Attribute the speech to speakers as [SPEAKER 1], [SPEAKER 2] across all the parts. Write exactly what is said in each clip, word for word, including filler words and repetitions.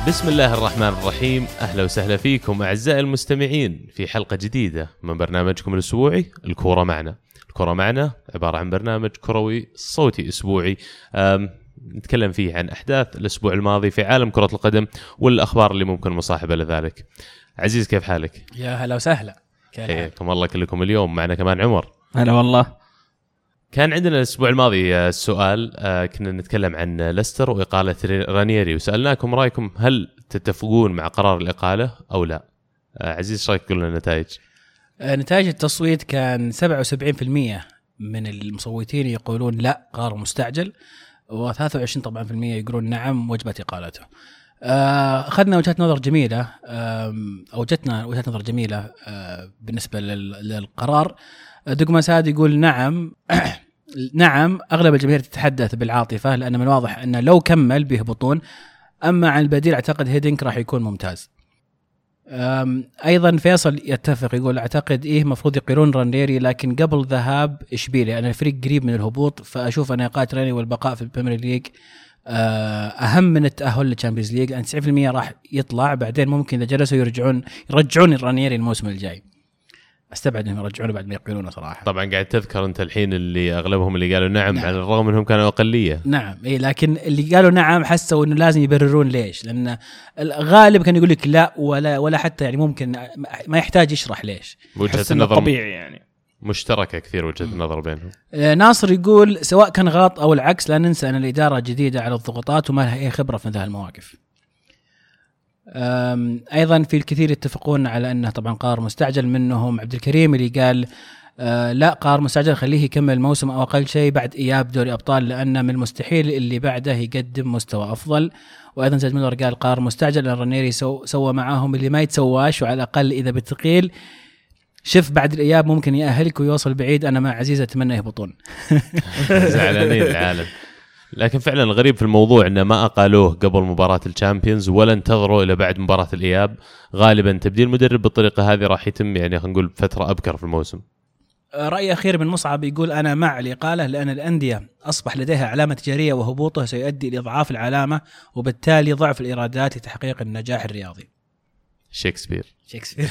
[SPEAKER 1] بسم الله الرحمن الرحيم. أهلا وسهلا فيكم أعزائي المستمعين في حلقة جديدة من برنامجكم الأسبوعي الكورة معنا. الكورة معنا عبارة عن برنامج كروي صوتي أسبوعي نتكلم فيه عن أحداث الأسبوع الماضي في عالم كرة القدم والأخبار اللي ممكن مصاحبة لذلك. عزيز كيف حالك؟
[SPEAKER 2] يا هلا وسهلا.
[SPEAKER 1] حياكم الله كلكم. اليوم معنا كمان عمر.
[SPEAKER 3] هلا والله.
[SPEAKER 1] كان عندنا الأسبوع الماضي السؤال، كنا نتكلم عن ليستر وإقالة رانييري وسألناكم رأيكم هل تتفقون مع قرار الإقالة أو لا؟ عزيز رأيك قلنا النتائج.
[SPEAKER 2] نتائج التصويت كان سبعة وسبعين بالمئة من المصوتين يقولون لا قرار مستعجل، وثلاثة وعشرين طبعا في المئة يقولون نعم وجبت إقالته. أخذنا وجهة نظر جميلة، أو جتنا وجهة نظر جميلة بالنسبة للقرار. دقمة ساد يقول نعم نعم أغلب الجماهير تتحدث بالعاطفة، لأن من الواضح أنه لو كمل بيهبطون. أما عن البديل أعتقد هيدينك راح يكون ممتاز. أيضا فيصل يتفق يقول أعتقد إيه مفروض يقيلون رانييري، لكن قبل ذهاب إشبيلية أنا الفريق قريب من الهبوط، فأشوف أن إقالة رانييري والبقاء في البريمير ليج أهم من التأهل للتشامبيونز ليج. أن تسعين بالمئة راح يطلع، بعدين ممكن إذا جلسوا يرجعون يرجعون رانييري الموسم الجاي. استبعد انهم يرجعونه بعد ما يقيلونه صراحه.
[SPEAKER 1] طبعا قاعد تذكر انت الحين اللي اغلبهم اللي قالوا نعم,
[SPEAKER 2] نعم.
[SPEAKER 1] على الرغم انهم كانوا اقليه.
[SPEAKER 2] نعم اي، لكن اللي قالوا نعم حسوا انه لازم يبررون ليش، لان الغالب كان يقول لك لا ولا ولا حتى يعني ممكن ما يحتاج يشرح ليش.
[SPEAKER 1] وجهه النظر
[SPEAKER 3] طبيعي يعني
[SPEAKER 1] مشتركه كثير وجهه النظر بينهم.
[SPEAKER 2] ناصر يقول سواء كان غلط او العكس لا ننسى ان الاداره جديده على الضغوطات وما لها اي خبره في ذا المواقف. أيضا في الكثير يتفقون على أنه طبعا قرار مستعجل، منهم عبد الكريم اللي قال أه لا قرار مستعجل خليه يكمل الموسم أو أقل شيء بعد إياب دوري أبطال، لأن من المستحيل اللي بعده يقدم مستوى أفضل. وأيضا زيد ميلر قال قرار مستعجل لأن رانييري سو سوى معاهم اللي ما يتسواش، وعلى الأقل إذا بتقيل شف بعد الإياب ممكن يأهلك ويوصل بعيد. أنا مع عزيز أتمنى يهبطون.
[SPEAKER 1] زعلانين العالم. لكن فعلا الغريب في الموضوع انه ما اقالوه قبل مباراة الشامبيونز ولا انتظروا الى بعد مباراة الاياب. غالبا تبديل مدرب بالطريقة هذه راح يتم يعني خلينا نقول فترة ابكر في الموسم.
[SPEAKER 2] رأي أخير من مصعب يقول أنا مع الإقالة، لأن الأندية أصبح لديها علامة تجارية وهبوطه سيؤدي لإضعاف العلامة وبالتالي ضعف الإيرادات لتحقيق النجاح الرياضي.
[SPEAKER 1] شكسبير
[SPEAKER 2] شكسبير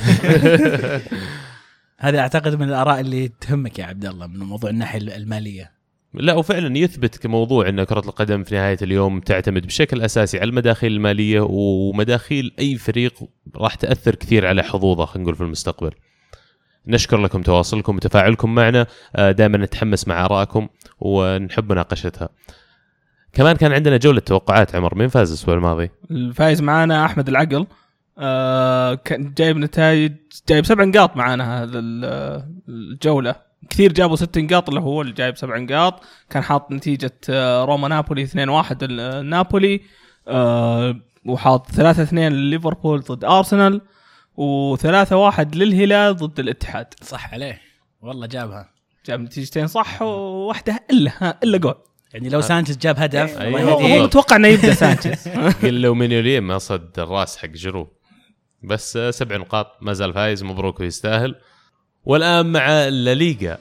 [SPEAKER 2] هذا أعتقد من الآراء اللي تهمك يا عبد الله من موضوع الناحية المالية.
[SPEAKER 1] لا وفعلا يثبت كموضوع أن كرة القدم في نهاية اليوم تعتمد بشكل أساسي على المداخيل المالية، ومداخيل أي فريق راح تأثر كثير على حظوظه خلينا نقول في المستقبل. نشكر لكم تواصلكم وتفاعلكم معنا، دائما نتحمس مع آرائكم ونحب مناقشتها. كمان كان عندنا جولة توقعات. عمر مين فاز الأسبوع الماضي؟
[SPEAKER 3] الفايز معانا أحمد العقل، آه كان جايب نتائج، جايب سبع نقاط معانا هذا الجولة. كثير جابوا ست نقاط، اللي هو اللي جايب سبع نقاط. كان حاط نتيجة روما نابولي اثنين واحد نابولي، أه وحاط ثلاثة اثنين لليفربول ضد أرسنال، وثلاثة واحد للهلال ضد الاتحاد.
[SPEAKER 2] صح عليه والله، جابها
[SPEAKER 3] جاب نتيجتين صح وواحدة إلا إلا جول.
[SPEAKER 2] يعني لو سانشيز جاب هدف
[SPEAKER 3] أيوة متوقع أنه يبدأ سانشيز.
[SPEAKER 1] قل له مينيولي ما صد الراس حق جرو، بس سبع نقاط ما زال فايز، مبروك ويستاهل. والآن مع الليغا.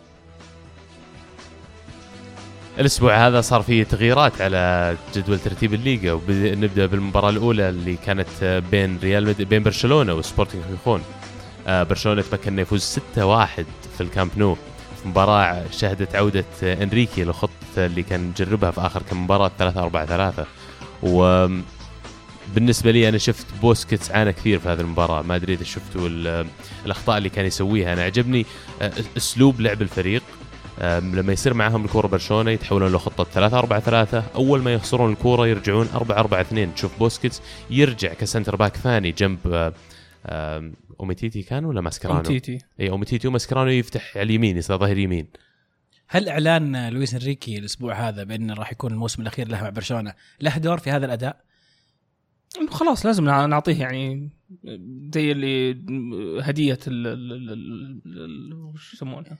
[SPEAKER 1] الأسبوع هذا صار فيه تغييرات على جدول ترتيب الليغا، ونبدأ بالمباراة الأولى اللي كانت بين ريال مد... بين برشلونة وسبورتنج خيخون. آه برشلونة تمكن انه يفوز ستة واحد في الكامب نو، في مباراة شهدت عودة إنريكي لخطة اللي كان مجربها في آخر كم مباراة ثلاثة أربعة ثلاثة. و بالنسبة لي أنا شفت بوسكيتس عانى كثير في هذه المباراة، ما أدري إذا شفتوا الأخطاء اللي كان يسويها. أنا عجبني أسلوب لعب الفريق لما يصير معهم الكرة برشلونة يتحولون لخطة ثلاثة أربعة ثلاثة، أول ما يخسرون الكرة يرجعون أربعة أربعة اثنين. تشوف بوسكيتس يرجع كسنتر باك ثاني جنب أوميتيتي كان ولا ماسكرانو؟
[SPEAKER 3] أوميتيتي
[SPEAKER 1] أي أوميتيتي وماسكرانو يفتح على اليمين يصير ظهير يمين.
[SPEAKER 2] هل إعلان لويس إنريكي الأسبوع هذا بأنه راح يكون الموسم الأخير له مع برشلونة له دور في هذا الأداء؟
[SPEAKER 3] خلاص لازم نعطيه يعني زي اللي هدية ال شو يسمونها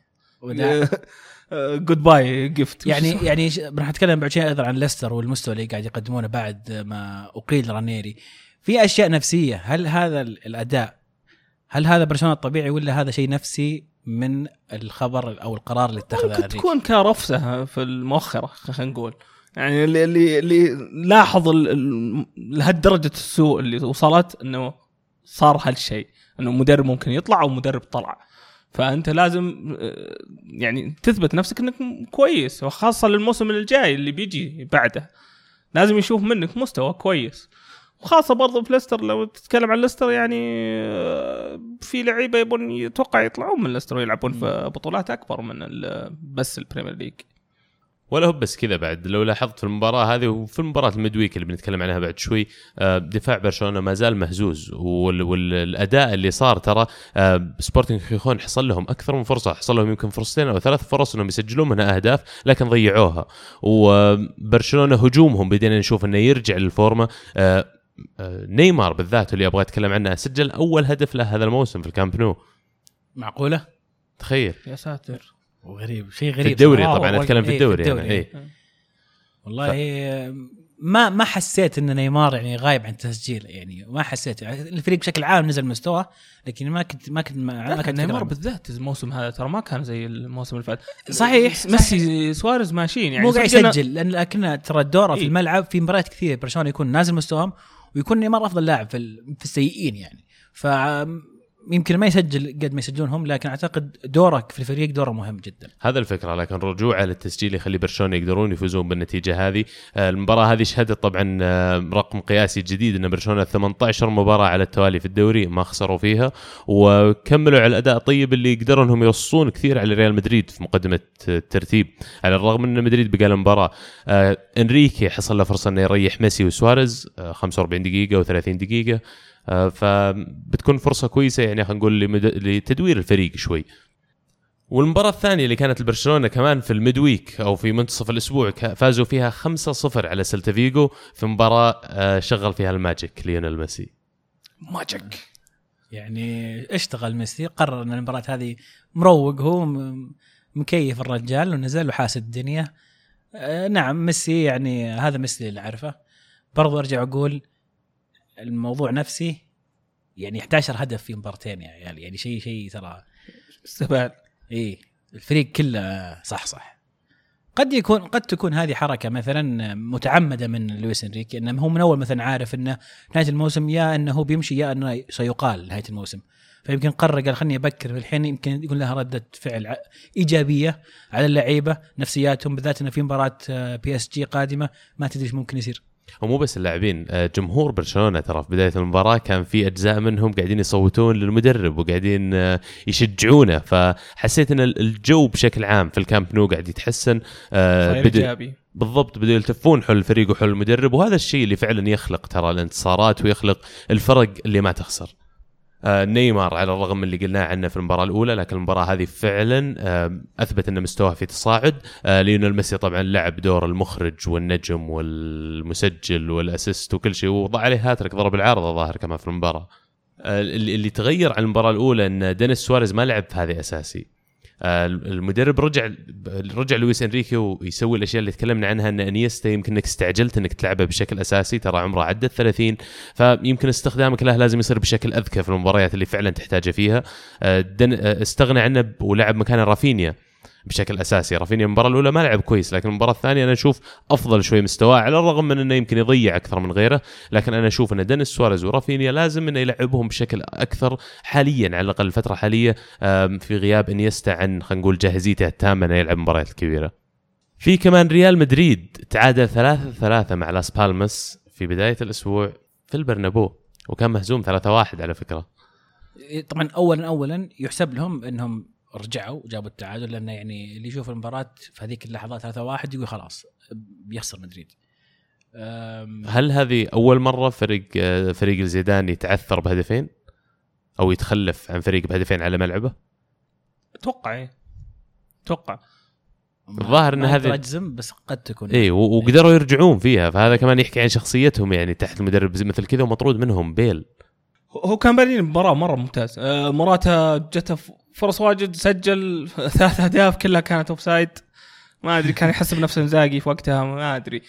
[SPEAKER 3] جود باي جيفت
[SPEAKER 2] يعني يعني راح نتكلم بعد شيء أيضا عن ليستر والمستوى اللي قاعد يقدمونه بعد ما أقيل رانييري. في أشياء نفسية، هل هذا الأداء هل هذا برشلونة الطبيعي ولا هذا شيء نفسي من الخبر أو القرار اللي اتخذه؟
[SPEAKER 3] تكون كرفسة في المؤخرة خلينا نقول، يعني اللي اللي, اللي لاحظ لهالدرجة السوء اللي وصلت انه صار هالشيء، انه مدرب ممكن يطلع او مدرب طلع. فانت لازم يعني تثبت نفسك انك كويس، وخاصة للموسم الجاي اللي بيجي بعده لازم يشوف منك مستوى كويس. وخاصة برضو في ليستر، لو تتكلم عن ليستر يعني في لعيبة يبون يتوقع يطلعون من ليستر ويلعبون في بطولات أكبر من بس البريمير ليج.
[SPEAKER 1] ولا هو بس كذا، بعد لو لاحظت في المباراة هذه وفي المباراة الميدويك اللي بنتكلم عنها بعد شوي، دفاع برشلونة ما زال مهزوز، والأداء اللي صار ترى سبورتنج خيخون حصل لهم أكثر من فرصة، حصل لهم يمكن فرصتين أو ثلاث فرص إنهم يسجلون منها أهداف لكن ضيعوها. وبرشلونة هجومهم بدينا نشوف إنه يرجع للفورمة. نيمار بالذات اللي أبغى أتكلم عنه سجل أول هدف له هذا الموسم في الكامب نو.
[SPEAKER 2] معقولة؟
[SPEAKER 1] تخيل
[SPEAKER 3] يا ساتر،
[SPEAKER 2] وغريب شيء غريب
[SPEAKER 1] في الدوري طبعا أتكلم في الدوري,
[SPEAKER 2] في الدوري
[SPEAKER 1] يعني. إيه.
[SPEAKER 2] والله ف... ما ما حسيت ان نيمار يعني غايب عن التسجيل، يعني ما حسيت. الفريق بشكل عام نزل مستوى، لكن ما كنت ما كنت ما,
[SPEAKER 3] ما كان نيمار بالذات الموسم هذا ترى ما كان زي الموسم اللي فات.
[SPEAKER 2] صحيح،
[SPEAKER 3] ميسي سواريز ماشيين يعني
[SPEAKER 2] مو قاعد يسجل، لان لكن ترى الدوره إيه؟ في الملعب في مباريات كثير برشلونه يكون نازل مستواهم ويكون نيمار افضل لاعب في في السيئين يعني. ف يمكن ما يسجل قد ما يسجلونهم، لكن أعتقد دورك في الفريق دوره مهم جدا.
[SPEAKER 1] هذا الفكرة، لكن رجوعه للتسجيل يخلي برشلونة يقدرون يفوزون بالنتيجة هذه. المباراة هذه شهدت طبعا رقم قياسي جديد، أن برشلونة ثمانية عشر مباراة على التوالي في الدوري ما خسروا فيها، وكملوا على الأداء الطيب اللي يقدرون انهم يوصون كثير على ريال مدريد في مقدمة الترتيب، على الرغم أن مدريد بقى المباراة. إنريكي حصل له فرصة أنه يريح ميسي وسواريز خمسة وأربعين دقيقة و30 دقيقة، فبتكون فرصة كويسة يعني خلينا نقول لمد... لتدوير الفريق شوي. والمباراة الثانية اللي كانت البرشلونة كمان في الميدويك أو في منتصف الأسبوع فازوا فيها خمسة صفر على سيلتا فيغو في مباراة شغل فيها الماجيك ليونيل ميسي.
[SPEAKER 2] ماجيك يعني اشتغل ميسي، قرر أن المباراة هذه مروق، هو مكيف الرجال ونزل وحاسد الدنيا. نعم ميسي يعني هذا ميسي اللي عارفه. برضو أرجع أقول الموضوع نفسي، يعني إحدى عشر هدف في مبارتين يعني يعني شيء شيء ترى
[SPEAKER 3] استهبال.
[SPEAKER 2] ايه الفريق كله صح صح. قد يكون قد تكون هذه حركه مثلا متعمده من لويس انريكي، انه هو من اول مثلا عارف انه نهايه الموسم يا انه هو بيمشي يا انه سيقال نهايه الموسم، فيمكن قرر قال خلني ابكر في الحين، يمكن يكون لها رده فعل ايجابيه على اللعيبه نفسياتهم، بالذات انه في مباراه بي اس جي قادمه ما تدري ايش ممكن يصير.
[SPEAKER 1] ومو بس اللاعبين، جمهور برشلونة ترى في بداية المباراة كان في أجزاء منهم قاعدين يصوتون للمدرب وقاعدين يشجعونه، فحسيت أن الجو بشكل عام في الكامب نو قاعد يتحسن.
[SPEAKER 3] بدأ
[SPEAKER 1] بالضبط بدأوا يلتفون حول الفريق وحول المدرب، وهذا الشيء اللي فعلا يخلق ترى الانتصارات ويخلق الفرق اللي ما تخسر. آه نيمار على الرغم من اللي قلناه عنه في المباراة الأولى، لكن المباراة هذه فعلا آه أثبت أن مستواه في تصاعد. آه ليونيل ميسي طبعا لعب دور المخرج والنجم والمسجل والأسيست وكل شيء، وضع عليه هاتريك ضرب العارضة ظاهر كمان في المباراة. آه اللي, اللي تغير عن المباراة الأولى أن دينيس سواريز ما لعب في هذه أساسي. المدرب رجع رجع لويس انريكي ويسوي الاشياء اللي تكلمنا عنها، ان انيستا يمكن انك استعجلت انك تلعبه بشكل اساسي، ترى عمره عدى الثلاثين، فيمكن استخدامك له لازم يصير بشكل اذكى في المباريات اللي فعلا تحتاجه فيها. استغنى عنه ولعب مكان رافينيا بشكل اساسي. رافينيا المباراه الاولى ما لعب كويس، لكن المباراه الثانيه انا اشوف افضل شوي مستواه، على الرغم من انه يمكن يضيع اكثر من غيره، لكن انا اشوف ان دينيس سواريز ورافينيا لازم انه يلعبهم بشكل اكثر حاليا، على الاقل الفتره الحاليه في غياب انيستا عن خلينا نقول جاهزيته التامه انه يلعب مباريات الكبيره. في كمان ريال مدريد تعادل ثلاثة ثلاثة مع لاس بالماس في بدايه الاسبوع في البرنابو، وكان مهزوم ثلاثة واحد على فكره.
[SPEAKER 2] طبعا اولا اولا يحسب لهم انهم رجعوا وجابوا التعادل، لأنه يعني اللي يشوف المباراة في هذيك اللحظات ثلاثة واحد يقول خلاص بيخسر مدريد.
[SPEAKER 1] هل هذه أول مرة فريق فريق الزيدان يتعثر بهدفين أو يتخلف عن فريق بهدفين على ملعبه؟
[SPEAKER 3] أتوقع إيه أتوقع
[SPEAKER 1] الظاهر ان هذا
[SPEAKER 2] اجزم، بس قد تكون
[SPEAKER 1] اي وقدروا يرجعون فيها، فهذا كمان يحكي عن شخصيتهم يعني تحت المدرب زي مثل كذا، ومطرود منهم بيل.
[SPEAKER 3] هو كان بادين المباراة مرة ممتاز. مراته جته فرص واجد، سجل ثلاث أهداف كلها كانت أوفسايد، ما أدري كان يحسب نفسه زاقي في وقتها، ما أدري.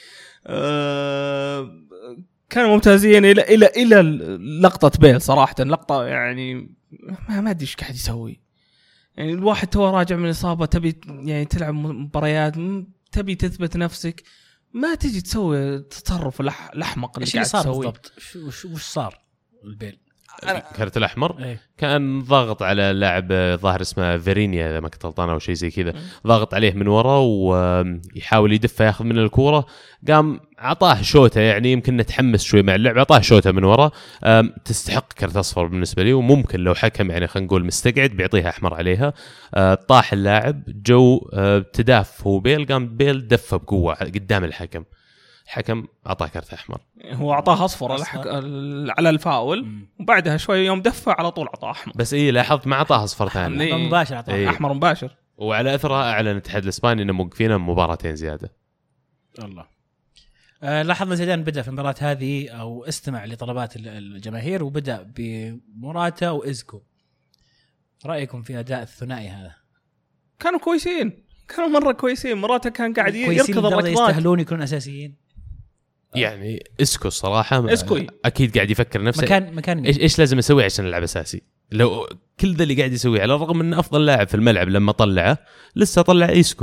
[SPEAKER 3] أه كانوا ممتازين إلى إلى إلى لقطة بيل صراحة، لقطة يعني ما ما أدري إيش قاعد يسوي. يعني الواحد تو راجع من إصابة، تبي يعني تلعب مباريات، تبي تثبت نفسك، ما تجي تسوي تصرف الأح- الأحمق اللي
[SPEAKER 2] ايش
[SPEAKER 3] قاعد
[SPEAKER 2] اللي صار
[SPEAKER 3] تسويه.
[SPEAKER 2] بالضبط؟ وش وش صار البيل؟
[SPEAKER 1] الكرت الاحمر
[SPEAKER 2] ايه
[SPEAKER 1] كان ضاغط على لاعب ظاهر اسمه فيرينيا اذا ما كنت غلطان او شيء زي كذا، ضاغط عليه من ورا ويحاول يدفع ياخذ من الكوره، قام عطاه شوته يعني يمكن نتحمس شوي مع اللعب، عطاه شوته من ورا، تستحق كرت اصفر بالنسبه لي، وممكن لو حكم يعني خلينا نقول مستقعد بيعطيها احمر عليها. طاح اللاعب جو تداف هو بيل، قام بيل دفه بقوه قدام الحكم، الحكم اعطاه كرت احمر،
[SPEAKER 3] هو اعطاه اصفر الحك... على الفاول
[SPEAKER 2] مم.
[SPEAKER 3] وبعدها شوي يوم دفع على طول اعطاه احمر.
[SPEAKER 1] بس ايه لاحظت ما اعطاه اصفر ثاني
[SPEAKER 3] إيه.
[SPEAKER 2] مباشر اعطاه
[SPEAKER 1] إيه.
[SPEAKER 3] احمر مباشر.
[SPEAKER 1] وعلى اثرها اعلن الاتحاد الاسباني انه موقفين مباراتين زياده.
[SPEAKER 2] الله. آه لاحظنا زيدان بدأ في المباراة هذه أو استمع لطلبات الجماهير وبدأ بموراتا وإزكو. رأيكم في أداء الثنائي هذا؟
[SPEAKER 3] كانوا كويسين، كانوا مرة كويسين. مراته كان قاعد
[SPEAKER 2] كويسين
[SPEAKER 3] يركض
[SPEAKER 2] لدرجة
[SPEAKER 3] الركضات.
[SPEAKER 2] يستاهلون يكونوا أساسيين.
[SPEAKER 1] يعني اسكو الصراحه
[SPEAKER 3] اسكو
[SPEAKER 1] اكيد قاعد يفكر نفسه
[SPEAKER 2] مكان مكان
[SPEAKER 1] ايش ايش لازم اسوي عشان العب اساسي. لو كل ذا اللي قاعد يسويه على الرغم انه افضل لاعب في الملعب لما طلعه لسه طلع اسكو،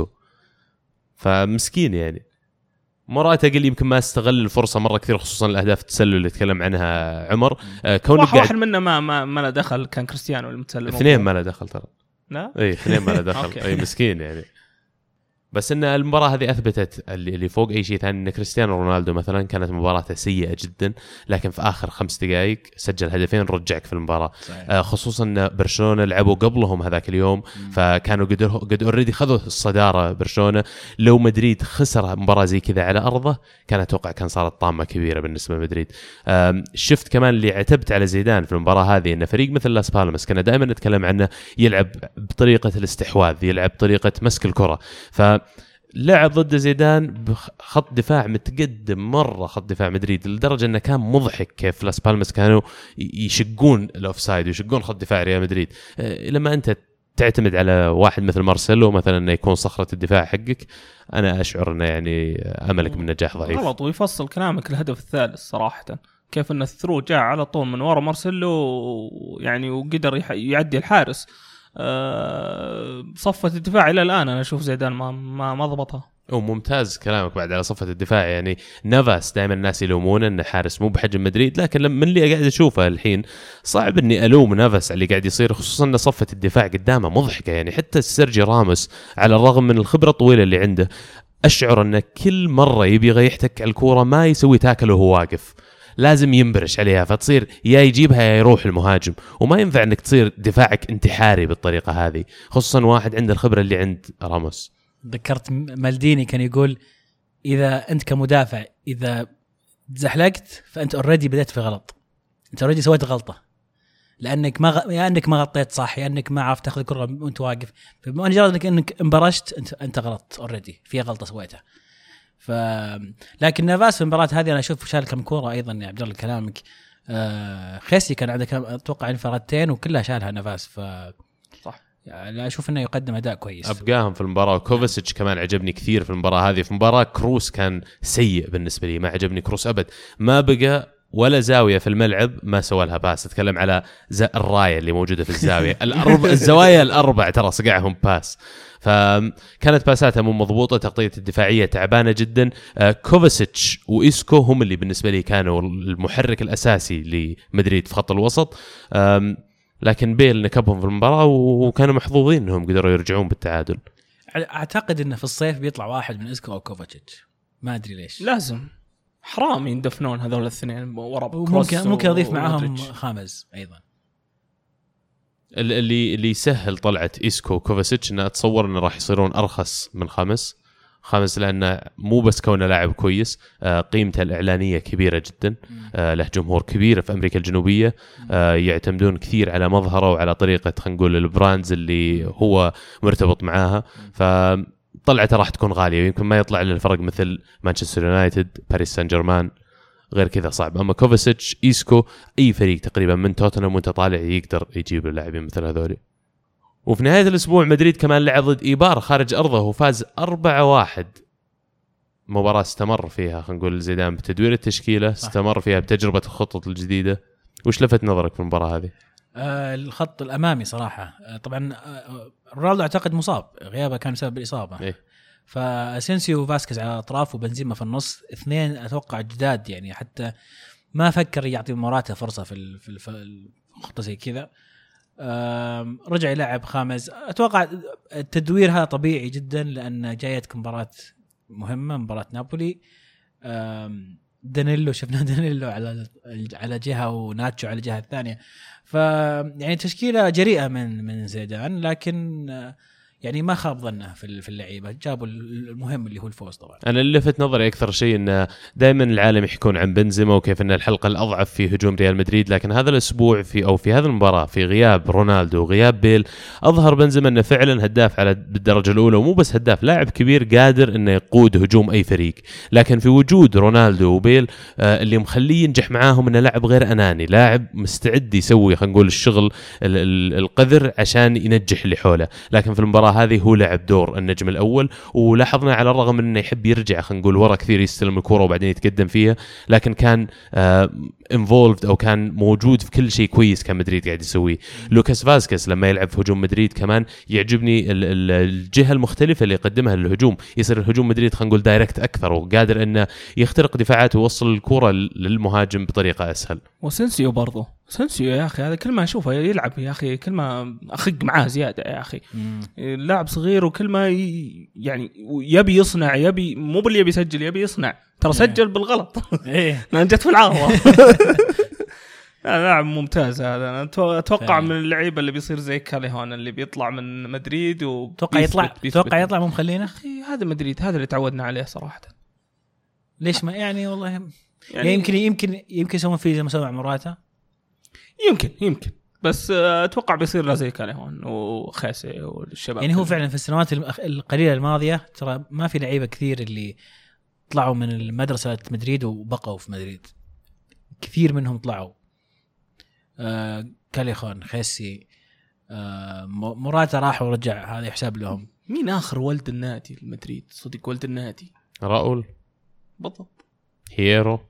[SPEAKER 1] فمسكين يعني. مراته قال يمكن ما استغل الفرصه مره كثير، خصوصا الاهداف التسلل اللي تكلم عنها عمر.
[SPEAKER 3] كون واحد, واحد منا ما ما ما له دخل، كان كريستيانو المتسلل.
[SPEAKER 1] اثنين ما له دخل ترى.
[SPEAKER 3] لا
[SPEAKER 1] اي اثنين ما له دخل. اي مسكين يعني. بس ان المباراه هذه اثبتت اللي فوق اي شيء ثاني ان كريستيانو رونالدو مثلا كانت مباراته سيئه جدا، لكن في اخر خمس دقائق سجل هدفين رجعك في المباراه. آه خصوصا ان برشلونه لعبوا قبلهم هذاك اليوم، م. فكانوا قد قد اوريدي خذوا الصداره برشلونه. لو مدريد خسر مباراه زي كذا على ارضه كان اتوقع كان صارت طامه كبيره بالنسبه لمدريد. آه شفت كمان اللي عتبت على زيدان في المباراه هذه ان فريق مثل لاس بالماس كنا دائما نتكلم عنه يلعب بطريقه الاستحواذ، يلعب بطريقه مسك الكره، ف لعب ضد زيدان بخط دفاع متقدم مرة، خط دفاع مدريد لدرجة أنه كان مضحك كيف لاس بالماس كانوا يشقون الأوفسايد ويشقون خط دفاع ريال مدريد. لما أنت تعتمد على واحد مثل مارسيلو مثلا أنه يكون صخرة الدفاع حقك، أنا أشعر أنه يعني أملك من نجاح ضعيف.
[SPEAKER 3] غلط. ويفصل كلامك الهدف الثالث صراحة، كيف أن الثرو جاء على طول من وراء مارسيلو يعني وقدر يعدي الحارس. أه صفة الدفاع إلى الآن أنا أشوف زيدان ما ما ما ضبطها.
[SPEAKER 1] وممتاز كلامك بعد على صفة الدفاع. يعني نافاس دائما الناس يلومونه انه حارس مو بحجم مدريد، لكن لما من اللي قاعد اشوفه الحين صعب اني الوم نافاس على اللي قاعد يصير، خصوصا ان صفة الدفاع قدامه مضحكة. يعني حتى سيرجي راموس على الرغم من الخبرة الطويلة اللي عنده اشعر انه كل مرة يبي يحتك على الكورة ما يسوي تاكل وهو واقف، لازم ينبرش عليها، فتصير يا يجيبها يا يروح المهاجم، وما ينفع انك تصير دفاعك انتحاري بالطريقة هذه، خصوصا واحد عنده الخبرة اللي عند راموس.
[SPEAKER 2] ذكرت مالديني كان يقول إذا أنت كمدافع إذا تزحلقت فأنت أوريدي بدأت في غلط، أنت أوريدي سويت غلطة، لأنك ما غ... يا أنك ما غطيت صح، يا أنك ما عرفت تأخذ الكرة وأنت واقف، فمجرد أنك أنك انبرشت أنت أنت غلط أوريدي، في غلطة سويتها. ف لكن نافاس في المباراة هذه أنا أشوف شال كم كورة أيضا يا عبد الله كلامك. آه خيسي كان عنده كم أتوقع انفرادتين وكلها شالها نافاس، ف
[SPEAKER 3] صح
[SPEAKER 2] يعني أشوف إنه يقدم أداء كويس.
[SPEAKER 1] أبقاهم في المباراة. كوفاسيتش كمان عجبني كثير في المباراة هذه. في مباراة كروس كان سيء بالنسبة لي، ما عجبني كروس أبد، ما بقى ولا زاوية في الملعب ما سوى لها باس. أتكلم على الراية اللي موجودة في الزاوية الأربع الزوايا الأربع ترى صقعهم باس، فكانت باساتها مو مضبوطة، تغطية الدفاعية تعبانة جدا. كوفاسيتش وإسكو هم اللي بالنسبة لي كانوا المحرك الأساسي لمدريد في خط الوسط، لكن بيل نكبهم في المباراة وكانوا محظوظين أنهم قدروا يرجعون بالتعادل.
[SPEAKER 2] أعتقد أنه في الصيف بيطلع واحد من إسكو أو كوفاسيتش، ما أدري ليش،
[SPEAKER 3] لازم حرام يندفنون هذول الاثنين ورا.
[SPEAKER 2] ممكن ممكن أضيف معهم خامز أيضا.
[SPEAKER 1] اللي اللي يسهل طلعة إسكو وكوفاسيتش إنه أتصور إنه راح يصيرون أرخص من خامس خامس لأنه مو بس كونه لاعب كويس، آه قيمته الإعلانية كبيرة جدا، آه له جمهور كبير في أمريكا الجنوبية، آه يعتمدون كثير على مظهره وعلى طريقة خلينا نقول البراندز اللي هو مرتبط معاها، فطلعته راح تكون غالية، يمكن ما يطلع للفرق مثل مانشستر يونايتد، باريس سان جيرمان، غير كذا صعب. أما كوفاسيتش إيسكو أي فريق تقريبا من توتنهام وانت طالع يقدر يجيب اللاعبين مثل هذول. وفي نهاية الأسبوع مدريد كمان لعب ضد إيبار خارج أرضه وفاز أربعة واحد. مباراة استمر فيها خلينا نقول زيدان بتدوير التشكيلة، استمر فيها بتجربة الخطط الجديدة. وش لفت نظرك في المباراة هذه؟
[SPEAKER 2] آه الخط الأمامي صراحة، آه طبعا آه رونالدو أعتقد مصاب، غيابه كان بسبب الإصابة،
[SPEAKER 1] إيه؟
[SPEAKER 2] فاسينسيو وفاسكيز على الاطراف وبنزيما في النص، اثنين اتوقع جداد يعني، حتى ما فكر يعطي موراتا فرصه في في الخطه زي كذا. رجع يلعب خامس. اتوقع التدوير هذا طبيعي جدا لان جايتك مباراه مهمه، مباراه نابولي. دانيلو شفنا دانيلو على على جهه وناتشو على الجهه الثانيه، ف يعني تشكيله جريئه من من زيدان، لكن يعني ما خاب ظنه في في اللعيبه، جابوا المهم اللي هو الفوز. طبعا
[SPEAKER 1] انا اللي لفت نظري اكثر شيء انه دائما العالم يحكون عن بنزيما وكيف ان الحلقه الاضعف في هجوم ريال مدريد، لكن هذا الاسبوع في او في هذه المباراه في غياب رونالدو وغياب بيل اظهر بنزيما انه فعلا هداف على بالدرجه الاولى، ومو بس هداف، لاعب كبير قادر انه يقود هجوم اي فريق. لكن في وجود رونالدو وبيل آه اللي مخليه ينجح معاهم انه لاعب غير اناني، لاعب مستعد يسوي خلينا نقول الشغل القذر عشان ينجح اللي حوله. لكن في المباراه هذه هو لعب دور النجم الأول، ولاحظنا على الرغم من أنه يحب يرجع خلينا نقول ورا كثير يستلم الكرة وبعدين يتقدم فيها، لكن كان آه involved أو كان موجود في كل شيء كويس كان مدريد قاعد يسويه. لوكاس فاسكيز لما يلعب في هجوم مدريد كمان يعجبني الجهة المختلفة اللي يقدمها للهجوم، يصير الهجوم مدريد خلينا نقول دايركت أكثر، وقادر أنه يخترق دفاعات ويوصل الكرة للمهاجم بطريقة أسهل.
[SPEAKER 3] وسنسيو برضو، سنسيو يا أخي هذا كل ما أشوفه يلعب يا أخي كل ما أخق معاه زيادة يا أخي. لاعب صغير وكل ما ي... يعني يبي يصنع، يبي مو باللي يبي يسجل، يبي يصنع. ترى سجل بالغلط أنا جت في العارضة. لاعب ممتاز هذا. أنا أتوقع من اللعيبة اللي بيصير زي كاليهون اللي بيطلع من مدريد
[SPEAKER 2] وتوقع يطلع توقع يطلع مو مخلينا.
[SPEAKER 3] أخي هذا مدريد، هذا اللي تعودنا عليه صراحة.
[SPEAKER 2] ليش ما يعني والله يعني, يعني يمكن يمكن يمكن يسوون فيه زي ما سوى مع موراتا،
[SPEAKER 3] يمكن يمكن بس أتوقع بيصير لا زي كاليهون وخاسي والشباب.
[SPEAKER 2] يعني هو فعلا في السنوات القليلة الماضية ترى ما في لعيبة كثير اللي طلعوا من المدرسة مدريد وبقوا في مدريد، كثير منهم طلعوا. آه كاليهون، خاسي، آه موراتا راح ورجع، هذا حساب لهم.
[SPEAKER 3] مين آخر ولد النادي المدريد؟ صديق ولد النادي
[SPEAKER 1] راؤول
[SPEAKER 3] بالضبط،
[SPEAKER 1] هيرو.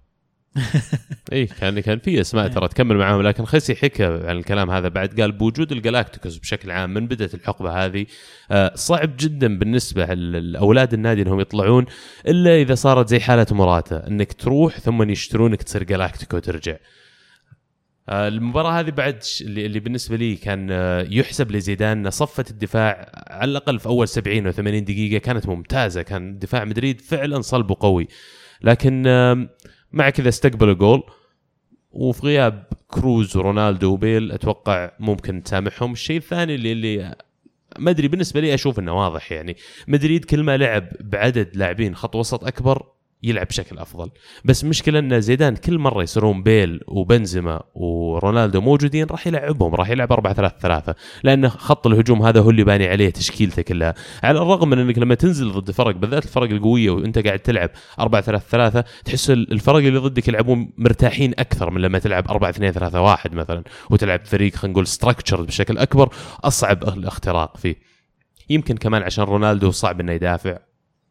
[SPEAKER 1] اي كان كان في اسماء ترى تكمل معاهم، لكن خسي حكى عن الكلام هذا بعد، قال بوجود الجالاكتيكوس بشكل عام من بدايه الحقبه هذه آه صعب جدا بالنسبه لاولاد النادي انهم يطلعون الا اذا صارت زي حاله موراتا، انك تروح ثم يشترونك تصير جالاكتيكو ترجع. آه المباراه هذه بعد اللي, اللي بالنسبه لي كان آه يحسب لزيدان، صفه الدفاع على الاقل في اول سبعين و ثمانين دقيقه كانت ممتازه، كان دفاع مدريد فعلا صلب وقوي، لكن آه مع كذا استقبلوا جول، وفي غياب كروز ورونالدو وبيل أتوقع ممكن تسامحهم. الشيء الثاني اللي, اللي ما أدري بالنسبة لي أشوف إنه واضح، يعني مدريد كل ما لعب بعدد لاعبين خط وسط أكبر يلعب بشكل أفضل، بس مشكلة أن زيدان كل مرة يصيرون بيل وبنزيما ورونالدو موجودين راح يلعبهم، راح يلعب أربعة ثلاثة ثلاثة، لأن خط الهجوم هذا هو اللي باني عليه تشكيلته كلها. على الرغم من أنك لما تنزل ضد فرق بالذات الفرق القوية وأنت قاعد تلعب أربعة ثلاثة ثلاثة تحس الفرق اللي ضدك يلعبون مرتاحين أكثر من لما تلعب أربعة اثنين ثلاثة واحد مثلا، وتلعب فريق خلينا نقول ستراكتشر بشكل أكبر، أصعب الاختراق فيه. يمكن كمان عشان رونالدو صعب إنه يدافع.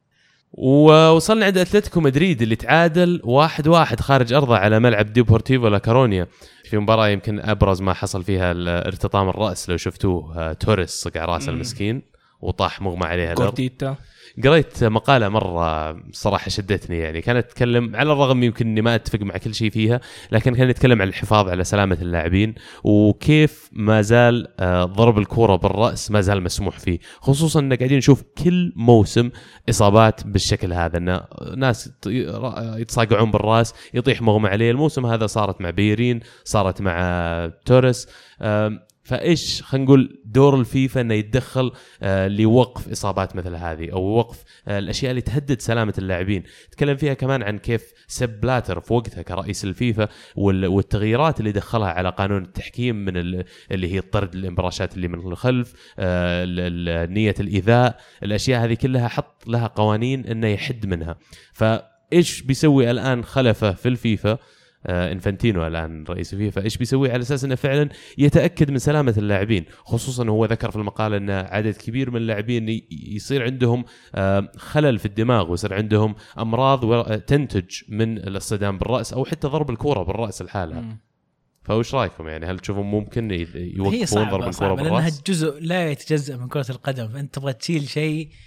[SPEAKER 1] ووصلنا عند أتلتيكو مدريد اللي تعادل واحد واحد خارج أرضه على ملعب ديبورتيفو لا كارونيا، في مباراة يمكن أبرز ما حصل فيها ارتطام الرأس، لو شفتوه توريس صقع رأس المسكين وطاح مغمى عليها الأرض. قريت مقالة مرة صراحة شدتني، يعني كانت تتكلم على الرغم يمكن إني ما أتفق مع كل شيء فيها، لكن كانت تتكلم عن الحفاظ على سلامة اللاعبين وكيف ما زال ضرب الكرة بالرأس ما زال مسموح فيه، خصوصا إن قاعدين نشوف كل موسم إصابات بالشكل هذا، إن ناس يتصاقعون بالرأس يطيح مغمى عليه. الموسم هذا صارت مع بيرين، صارت مع توريس. فإيش خلينا نقول دور الفيفا إنه يتدخل آه لوقف إصابات مثل هذه أو وقف آه الأشياء اللي تهدد سلامة اللاعبين. تكلم فيها كمان عن كيف سيب بلاتر في وقتها كرئيس الفيفا والتغييرات اللي دخلها على قانون التحكيم من اللي هي الطرد الانبراشات اللي من الخلف، آه نية الإيذاء، الأشياء هذه كلها حط لها قوانين إنه يحد منها. فإيش بيسوي الآن خلفه في الفيفا إنفانتينو الآن رئيس فيفا، إيش بيسوي على أساس أنه فعلا يتأكد من سلامة اللاعبين، خصوصا هو ذكر في المقالة أن عدد كبير من اللاعبين يصير عندهم خلل في الدماغ ويصير عندهم أمراض تنتج من الصدام بالرأس أو حتى ضرب الكرة بالرأس الحالة. فوش رأيكم؟ يعني هل تشوفون ممكن يوقفون ضرب الكرة بالرأس؟
[SPEAKER 2] لأنها جزء لا يتجزأ من كرة القدم، فأنت تبغى تشيل شيء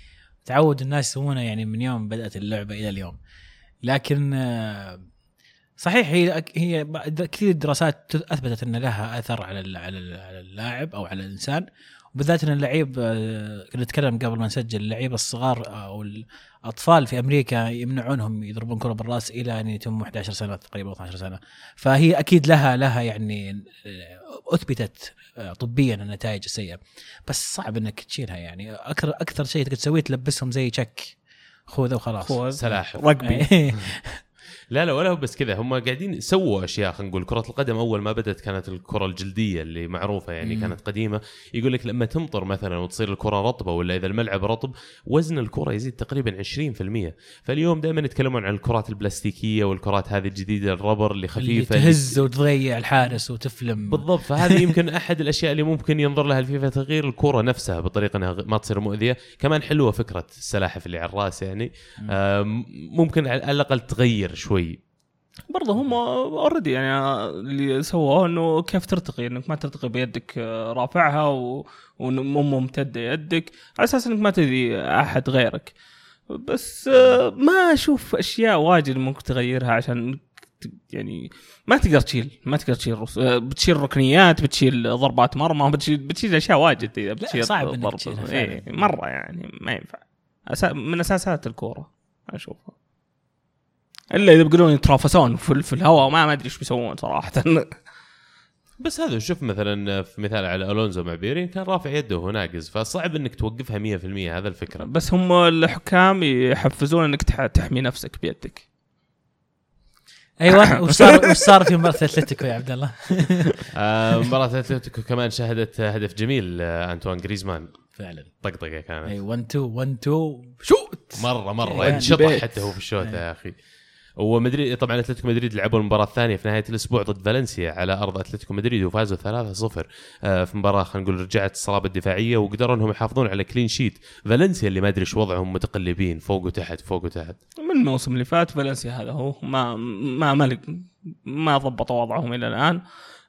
[SPEAKER 2] تعود الناس يسوونه يعني من يوم بدأت اللعبة إلى اليوم. لكن صحيح هي هي كثير دراسات اثبتت ان لها اثر على على اللاعب او على الانسان، وبالذات ان اللعيب كنا نتكلم قبل ما نسجل اللعيبه الصغار او الاطفال في امريكا يمنعونهم يضربون كره بالراس الى ان يتم إحدى عشرة سنه تقريبا اثنا عشر سنه. فهي اكيد لها لها يعني اثبتت طبيا النتائج السيئه، بس صعب انك تشيلها. يعني اكثر اكثر شيء تقدر تسويه تلبسهم زي تشك خوذه وخلاص
[SPEAKER 1] سلاحف
[SPEAKER 3] رقبي.
[SPEAKER 1] لا لا ولا هو بس كذا، هم قاعدين يسووا اشياء. خلينا نقول كره القدم اول ما بدت كانت الكره الجلديه اللي معروفه يعني مم. كانت قديمه. يقول لك لما تمطر مثلا وتصير الكره رطبه ولا اذا الملعب رطب وزن الكره يزيد تقريبا عشرين بالمئة. فاليوم دائما يتكلمون عن الكرات البلاستيكيه والكرات هذه الجديده الربر اللي خفيفه
[SPEAKER 2] اللي تهز وتضيع الحارس وتفلم
[SPEAKER 1] بالضبط. فهذه يمكن احد الاشياء اللي ممكن ينظر لها الفيفا، تغيير الكره نفسها بطريقه انها ما تصير مؤذيه. كمان حلوه فكره السلاحف اللي على الراس يعني ممكن على الاقل تغير شوي.
[SPEAKER 3] برضه هم اوريدي يعني اللي سووه انه كيف ترتقي، انك ما ترتقي بيدك رافعها ومو ممتده يدك على اساس انك ما تدري احد غيرك. بس ما اشوف اشياء واجد ممكن تغيرها عشان يعني ما تقدر تشيل ما تقدر تشيل رص... بتشيل ركنيات، بتشيل ضربات مرمى، بتشيل بتشيل اشياء واجد اذا بتشيل
[SPEAKER 2] صعب انك تشيلها
[SPEAKER 3] إيه مره يعني ما ينفع. أسا... من اساسات الكوره اشوفها، الا اذا بيقولون يترافسون في, في الهواء ما ما ادري ايش بيسوون صراحه.
[SPEAKER 1] بس هذا شوف مثلا في مثال على ألونزو مع بيرين كان رافع يده وهو ناقص، فصعب انك توقفها مية بالمية. هذا الفكره.
[SPEAKER 3] بس هم الحكام يحفزون انك تحمي نفسك بيدك.
[SPEAKER 2] ايوه. وش صار وش صار في مباراه اتلتيكو يا عبد الله؟
[SPEAKER 1] مباراه اتلتيكو كمان شهدت هدف جميل انطوان غريزمان
[SPEAKER 2] فعلا
[SPEAKER 1] طقطقه كانت.
[SPEAKER 2] اي واحد اثنين واحد اثنين شوت
[SPEAKER 1] مره مره انشطح حتى هو في الشوط يا اخي. ومدريد طبعا اتلتيكو مدريد لعبوا المباراه الثانيه في نهايه الاسبوع ضد فالنسيا على ارض اتلتيكو مدريد وفازوا ثلاثة صفر في مباراه خلينا نقول رجعت الصلابه الدفاعيه وقدروا انهم يحافظون على كلين شيت. فالنسيا اللي ما ادري ايش وضعهم متقلبين فوق وتحت فوق وتحت
[SPEAKER 3] من الموسم اللي فات. فالنسيا هذا هو ما ما ملك ما ضبطوا وضعهم الى الان.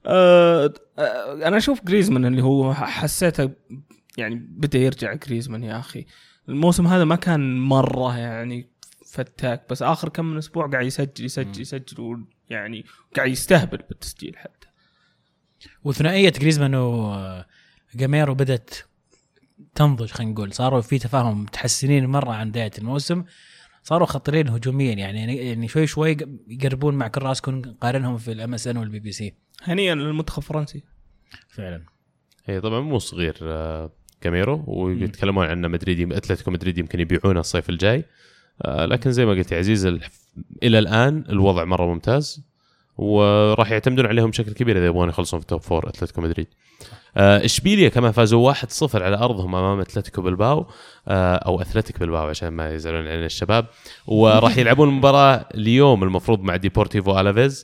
[SPEAKER 3] أه انا اشوف غريزمان اللي هو حسيته يعني بدا يرجع غريزمان يا اخي. الموسم هذا ما كان مره يعني فتاك، بس آخر كم من أسبوع قاعد يسجل يسجل يسجل ويعني قاعد يستهبل بالتسجيل حتى.
[SPEAKER 2] وثنائية غريزمان وجاميرو بدت تنضج خلينا نقول، صاروا في تفاهم متحسنين مرة عن بداية الموسم، صاروا خطيرين هجوميا يعني يعني شوي شوي يقربون مع كراسكون قارنهم في الام اس ان والبي بي سي.
[SPEAKER 3] هنيئا للمنتخب الفرنسي
[SPEAKER 2] فعلا.
[SPEAKER 1] هي طبعا مو صغير جاميرو، ويتكلمون عن مدريد اتلتيكو مدريد يمكن يبيعونه الصيف الجاي. لكن زي ما قلت يا عزيز إلى الآن الوضع مرة ممتاز وراح يعتمدون عليهم بشكل كبير إذا يبغون يخلصون في توب فور أتلتيكو مدريد. إشبيلية كمان فازوا واحد صفر على أرضهم أمام أتلتيكو بلباو أو أتلتيك بلباو عشان ما يزعلون علينا الشباب. وراح يلعبون المباراة اليوم المفروض مع ديبورتيفو ألافيز.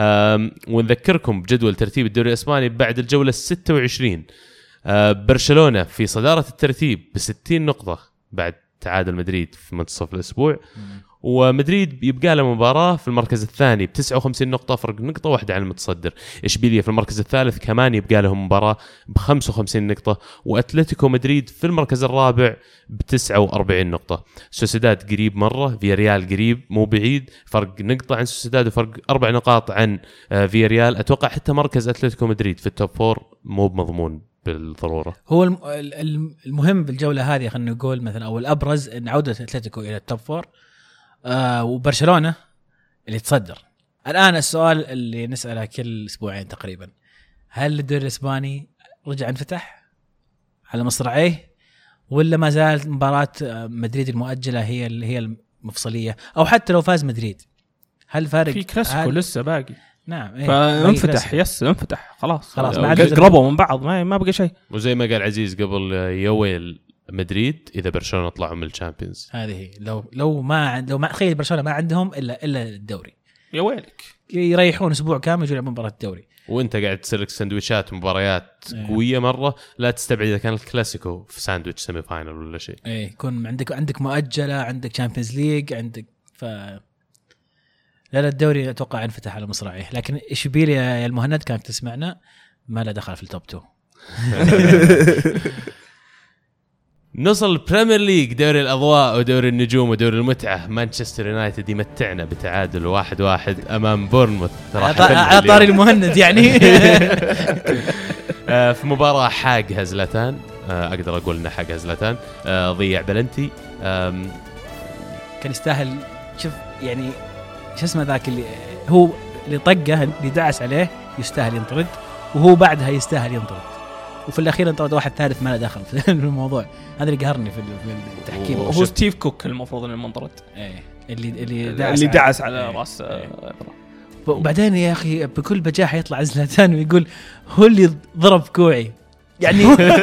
[SPEAKER 1] ونذكركم بجدول ترتيب الدوري الإسباني بعد الجولة الستة وعشرين. برشلونة في صدارة الترتيب بستين نقطة بعد تعادل مدريد في منتصف الأسبوع، ومدريد يبقى له مباراة في المركز الثاني بتسعة وخمسين نقطة، فرق نقطة واحدة عن المتصدر. إشبيلية في المركز الثالث كمان يبقى لهم مباراة بخمسة وخمسين نقطة، وأتلتيكو مدريد في المركز الرابع بتسعة وأربعين نقطة. سوسيداد قريب مرة، فياريال قريب مو بعيد، فرق نقطة عن سوسيداد وفرق أربع نقاط عن فياريال. أتوقع حتى مركز أتلتيكو مدريد في التوب فور مو بمضمون بالضرورة.
[SPEAKER 2] هو المهم بالجولة هذه خلينا نقول مثلا أو الأبرز إن عودة أتلتيكو إلى التوب فور آه وبرشلونة اللي تصدر. الآن السؤال اللي نسأله كل أسبوعين تقريبا، هل الدوري الإسباني رجع انفتح على مصراعيه ولا ما زالت مباراة مدريد المؤجلة هي اللي هي المفصلية؟ أو حتى لو فاز مدريد هل فارق؟
[SPEAKER 3] في كلاسيكو هل... لسه باقي.
[SPEAKER 2] نعم
[SPEAKER 3] إيه. فانفتح يس انفتح خلاص
[SPEAKER 2] خلاص
[SPEAKER 3] ما قربوا من بعض ما ما بقى شيء.
[SPEAKER 1] وزي ما قال عزيز قبل يويل مدريد اذا برشلونه طلعوا من الشامبيونز
[SPEAKER 2] هذه لو لو ما عند لو ما تخيل برشلونه ما عندهم الا الا الدوري
[SPEAKER 3] يا ويلك
[SPEAKER 2] يريحون اسبوع كامل يجوا يلعبون مباراه الدوري
[SPEAKER 1] وانت قاعد تسلك سندويشات مباريات ايه. قويه مره لا تستبعد اذا كان الكلاسيكو في ساندويتش سيمي فاينل ولا شيء
[SPEAKER 2] ايه يكون عندك عندك مؤجله عندك تشامبيونز ليج عندك ف لا لا الدوري اتوقع انفتح على مصراعيه لكن اشبيليا يا المهند كانت تسمعنا ما لا دخل في التوب اثنين.
[SPEAKER 1] نصل البريمير ليج، دوري الأضواء ودوري النجوم ودوري المتعة. مانشستر يونايتد يمتعنا بتعادل واحد واحد أمام بورنموث.
[SPEAKER 2] على طاري المهند يعني.
[SPEAKER 1] في مباراة حاجها زلاتان، أقدر أقول إنه حاجها زلاتان، ضيع بلنتي،
[SPEAKER 2] كان يستاهل. شوف يعني شو اسمه ذاك اللي هو اللي طقه اللي دعس عليه يستاهل ينطرد، وهو بعدها يستاهل ينطرد، وفي الأخير انطرد واحد ثالث ما له دخل في الموضوع. هذا اللي قهرني في التحكيم.
[SPEAKER 3] هو ستيف كوك المفروض انه منطرد،
[SPEAKER 2] ايه اللي اللي دعس
[SPEAKER 3] اللي دعس على, على راس.
[SPEAKER 2] وبعدين يا اخي بكل بجاحه يطلع زلاتان ويقول هو اللي ضرب كوعي يعني.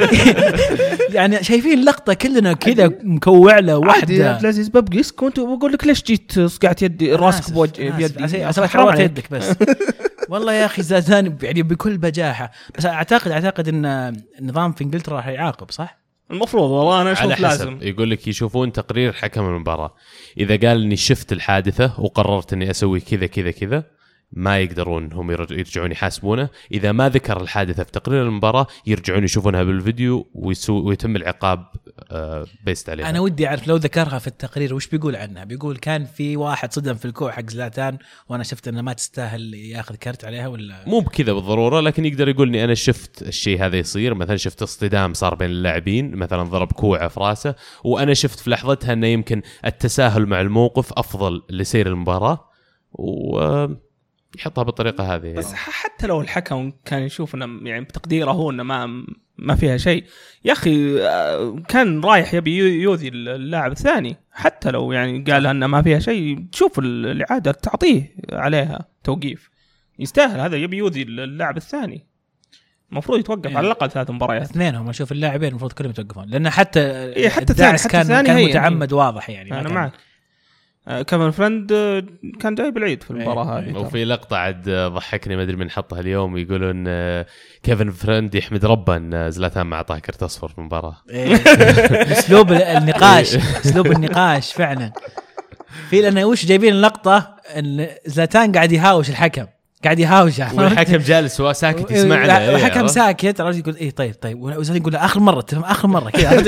[SPEAKER 2] يعني شايفين اللقطه كلنا كذا مكوع له واحده.
[SPEAKER 3] لازم ببقى اسكت وبقول لك ليش جيت صقعت يدي راسك بيدي،
[SPEAKER 2] اسوي حرام يدك بس. والله يا اخي زلاتان يعني بكل بجاحه. بس اعتقد اعتقد ان النظام في انجلترا راح يعاقب، صح؟
[SPEAKER 3] المفروض والله انا اشوف لازم
[SPEAKER 1] يقول لك يشوفون تقرير حكم المباراه، اذا قال اني شفت الحادثه وقررت اني اسوي كذا كذا كذا ما يقدرون هم يرجعون يحاسبونه. إذا ما ذكر الحادثة في تقرير المباراة يرجعون يشوفونها بالفيديو ويتم العقاب بيست عليها.
[SPEAKER 2] أنا ودي أعرف لو ذكرها في التقرير وش بيقول عنها. بيقول كان في واحد صدم في الكوع حق زلاتان وأنا شفت أنه ما تستاهل ياخذ كرت عليها، ولا
[SPEAKER 1] مو بكذا بالضرورة، لكن يقدر يقول إني أنا شفت الشيء هذا يصير. مثلا شفت اصطدام صار بين اللاعبين، مثلا ضرب كوعه في راسه، وأنا شفت في لحظتها أنه يمكن التساهل مع الموقف أفضل لسير المباراة و يحطها بالطريقة هذه.
[SPEAKER 3] بس حتى لو الحكم كان يشوف انه يعني بتقديره هو انه ما ما فيها شيء، يا اخي كان رايح يبي يؤذي اللاعب الثاني، حتى لو يعني قال انه ما فيها شيء تشوف الإعادة تعطيه عليها توقيف، يستاهل هذا يبي يؤذي اللاعب الثاني، المفروض يتوقف يعني على الأقل ثلاث مباريات.
[SPEAKER 2] اثنينهم اشوف اللاعبين المفروض كلهم يتوقفون، لأن حتى
[SPEAKER 3] إيه حتى الثاني
[SPEAKER 2] كان, كان متعمد يعني. واضح يعني.
[SPEAKER 3] أنا معك. كيفن فريند كان جاي بالعيد في المباراة هذه.
[SPEAKER 1] وفي لقطة عد ضحكني ما أدري من حطها اليوم، يقولون كيفن فريند يحمد ربه أن زلاتان ما أعطاه كرت أصفر في المباراة.
[SPEAKER 2] أسلوب النقاش أسلوب النقاش فعلا في، لأنه وش جايبين اللقطة أن زلاتان قاعد يهاوش الحكم، قاعد يهاوش
[SPEAKER 1] والحكم جالس وساكت يسمعنا.
[SPEAKER 2] الحكم ساكت، الرجل يقول إيه طيب طيب، وزلاتان يقول آخر مرة آخر مرة كذا.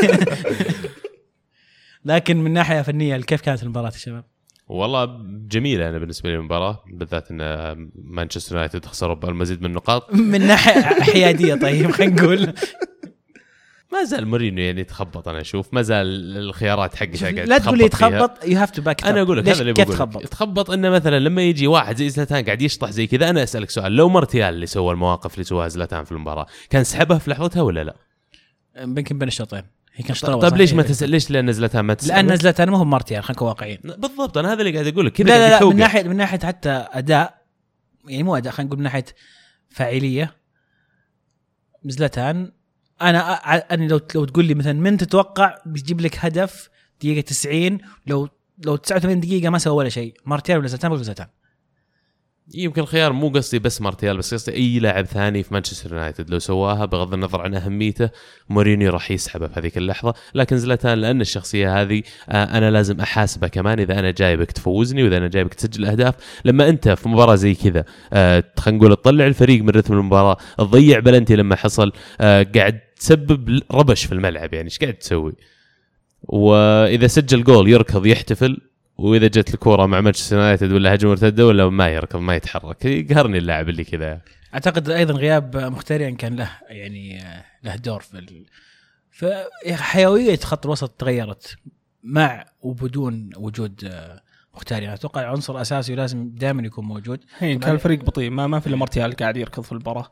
[SPEAKER 2] لكن من ناحية فنية كيف كانت المباراة يا شباب؟
[SPEAKER 1] والله جميلة. أنا بالنسبة لي المباراة بالذات أن مانشستر يونايتد خسروا المزيد من النقاط.
[SPEAKER 2] من ناحية حيادية طيب خلينا نقول
[SPEAKER 1] ما زال مورينيو يعني تخبط. أنا أشوف ما زال الخيارات حقه
[SPEAKER 2] لا تقول لي تخبط you have to back up.
[SPEAKER 1] أنا أقول لك هذا اللي بقول تخبط. تخبط إنه مثلا لما يجي واحد زي زلاتان قاعد يشطح زي كذا، أنا أسألك سؤال، لو مارتيال اللي سوى المواقف اللي سواها زلاتان في المباراة كان سحبها في لحظتها ولا لا؟
[SPEAKER 2] يمكن بين الشوطين هي كان
[SPEAKER 1] شطرة. طيب ليش ما تسأل ليش لأن زلاتان ما تسأل؟
[SPEAKER 2] لأن زلاتان ما هو مارتيال، خلينا نكون واقعيين.
[SPEAKER 1] بالضبط أنا هذا اللي قاعد أقوله كذا.
[SPEAKER 2] لا لا, لا من ناحية من ناحية حتى أداء يعني مو أداء، خلينا نقول من ناحية فاعلية زلاتان. أنا أنا لو لو تقول لي مثلا من تتوقع بيجيب لك هدف دقيقة تسعين، لو لو تسعة وثمانين دقيقة ما سوى ولا شيء، مارتيال ولا زلاتان ولا زلاتان.
[SPEAKER 1] يمكن الخيار مو قصدي بس مارتيال، بس قصدي أي لاعب ثاني في مانشستر يونايتد لو سواها بغض النظر عن أهميته مورينيو راح يسحبه في هذيك اللحظة. لكن زلاتان لأن الشخصية هذه أنا لازم أحاسبه كمان، إذا أنا جايبك تفوزني وإذا أنا جايبك تسجل أهداف. لما أنت في مباراة زي كذا خلينا نقول تطلع الفريق من رتم المباراة، تضيع بلنتي لما حصل، قاعد تسبب ربش في الملعب، يعني إيش قاعد تسوي؟ وإذا سجل جول يركض يحتفل، وإذا جت الكرة مع مانشستر يونايتد ولا هجمة مرتدة ولا ما يركض ما يتحرك. يقهرني اللاعب اللي كذا.
[SPEAKER 2] أعتقد أيضا غياب مختاريان كان له يعني له دور في ال... فحيوية خط الوسط تغيرت مع وبدون وجود مختاريان. أتوقع عنصر أساسي ولازم دائما يكون موجود.
[SPEAKER 3] هي كان الفريق بطيء، ما ما في إلا مارتيال قاعد يركض في المباراة.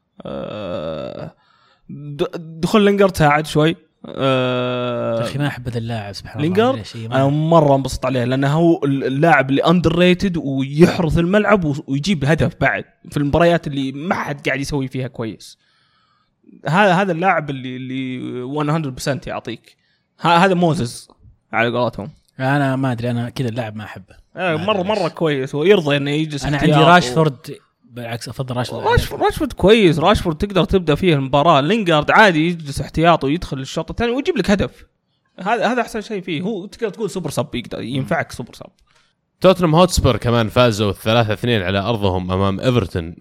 [SPEAKER 3] دخل لينجارد ساعد شوي.
[SPEAKER 2] أه أخي ما أحب هذا اللاعب سبحان
[SPEAKER 3] الله. أنا مرة انبسط عليه لأنه هو اللاعب اللي أندر ريتد ويحرث الملعب ويجيب هدف بعد في المباريات اللي ما حد قاعد يسوي فيها كويس. هذا هذا اللاعب اللي اللي مية بالمية يعطيك. هذا موزز على قولتهم.
[SPEAKER 2] أنا ما أدري، أنا كذا اللاعب ما أحبه.
[SPEAKER 3] آه مرة مرة كويس ويرضى إنه يجلس.
[SPEAKER 2] أنا عندي راشفورد بالعكس أفضل راشفورد.
[SPEAKER 3] راشفورد راشفورد كويس. راشفورد تقدر تبدأ فيه المباراة. لينغارد عادي يجلس احتياط ويدخل الشوط الثاني ويجيب لك هدف. هذا هذا أحسن شيء فيه. هو تقدر تقول سوبر سب، يقدر ينفعك سوبر سب.
[SPEAKER 1] توتنهام هوتسبير كمان فازوا ثلاثة اثنين على أرضهم أمام إيفرتون،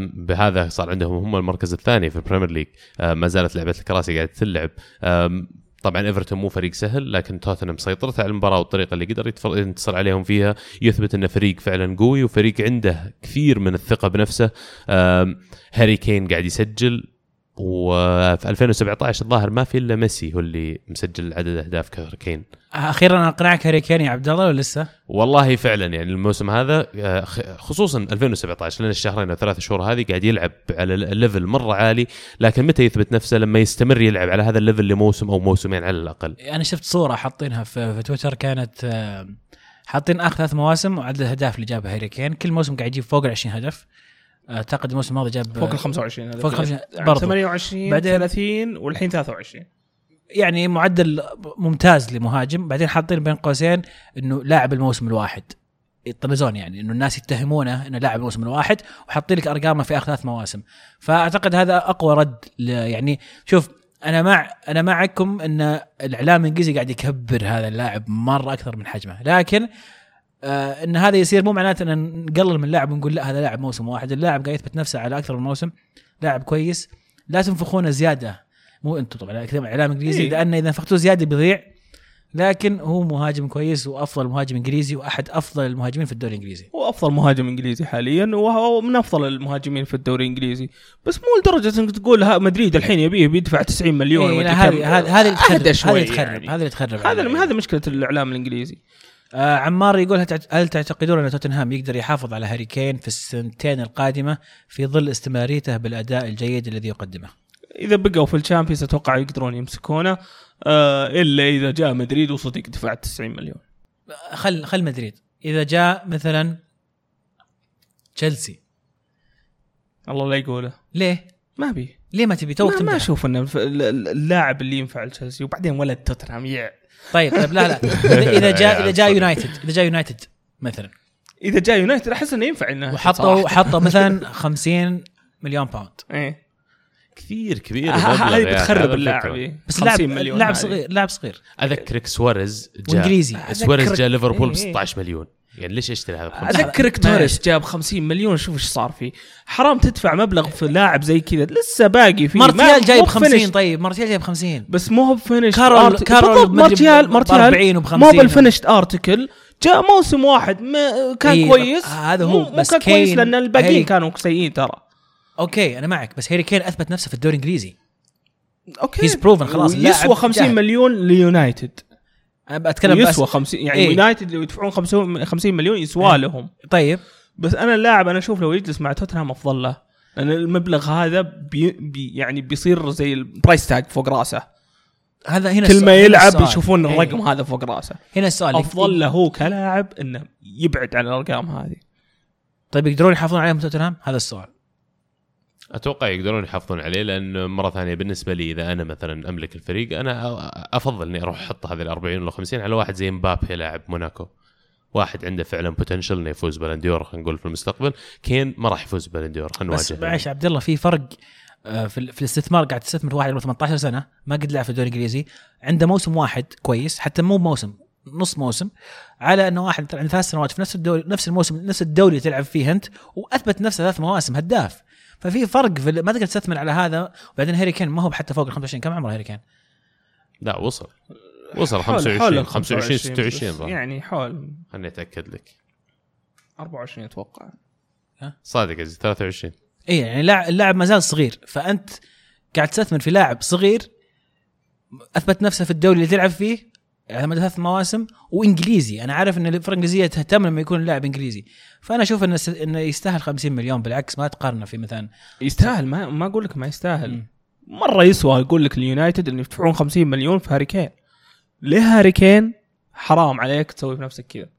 [SPEAKER 1] وبهذا صار عندهم هم المركز الثاني في البريمير ليج. ما زالت لعبة الكراسي قاعدة تلعب. طبعا ايفرتون مو فريق سهل، لكن توتنهام سيطرت على المباراه والطريقه اللي قدر ينتصر عليهم فيها يثبت انه فريق فعلا قوي وفريق عنده كثير من الثقه بنفسه. هاري كين قاعد يسجل، وفي ألفين وسبعة عشر الظاهر ما في الا ميسي هو اللي مسجل عدد اهداف كهاري كين.
[SPEAKER 2] اخيرا اقنعك هاري كين يا عبد الله ولا لسه؟
[SPEAKER 1] والله فعلا يعني الموسم هذا خصوصا ألفين وسبعة عشر لان الشهرين او ثلاث شهور هذه قاعد يلعب على الليفل مره عالي، لكن متى يثبت نفسه؟ لما يستمر يلعب على هذا الليفل لموسم او موسمين على الاقل.
[SPEAKER 2] انا شفت صوره حاطينها في, في تويتر، كانت حاطين اخر ثلاث مواسم وعدد الاهداف اللي جابها هاري كين، كل موسم قاعد يجيب فوق العشرين هدف. اعتقد الموسم الماضي جاب
[SPEAKER 3] فوق ال خمسة وعشرين هدف،
[SPEAKER 2] فوق ال خمسة وعشرين برضه
[SPEAKER 3] ثمانية وعشرين بعدين ثلاثين والحين ثلاثة وعشرين،
[SPEAKER 2] يعني معدل ممتاز لمهاجم. بعدين حاطين بين قوسين انه لاعب الموسم الواحد، يطنزون يعني انه الناس يتهمونه انه لاعب الموسم الواحد، وحاطين لك ارقامه في اخر ثلاث مواسم. فاعتقد هذا اقوى رد. يعني شوف انا مع انا معكم ان الاعلام الانجليزي قاعد يكبر هذا اللاعب مره اكثر من حجمه، لكن آه ان هذا يصير مو معناته ان نقلل من اللاعب ونقول لا هذا لاعب موسم واحد. اللاعب قاعد يثبت نفسه على اكثر من موسم، لاعب كويس، لا تنفخونه زياده. مو انتم طبعا اعلام انجليزي إيه؟ لان اذا نفختوه زياده بيضيع، لكن هو مهاجم كويس وافضل مهاجم انجليزي واحد افضل المهاجمين في الدوري الانجليزي.
[SPEAKER 3] هو افضل مهاجم انجليزي حاليا وهو من افضل المهاجمين في الدوري الانجليزي، بس مو لدرجه انك تقول ها مدريد الحين يبيه بيدفع تسعين مليون.
[SPEAKER 2] إيه هذه هذه اللي تخرب هذه تخرب هذا اللي تخرب
[SPEAKER 3] هذا هذا مشكله الاعلام الانجليزي.
[SPEAKER 2] آه عمار يقول هل تعتقدون أن توتنهام يقدر يحافظ على هاري كين في السنتين القادمة في ظل استمراريته بالأداء الجيد الذي يقدمه؟
[SPEAKER 3] إذا بقوا في الشامبيونز أتوقع يقدرون يمسكونه، آه إلا إذا جاء مدريد وصدق دفع تسعين مليون.
[SPEAKER 2] خل خل مدريد، إذا جاء مثلا تشيلسي
[SPEAKER 3] الله لا يقوله.
[SPEAKER 2] ليه
[SPEAKER 3] ما بي
[SPEAKER 2] ليه ما تبي توقت؟
[SPEAKER 3] ما, ما أشوف إنه اللاعب اللي ينفع تشيلسي وبعدين ولد توتنهام يع.
[SPEAKER 2] طيب طيب لا لا إذا جاء إذا جاء يونايتد إذا جاء يونايتد مثلا
[SPEAKER 3] إذا جاء يونايتد أحس إنه ينفع إنه
[SPEAKER 2] وحطوا حطوا مثلا خمسين مليون باوند.
[SPEAKER 3] إيه
[SPEAKER 1] كثير كبير.
[SPEAKER 3] هذه بتخرب اللاعب،
[SPEAKER 2] بس لاعب لاعب صغير لاعب صغير.
[SPEAKER 1] أذكرك سواريز
[SPEAKER 2] جاء
[SPEAKER 1] سواريز جاء ليفربول ب ستة عشر مليون، يعني ليش اشتري هذا؟
[SPEAKER 3] أذكرك توريس جاب خمسين مليون، شوف إيش صار فيه. حرام تدفع مبلغ في لاعب زي كذا لسه باقي فيه.
[SPEAKER 2] مارتيال جايب خمسين. طيب مارتيال جايب خمسين
[SPEAKER 3] بس مو هو بفينش.
[SPEAKER 2] كارول كارول
[SPEAKER 3] مارتيال مارتيال مو بالفينشت ارتكل، جاء موسم واحد ما كان
[SPEAKER 2] إيه
[SPEAKER 3] كويس.
[SPEAKER 2] هذا هو بس
[SPEAKER 3] كان كويس لأن الباقيين كانوا سيئين ترى.
[SPEAKER 2] اوكي انا معك، بس هاري كين اثبت نفسه في الدوري الانجليزي.
[SPEAKER 3] اوكي
[SPEAKER 2] هيز بروفن خلاص.
[SPEAKER 3] يسوى خمسين مليون ليونايتد.
[SPEAKER 2] انا بتكلم
[SPEAKER 3] يسوى خمسين يعني إيه؟ يونايتد لو يدفعون خمسين مليون يسوى إيه؟ لهم.
[SPEAKER 2] طيب
[SPEAKER 3] بس انا اللاعب انا اشوف لو يجلس مع توتنهام افضل له، لان المبلغ هذا بي بي يعني بيصير زي البرايس تاج فوق راسه.
[SPEAKER 2] هذا هنا
[SPEAKER 3] كل ما يلعب يشوفون الرقم إيه؟ هذا فوق راسه.
[SPEAKER 2] هنا السؤال
[SPEAKER 3] افضل له هو كلاعب انه يبعد عن الارقام هذه.
[SPEAKER 2] طيب يقدرون يحافظون عليهم توتنهام؟ هذا السؤال.
[SPEAKER 1] أتوقع يقدرون يحافظون عليه، لأن مرة ثانية بالنسبة لي إذا أنا مثلا أملك الفريق أنا أفضل إني أروح أحط هذه الأربعين ولا خمسين على واحد زي مبابي لاعب موناكو، واحد عنده فعلا بوتنشل إنه يفوز بالنديور. خلينا نقول في المستقبل كين ما راح يفوز بالنديور.
[SPEAKER 2] بس معلش عبد الله في فرق في في الاستثمار. قاعد تستثمر واحد عمره ثمانية عشر سنة ما قد لعب في الدوري الإنجليزي، عنده موسم واحد كويس، حتى مو موسم نص موسم، على انه واحد عنده ثلاث سنوات في نفس الدوري نفس الموسم نفس الدوري تلعب فيه انت، واثبت نفسه ثلاث مواسم هداف. ففي فرق في ما تقدر تستثمر على هذا. وبعدين هاري كين ما هو حتى فوق ال خمسة وعشرين. كم عمره هاري كين؟
[SPEAKER 1] لا وصل وصل خمسة وعشرين خمسة وعشرين ستة وعشرين
[SPEAKER 3] يعني حول.
[SPEAKER 1] خلني اتاكد لك.
[SPEAKER 3] أربعة وعشرين اتوقع.
[SPEAKER 1] ها صادق قصدي ثلاثة وعشرين.
[SPEAKER 2] اي يعني لاعب اللاعب ما زال صغير، فانت قاعد تستثمر في لاعب صغير اثبت نفسه في الدوري اللي تلعب فيه على مدى ثلاث مواسم وانجليزي. انا عارف ان الفرق الانجليزيه تهتم لما يكون اللاعب انجليزي، فانا اشوف انه انه يستاهل خمسين مليون. بالعكس ما تقارنه في مثلا
[SPEAKER 3] يستاهل. ما ما اقول لك ما يستاهل. م. مره يسوى اقول لك اليونايتد اللي يدفعون خمسين مليون في هاري كين. ليه هاري كين؟ حرام عليك تسوي في نفسك كذا.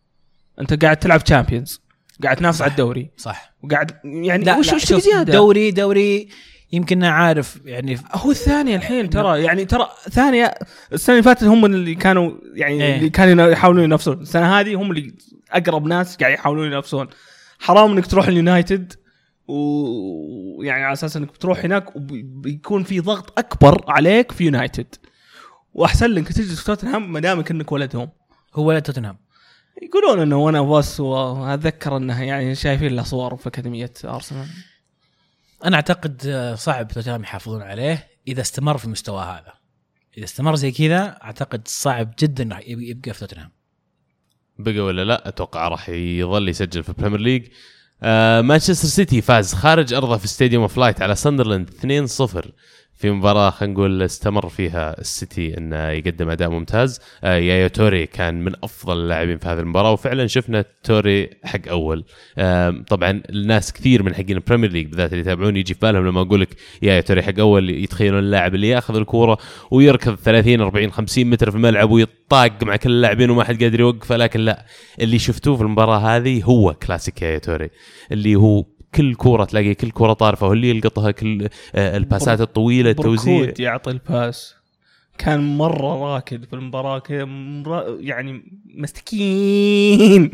[SPEAKER 3] انت قاعد تلعب تشامبيونز، قاعد تنافس على الدوري
[SPEAKER 2] صح،
[SPEAKER 3] وقاعد يعني
[SPEAKER 2] لا
[SPEAKER 3] وش
[SPEAKER 2] وش زياده دوري دوري يمكن عارف يعني
[SPEAKER 3] هو الثاني الحين ترى يعني ترى ثانية. السنة اللي فاتت هم اللي كانوا يعني
[SPEAKER 2] إيه؟
[SPEAKER 3] اللي كانوا يحاولون ينافسون. السنة هذه هم اللي أقرب ناس قاعد يحاولون ينافسون. حرام إنك تروح اليونايتد ويعني على أساس إنك بتروح هناك وبيكون في ضغط أكبر عليك في يونايتد، وأحسن لك تجلس في توتنهام ما دامك إنك ولدهم.
[SPEAKER 2] هو ولد توتنهام.
[SPEAKER 3] يقولون إنه وأنا بس وأتذكر إنه يعني شايفين له صور في أكاديمية أرسنال.
[SPEAKER 2] أنا أعتقد صعب توتنهام يحافظون عليه إذا استمر في المستوى هذا. اذا استمر زي كذا اعتقد صعب جدا راح يبقى في توتنهام.
[SPEAKER 1] بقى ولا لا؟ اتوقع راح يظل يسجل في البريمير ليج. آه مانشستر سيتي فاز خارج ارضه في ستاديوم اوف لايت على ساندرلاند اثنين صفر في مباراة خلينا نقول استمر فيها السيتي انه يقدم اداء ممتاز. آه يايا توري كان من افضل اللاعبين في هذه المباراة، وفعلا شفنا توري حق اول. آه طبعا الناس كثير من حقين البريمير ليج بالذات اللي يتابعون يجي في بالهم لما اقول لك يايا توري حق اول يتخيلون اللاعب اللي ياخذ الكورة ويركض ثلاثين أربعين خمسين متر في الملعب ويطاق مع كل اللاعبين وما حد قادر يوقفه، لكن لا، اللي شفتوه في المباراة هذه هو كلاسيك يايا توري، اللي هو كل كورة تلاقي كل كورة طارفة واللي يلقطها، كل الباسات الطويلة، التوزيع،
[SPEAKER 3] يعطي الباس. كان مرة راكد في المباراة كذا يعني مسكين.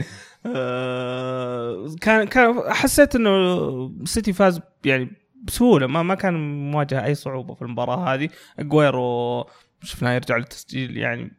[SPEAKER 3] كان كان حسيت إنه السيتي فاز يعني بسهولة، ما ما كان مواجهة أي صعوبة في المباراة هذه. أجويرو شفناه يرجع للتسجيل يعني،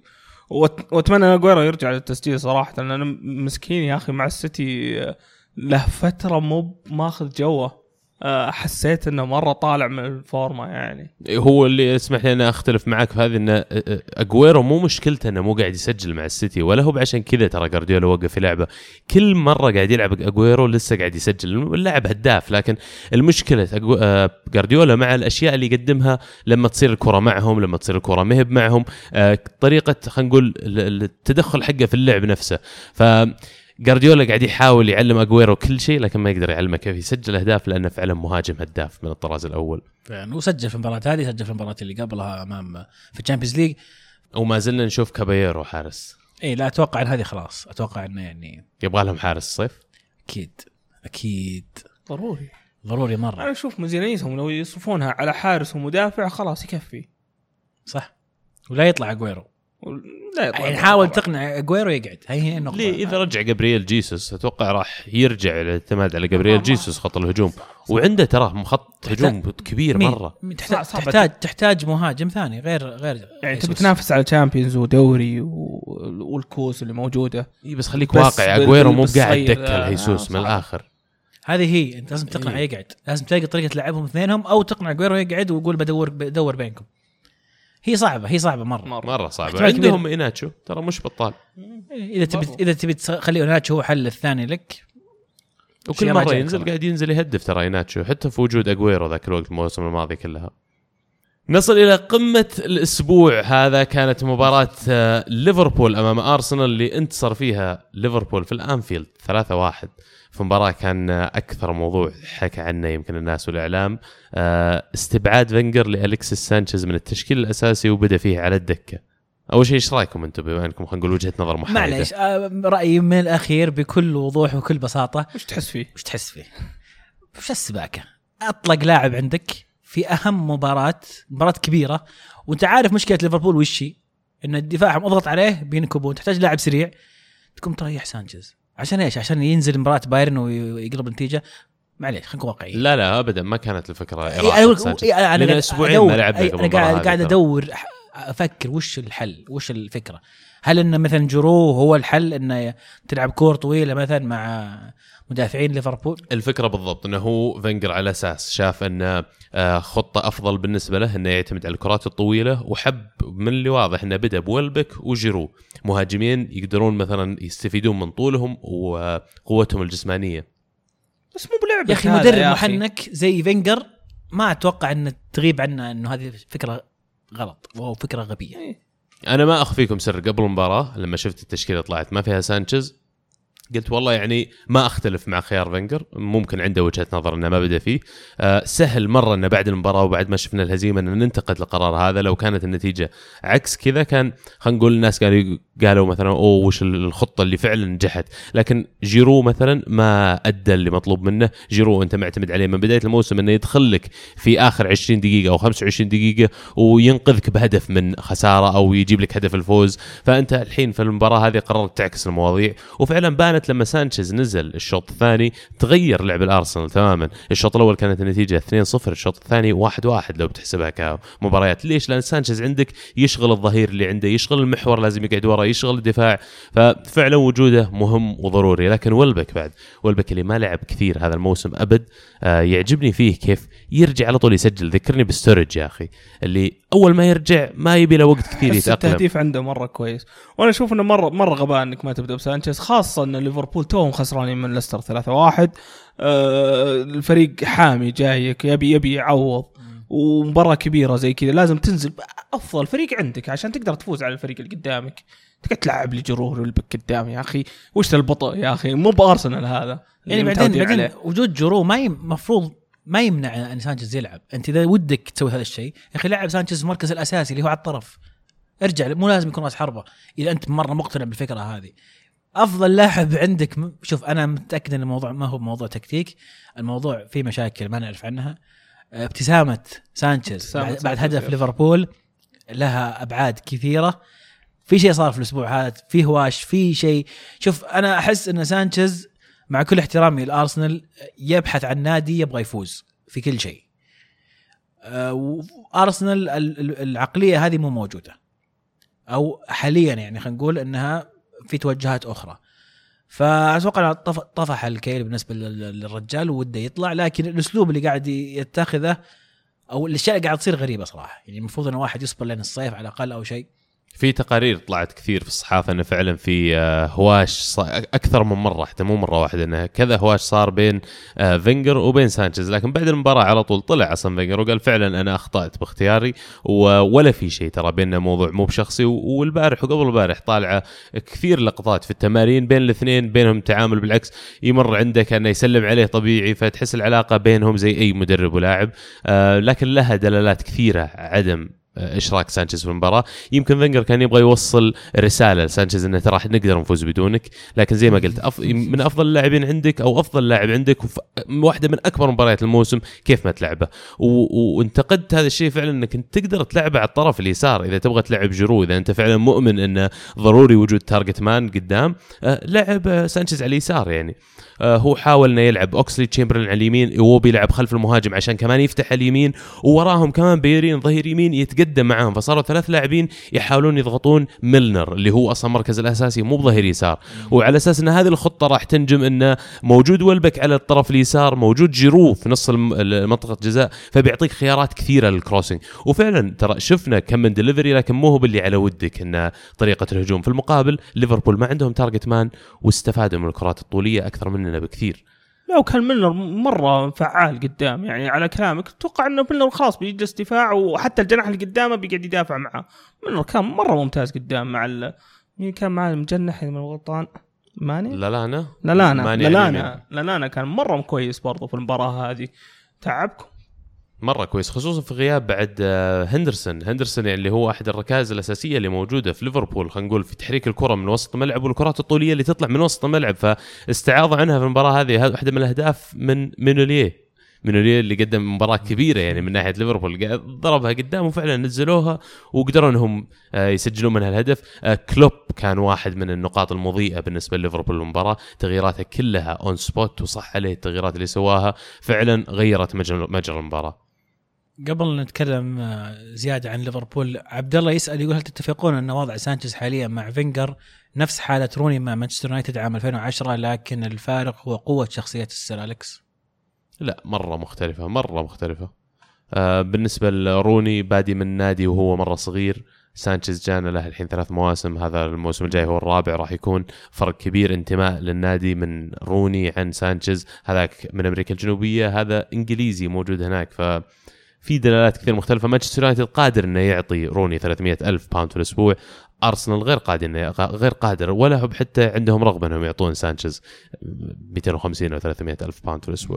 [SPEAKER 3] وأتمنى أجويرو يرجع للتسجيل صراحة، لأنه مسكين يا أخي مع السيتي له فترة مو ماخذ جوه. حسيت انه مره طالع من الفورمه يعني.
[SPEAKER 1] هو اللي اسمح لي انا اختلف معك في هذه، ان اجويرو مو مشكلته انه مو قاعد يسجل مع السيتي، ولا هو عشان كذا ترى جارديولا وقف في لعبه. كل مره قاعد يلعب اجويرو لسه قاعد يسجل، اللاعب هداف، لكن المشكله جارديولا مع الاشياء اللي يقدمها لما تصير الكره معهم، لما تصير الكره مهب معهم، طريقه خلينا نقول التدخل حقه في اللعب نفسه. ف جارديولا قاعد يحاول يعلم أجويرو كل شيء، لكن ما يقدر يعلمه كيف يسجل أهداف، لأنه فعلا مهاجم هداف من الطراز الأول.
[SPEAKER 2] فعلا وسجل في المباراة هذه، سجل في المباراة اللي قبلها أمام في الشامبيونز ليج،
[SPEAKER 1] وما زلنا نشوف كابايرو حارس.
[SPEAKER 2] إيه لا أتوقع إن هذه خلاص، أتوقع إنه يعني
[SPEAKER 1] يبغى لهم حارس صيف.
[SPEAKER 2] أكيد أكيد
[SPEAKER 3] ضروري
[SPEAKER 2] ضروري مرة.
[SPEAKER 3] أنا أشوف ميزانيتهم لو يصرفونها على حارس ومدافع خلاص يكفي.
[SPEAKER 2] صح، ولا يطلع أجويرو،
[SPEAKER 3] لا يطلع
[SPEAKER 2] يعني حاول تقنع أجويرو يقعد. هي هي النقطة.
[SPEAKER 1] ليه إذا رجع جابرييل جيسوس أتوقع راح يرجع الاعتماد على جابرييل جيسوس خط الهجوم، وعنده ترى خط هجوم كبير مرة.
[SPEAKER 2] تحتاج تحتاج تحتاج مهاجم ثاني غير غير
[SPEAKER 3] يعني تبي تنافس على تشامبيونز ودوري والكوس اللي موجودة.
[SPEAKER 1] إيه بس خليك واقع، أجويرو مو قاعد دكة الهيسوس من الآخر.
[SPEAKER 2] هذه هي أنت لازم تقنع إيه؟ يقعد، لازم تلاقي طريقة لعبهم اثنينهم، أو تقنع أجويرو يقعد ويقول بدور بدور بينكم. هي صعبة، هي صعبة مرة
[SPEAKER 1] مرة, مرة صعبة. عندهم إيناتشو ترى مش بطال.
[SPEAKER 2] إذا تبي إذا تبي تخلي إيناتشو هو حل الثاني لك،
[SPEAKER 1] وكل مرة ينزل قاعد ينزل يهدف ترى إيناتشو، حتى في وجود أجويرو ذاك الوقت الموسم الماضي كلها. نصل إلى قمة الأسبوع هذا، كانت مباراة ليفربول أمام أرسنال اللي انتصر فيها ليفربول في الأنفيلد ثلاثة واحد. في مباراة كان أكثر موضوع حكى عنه يمكن الناس والإعلام استبعاد فينجر لأليكسيس سانشيز من التشكيل الأساسي وبدأ فيه على الدكة. أول شيء إيش رأيكم أنتم بما أنكم خلينا نقول وجهة نظر محايدة؟
[SPEAKER 2] معليش رأيي من الأخير بكل وضوح وكل بساطة.
[SPEAKER 3] وش تحس فيه؟
[SPEAKER 2] وش تحس فيه؟ وش السباكة؟ أطلق لاعب عندك في أهم مباراة مباراة كبيرة، وأنت عارف مشكلة ليفربول وشي إن الدفاع مضغط عليه بينكبون، تحتاج لاعب سريع، تقوم تريح سانشيز عشان إيش؟ عشان ينزل مباراة بايرن ويقلب النتيجة. معليش خلينا نكون واقعيين.
[SPEAKER 1] لا لا أبدا ما كانت الفكرة.
[SPEAKER 2] أنا أنا
[SPEAKER 1] أسبوعين ما لعب.
[SPEAKER 2] أنا قاعد قاعد أدور أفكر وش الحل، وش الفكرة. هل إن مثلا جرو هو الحل إنه تلعب كور طويلة مثلا مع مدافعين ليفربول؟
[SPEAKER 1] الفكرة بالضبط إنه هو فينجر على أساس شاف إنه خطة أفضل بالنسبة له إنه يعتمد على الكرات الطويلة، وحب من اللي واضح إنه بدأ بويلبك وجيرو مهاجمين يقدرون مثلا يستفيدون من طولهم وقوتهم الجسمانية.
[SPEAKER 3] بس مو بلعبة
[SPEAKER 2] يا أخي مدرب محنك زي فينجر ما أتوقع إن تغيب عنه إنه هذه فكرة غلط وهو فكرة غبية.
[SPEAKER 1] أنا ما أخفيكم سر، قبل المباراة لما شفت التشكيلة طلعت ما فيها سانشيز قلت والله يعني ما أختلف مع خيار فينجر، ممكن عنده وجهة نظر إنه ما بدأ فيه. أه سهل مرة إنه بعد المباراة وبعد ما شفنا الهزيمة إن ننتقد القرار هذا. لو كانت النتيجة عكس كذا كان خلينا نقول الناس قالوا قالوا مثلا أوه وش الخطة اللي فعلا نجحت. لكن جيرو مثلا ما أدى اللي مطلوب منه. جيرو أنت معتمد عليه من بداية الموسم إنه يدخل لك في آخر عشرين دقيقة أو خمسة وعشرين دقيقة وينقذك بهدف من خسارة أو يجيب لك هدف الفوز. فأنت الحين في المباراة هذه قررت تعكس المواضيع، وفعلا بانت لما سانشيز نزل الشوط الثاني تغير لعب الأرسنال تماما. الشوط الأول كانت النتيجة اثنين صفر، الشوط الثاني واحد واحد لو بتحسبها كمباريات. ليش؟ لأن سانشيز عندك يشغل الظهير اللي عنده، يشغل المحور، لازم يقعد ورا ورا يشغل الدفاع، ففعلا وجوده مهم وضروري. لكن ويلبك بعد ويلبك اللي ما لعب كثير هذا الموسم أبد، آه يعجبني فيه كيف يرجع على طول يسجل. ذكرني بالستورج يا أخي اللي أول ما يرجع ما يبي له وقت كثير يتأقلم.
[SPEAKER 3] التهديف عنده مرة كويس، وأنا أشوف إنه مرة مرة غباء إنك ما تبدأ بسانشيز، خاصة إن ليفربول توهم خسرانين من ليستر ثلاثة واحد. آه الفريق حامي جايك يبي يبي يعوض، ومباراة كبيرة زي كذا لازم تنزل أفضل فريق عندك عشان تقدر تفوز على الفريق اللي قدامك. تقعد تلعب لي جرور والبك قدام يا أخي، وش البطء يا أخي، مو بأرسنال هذا
[SPEAKER 2] يعني. بعدين بعدين وجود جرو ما المفروض ما يمنع أن سانشيز يلعب. أنت إذا ودك تسوي هذا الشيء يا أخي لعب سانشيز في المركز الأساسي اللي هو على الطرف، ارجع، مو لازم يكون راس حربة إذا أنت مرة مقتنع بالفكرة هذه. أفضل لاعب عندك، شوف أنا متأكد أن الموضوع ما هو موضوع تكتيك، الموضوع فيه مشاكل ما نعرف عنها. ابتسامة سانشيز بعد, بعد هدف ليفربول لها أبعاد كثيرة. في شيء صار في الأسبوع هذا، في هواش، في شيء. شوف أنا أحس أن سانشيز مع كل احترامي الأرسنال يبحث عن نادي يبغى يفوز في كل شيء. أرسنال العقلية هذه مو موجودة، أو حاليا يعني خلينا نقول أنها في توجهات أخرى. فأتوقع طفح الكيل بالنسبة للرجال وده يطلع، لكن الأسلوب اللي قاعد يتخذه أو الأشياء اللي قاعد تصير غريبة صراحة. يعني المفروض أن واحد يصبر لين الصيف على الأقل أو شيء.
[SPEAKER 1] في تقارير طلعت كثير في الصحافة أنه فعلا في هواش أكثر من مرة، حتى مو مرة واحدة، أنه كذا هواش صار بين فينجر وبين سانشيز. لكن بعد المباراة على طول طلع أصلا فينجر وقال فعلا أنا أخطأت باختياري ولا في شيء، ترى بيننا موضوع مو بشخصي. والبارح وقبل البارح طالعة كثير لقطات في التمارين بين الاثنين بينهم تعامل بالعكس، يمر عندك أنه يسلم عليه طبيعي، فتحس العلاقة بينهم زي أي مدرب ولاعب. لكن لها دلالات كثيرة عدم إشراك سانشيز في المباراة. يمكن فينجر كان يبغى يوصل رسالة لسانشيز إنه ترى نقدر نفوز بدونك، لكن زي ما قلت أف... من أفضل اللاعبين عندك أو أفضل لاعب عندك وف... واحدة من أكبر مباريات الموسم، كيف ما تلعبه. و... وانتقدت هذا الشيء فعلا إنك أنت تقدر تلعبه على الطرف اليسار إذا تبغى تلعب جرو، إذا أنت فعلا مؤمن إنه ضروري وجود تارجت مان قدام. أه لعب سانشيز على اليسار يعني. أه هو حاول إنه يلعب أوكسلي تشامبرلين على اليمين، وهو بيلعب خلف المهاجم عشان كمان يفتح اليمين، ووراهم كمان بيرين ظهير يمين يتقدم معاهم، فصاروا ثلاث لاعبين يحاولون يضغطون ميلنر اللي هو أصلا مركز الأساسي مو بظهير يسار. وعلى أساس أن هذه الخطة راح تنجم أنه موجود ويلبك على الطرف اليسار، موجود جيرو في نص المنطقة الجزاء، فبيعطيك خيارات كثيرة للكروسنج. وفعلا ترى شفنا كم من ديليفري، لكن مو هو باللي على ودك أن طريقة الهجوم. في المقابل ليفربول ما عندهم تارجت مان واستفادوا من الكرات الطولية أكثر مننا بكثير.
[SPEAKER 3] لا وكان ميلنر مرة فعال قدام، يعني على كلامك توقع أنه ميلنر خلاص بيجلس دفاع، وحتى الجناح اللي قدامه بيقعد يدافع معه. ميلنر كان مرة ممتاز قدام مع ال... مين كان مع المجنح من الغلطان ماني؟
[SPEAKER 1] لا لا أنا
[SPEAKER 3] لا لا أنا لا لا أنا لا لا أنا كان مرة كويس برضو في المباراة هذه، تعبكم
[SPEAKER 1] مرة كويس خصوصا في غياب بعد هندرسون. هندرسون يعني اللي هو أحد الركائز الأساسية اللي موجودة في ليفربول، خلينا نقول في تحريك الكرة من وسط الملعب والكرات الطولية اللي تطلع من وسط الملعب، فاستعاض عنها في المباراة هذه. واحدة من الأهداف من مينوليه مينوليه اللي قدم مباراة كبيرة يعني من ناحية ليفربول، ضربها قدام وفعلا نزلوها وقدروا انهم يسجلوا منها الهدف. كلوب كان واحد من النقاط المضيئة بالنسبة لليفربول المباراة، تغييراته كلها اون سبوت، وصح عليه التغييرات اللي سواها فعلا غيرت مجرى المباراة.
[SPEAKER 2] قبل نتكلم زيادة عن ليفربول، عبد الله يسأل يقول هل تتفقون أن وضع سانشيز حاليا مع فينجر نفس حالة روني مع مانشستر يونايتد عام ألفين وعشرة، لكن الفارق هو قوة شخصية السير أليكس؟
[SPEAKER 1] لا مرة مختلفة، مرة مختلفة. آه بالنسبة لروني بادي من نادي وهو مرة صغير، سانشيز جانا له الحين ثلاث مواسم، هذا الموسم الجاي هو الرابع، راح يكون فرق كبير انتماء للنادي من روني عن سانشيز. هذاك من أمريكا الجنوبية، هذا إنجليزي موجود هناك، ف في دلالات كثير مختلفة. مانشستر يونايتد قادر انه يعطي روني ثلاثمية ألف باوند في الاسبوع، ارسنال غير قادر انه غير قادر ولا هم حتى عندهم رغبة انهم يعطون سانشيز مئتين وخمسين او ثلاثمية ألف باوند في الاسبوع.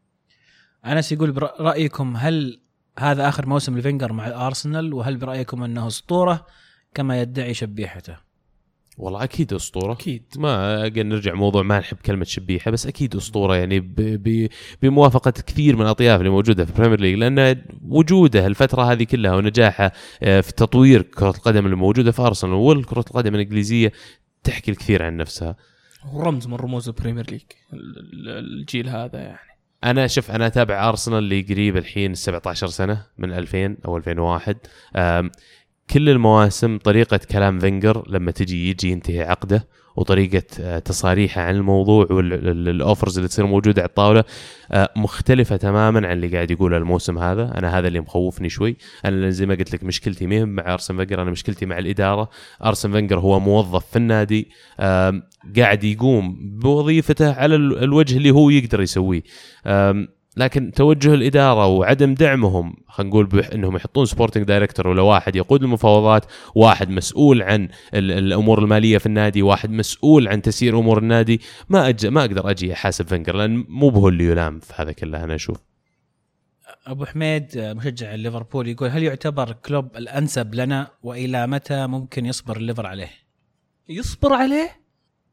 [SPEAKER 2] أنس يقول برأيكم هل هذا آخر موسم لفينجر مع أرسنال، وهل برأيكم أنه أسطورة كما يدعي شبيحته؟
[SPEAKER 1] والله أكيد أسطورة،
[SPEAKER 3] أكيد.
[SPEAKER 1] ما أجل نرجع موضوع ما نحب كلمة شبيحة، بس أكيد أسطورة يعني بموافقة كثير من الأطياف اللي موجودة في البريمير ليج، لأن وجوده الفترة هذه كلها ونجاحه في تطوير كرة القدم اللي موجودة في أرسنال والكرة القدم الإنجليزية تحكي الكثير عن نفسها.
[SPEAKER 3] رمز من رموز البريمير ليج الجيل هذا. يعني
[SPEAKER 1] أنا شوف أنا أتابع أرسنال اللي قريب الحين سبعة عشر سنة من ألفين أو ألفين وواحد، كل المواسم طريقة كلام فينجر لما تجي يجي ينتهي عقده وطريقة تصاريحه عن الموضوع والأوفرز اللي تصير موجودة على الطاولة مختلفة تماما عن اللي قاعد يقوله الموسم هذا. أنا هذا اللي مخوفني شوي. أنا زي ما قلت لك مشكلتي مهم مع أرسن فينجر، أنا مشكلتي مع الإدارة. أرسن فينجر هو موظف في النادي قاعد يقوم بوظيفته على الوجه اللي هو يقدر يسويه، لكن توجه الإدارة وعدم دعمهم، خلينا نقول إنهم يحطون سبورتنج دايركتور ولا واحد يقود المفاوضات، واحد مسؤول عن الأمور المالية في النادي، واحد مسؤول عن تسيير أمور النادي، ما أج... ما أقدر أجي أحاسب فينجر لأن مو بهو اللي يلام في هذا كله. أنا أشوف
[SPEAKER 2] أبو حميد مشجع ليفربول يقول هل يعتبر كلوب الأنسب لنا وإلى متى ممكن يصبر الليفر عليه؟
[SPEAKER 3] يصبر عليه؟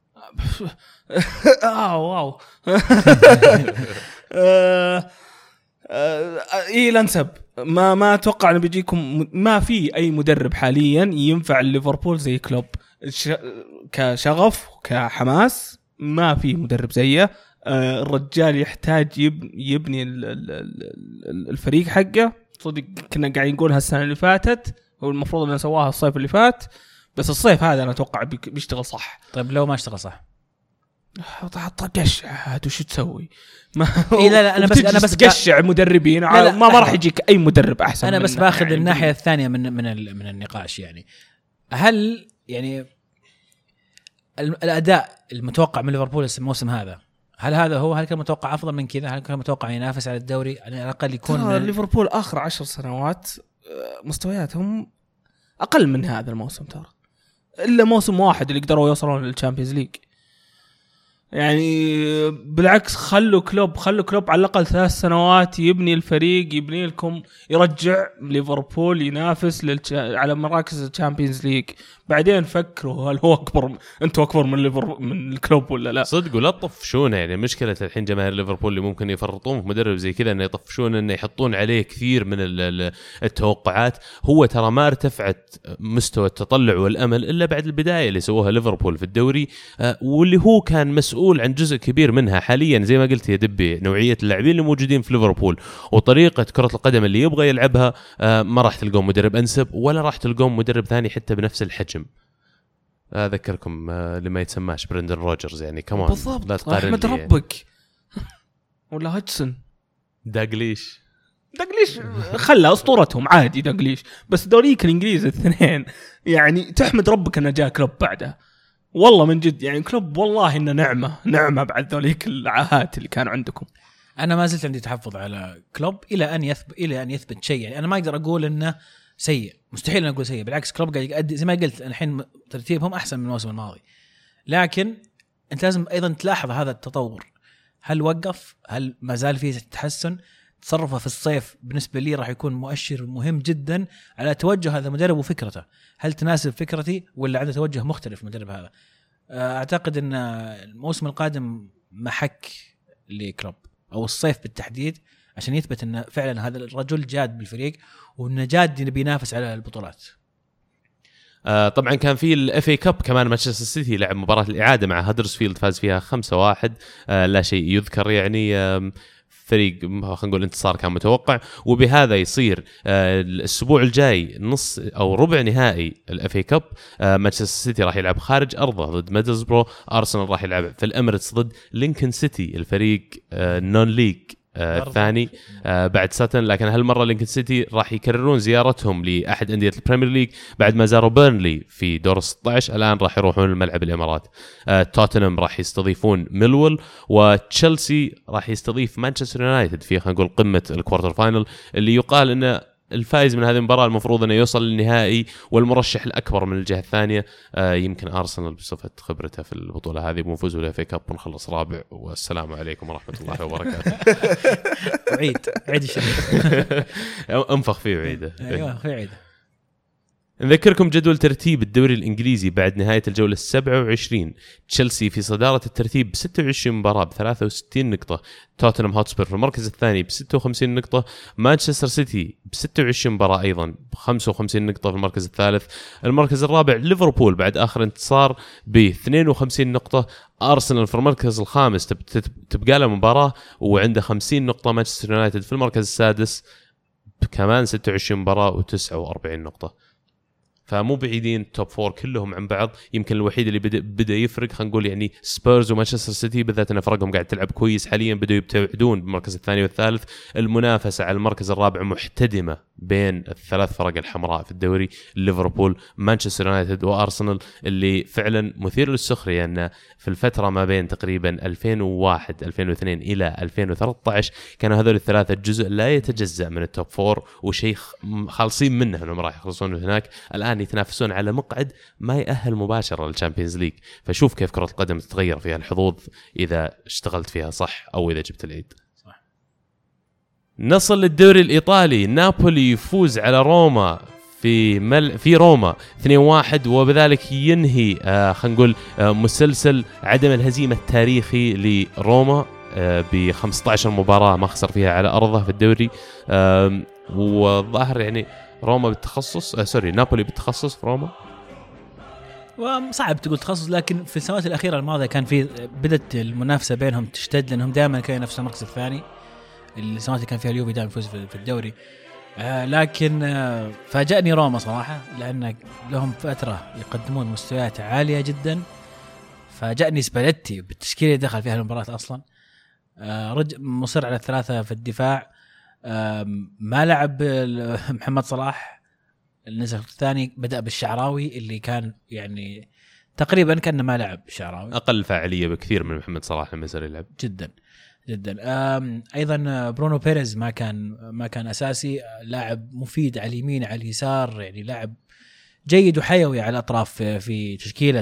[SPEAKER 3] آه واو آه آه إيه الأنسب ما ما أتوقع أن بيجيكم، ما في أي مدرب حاليا ينفع ليفربول زي كلوب كشغف وكحماس، ما في مدرب زيه. آه الرجال يحتاج يبني الفريق حقه. صدق كنا قاعدين نقول هالسنة اللي فاتت والمفروض أن سواها الصيف اللي فات، بس الصيف هذا أنا أتوقع بيشتغل صح.
[SPEAKER 2] طيب لو ما اشتغل صح
[SPEAKER 3] قشع هاد وش تسوي؟ ما
[SPEAKER 2] إيه لا لا أنا بس أنا بس
[SPEAKER 3] قشع مدربين لا لا ما ما راح يجيك أي مدرب أحسن.
[SPEAKER 2] أنا بس باخذ يعني الناحية الثانية من من من النقاش. يعني هل يعني الأداء المتوقع من ليفربول الموسم هذا، هل هذا هو؟ هل كان متوقع أفضل من كذا؟ هل كان متوقع ينافس على الدوري؟ يعني على الأقل يكون
[SPEAKER 3] ليفربول آخر عشر سنوات مستوياتهم أقل من هذا الموسم ترى، إلا موسم واحد اللي قدروا يوصلون للشامبيونز ليج. يعني بالعكس خلوا كلوب خلوا كلوب على الأقل ثلاث سنوات يبني الفريق، يبني لكم يرجع ليفربول ينافس للش... على مراكز الشامبيونز ليج. بعدين فكروا هل هو أكبر، أنتوا أكبر من ليفربول من الكلوب ولا لا؟
[SPEAKER 1] صدقوا لا تطفشونه. يعني مشكلة الحين جماهير ليفربول اللي ممكن يفرطون في مدرب زي كذا، إنه يطفشون إنه يحطون عليه كثير من التوقعات. هو ترى ما ارتفعت مستوى التطلع والأمل إلا بعد البداية اللي سووها ليفربول في الدوري، واللي هو كان مسؤول عن جزء كبير منها. حاليا زي ما قلت يا دبي نوعية اللاعبين اللي موجودين في ليفربول وطريقة كرة القدم اللي يبغى يلعبها، ما راح تلقون مدرب أنسب ولا راح تلقون مدرب ثاني حتى بنفس الحجم. أذكركم لما يتسماش برندن روجرز، يعني كمان
[SPEAKER 3] لا تقارن أحمد ربك ولا هاتسون
[SPEAKER 1] داغليش
[SPEAKER 3] داغليش خلى أسطورتهم عادي داغليش، بس دوريك الإنجليزي الاثنين يعني تحمد ربك أنه جاء كلوب بعده. والله من جد يعني كلوب والله إنه نعمة نعمة بعد ذوليك العاهات اللي كانوا عندكم.
[SPEAKER 2] أنا ما زلت عندي تحفظ على كلوب إلى أن يثبت إلى أن يثبت شيء. يعني أنا ما أقدر أقول إنه سيء، مستحيل أن أقول سيء، بالعكس كلوب قاعد يؤدي زي ما قلت الحين ترتيبهم أحسن من الموسم الماضي، لكن أنت لازم أيضا تلاحظ هذا التطور. هل وقف؟ هل ما زال فيه تحسن؟ تصرفه في الصيف بالنسبة لي راح يكون مؤشر مهم جدا على توجه هذا المدرب وفكرته. هل تناسب فكرتي ولا عنده توجه مختلف المدرب هذا؟ أعتقد أن الموسم القادم محك لكلوب أو الصيف بالتحديد عشان يثبت أن فعلا هذا الرجل جاد بالفريق وأنه جاد بينافس على البطولات.
[SPEAKER 1] آه طبعا كان في الاف اي كاب كمان، مانشستر سيتي لعب مباراة الإعادة مع هدرسفيلد فاز فيها خمسة واحد، آه لا شيء يذكر يعني. آه فريق خلينا نقول انتصار كان متوقع، وبهذا يصير آه الاسبوع الجاي نص او ربع نهائي الاف اي كاب. آه مانشستر سيتي راح يلعب خارج ارضه ضد ميدلسبرو، ارسنال راح يلعب في الاميريتس ضد لينكن سيتي الفريق آه نون ليج آه الثاني آه بعد ساتن. لكن هالمرة لينكن سيتي راح يكررون زيارتهم لأحد أندية البريمير ليج بعد ما زاروا بيرنلي في دور ستة عشر، الآن راح يروحون الملعب الإمارات. آه توتنهام راح يستضيفون ميلوول، وتشيلسي راح يستضيف مانشستر يونايتد في خلينا نقول قمة الكوارتر فاينل، اللي يقال إنه الفائز من هذه المباراة المفروض أنه يوصل للنهائي، والمرشح الأكبر من الجهة الثانية آه يمكن أرسنال بصفة خبرته في البطولة هذه بنفوز ولا في كاب ونخلص رابع. والسلام عليكم ورحمة الله وبركاته.
[SPEAKER 2] عيد عيد الشريف
[SPEAKER 1] انفخ فيه وعيده.
[SPEAKER 2] أيوة في عيده.
[SPEAKER 1] نذكركم جدول ترتيب الدوري الإنجليزي بعد نهاية الجولة السبعة وعشرين. تشيلسي في صدارة الترتيب بستة وعشرين مباراة بثلاثة وستين نقطة، توتنهام هوتسبير في المركز الثاني بستة وخمسين نقطة، مانشستر سيتي بستة وعشرين مباراة أيضا بخمسة وخمسين نقطة في المركز الثالث. المركز الرابع ليفربول بعد آخر انتصار باثنين وخمسين نقطة، أرسنال في المركز الخامس تبقى له مباراة وعنده خمسين نقطة، مانشستر يونايتد في المركز السادس كمان ستة وعشرين مباراة وتسعة وأربعين نقطة. فمو بعيدين توب فور كلهم عن بعض. يمكن الوحيد اللي بدا, بدأ يفرق خلينا نقول يعني سبيرز ومانشستر سيتي، بالذات ان فرقهم قاعد تلعب كويس حاليا، بدأوا يبتعدون بالمركز الثاني والثالث. المنافسه على المركز الرابع محتدمه بين الثلاث فرق الحمراء في الدوري، ليفربول، مانشستر يونايتد وارسنال، اللي فعلا مثير للسخريه ان في الفتره ما بين تقريبا ألفين وواحد ألفين واثنين الى ألفين وثلاثة عشر كانوا هذول الثلاثه جزء لا يتجزأ من التوب فور، وشيء خالصين منه انهم راح يخلصون هناك. الان يتنافسون على مقعد ما يأهل مباشره للشامبيونز ليج. فشوف كيف كره القدم تتغير فيها الحظوظ اذا اشتغلت فيها صح او اذا جبت العيد. صح. نصل للدوري الايطالي، نابولي يفوز على روما في مل في روما اثنين واحد، وبذلك ينهي آه خلينا نقول آه مسلسل عدم الهزيمه التاريخي لروما آه ب خمسة عشر مباراه ما خسر فيها على ارضه في الدوري. آه والظاهر يعني روما بالتخصص آه سوري نابولي بالتخصص في روما.
[SPEAKER 2] وصعب تقول تخصص، لكن في السنوات الاخيره الماضيه كان في بدت المنافسه بينهم تشتد، لانهم دائما كانوا ينافسون المركز الثاني. السنوات اللي كان فيها اليوفي دائما يفوز في الدوري. آه لكن آه فاجأني روما صراحة، لأن لهم فترة يقدمون مستويات عالية جدا. فاجأني سباليتي بالتشكيلة اللي دخل فيها المباراة أصلا. آه رج مصر على الثلاثة في الدفاع. آه ما لعب محمد صلاح النزل الثاني، بدأ بالشعراوي اللي كان يعني تقريبا كأنه ما لعب الشعراوي،
[SPEAKER 1] أقل فاعلية بكثير من محمد صلاح لما يصير يلعب.
[SPEAKER 2] جدا جدا. ايضا برونو بيريز ما كان ما كان اساسي، لاعب مفيد على اليمين على اليسار، يعني لاعب جيد وحيوي على الاطراف في تشكيله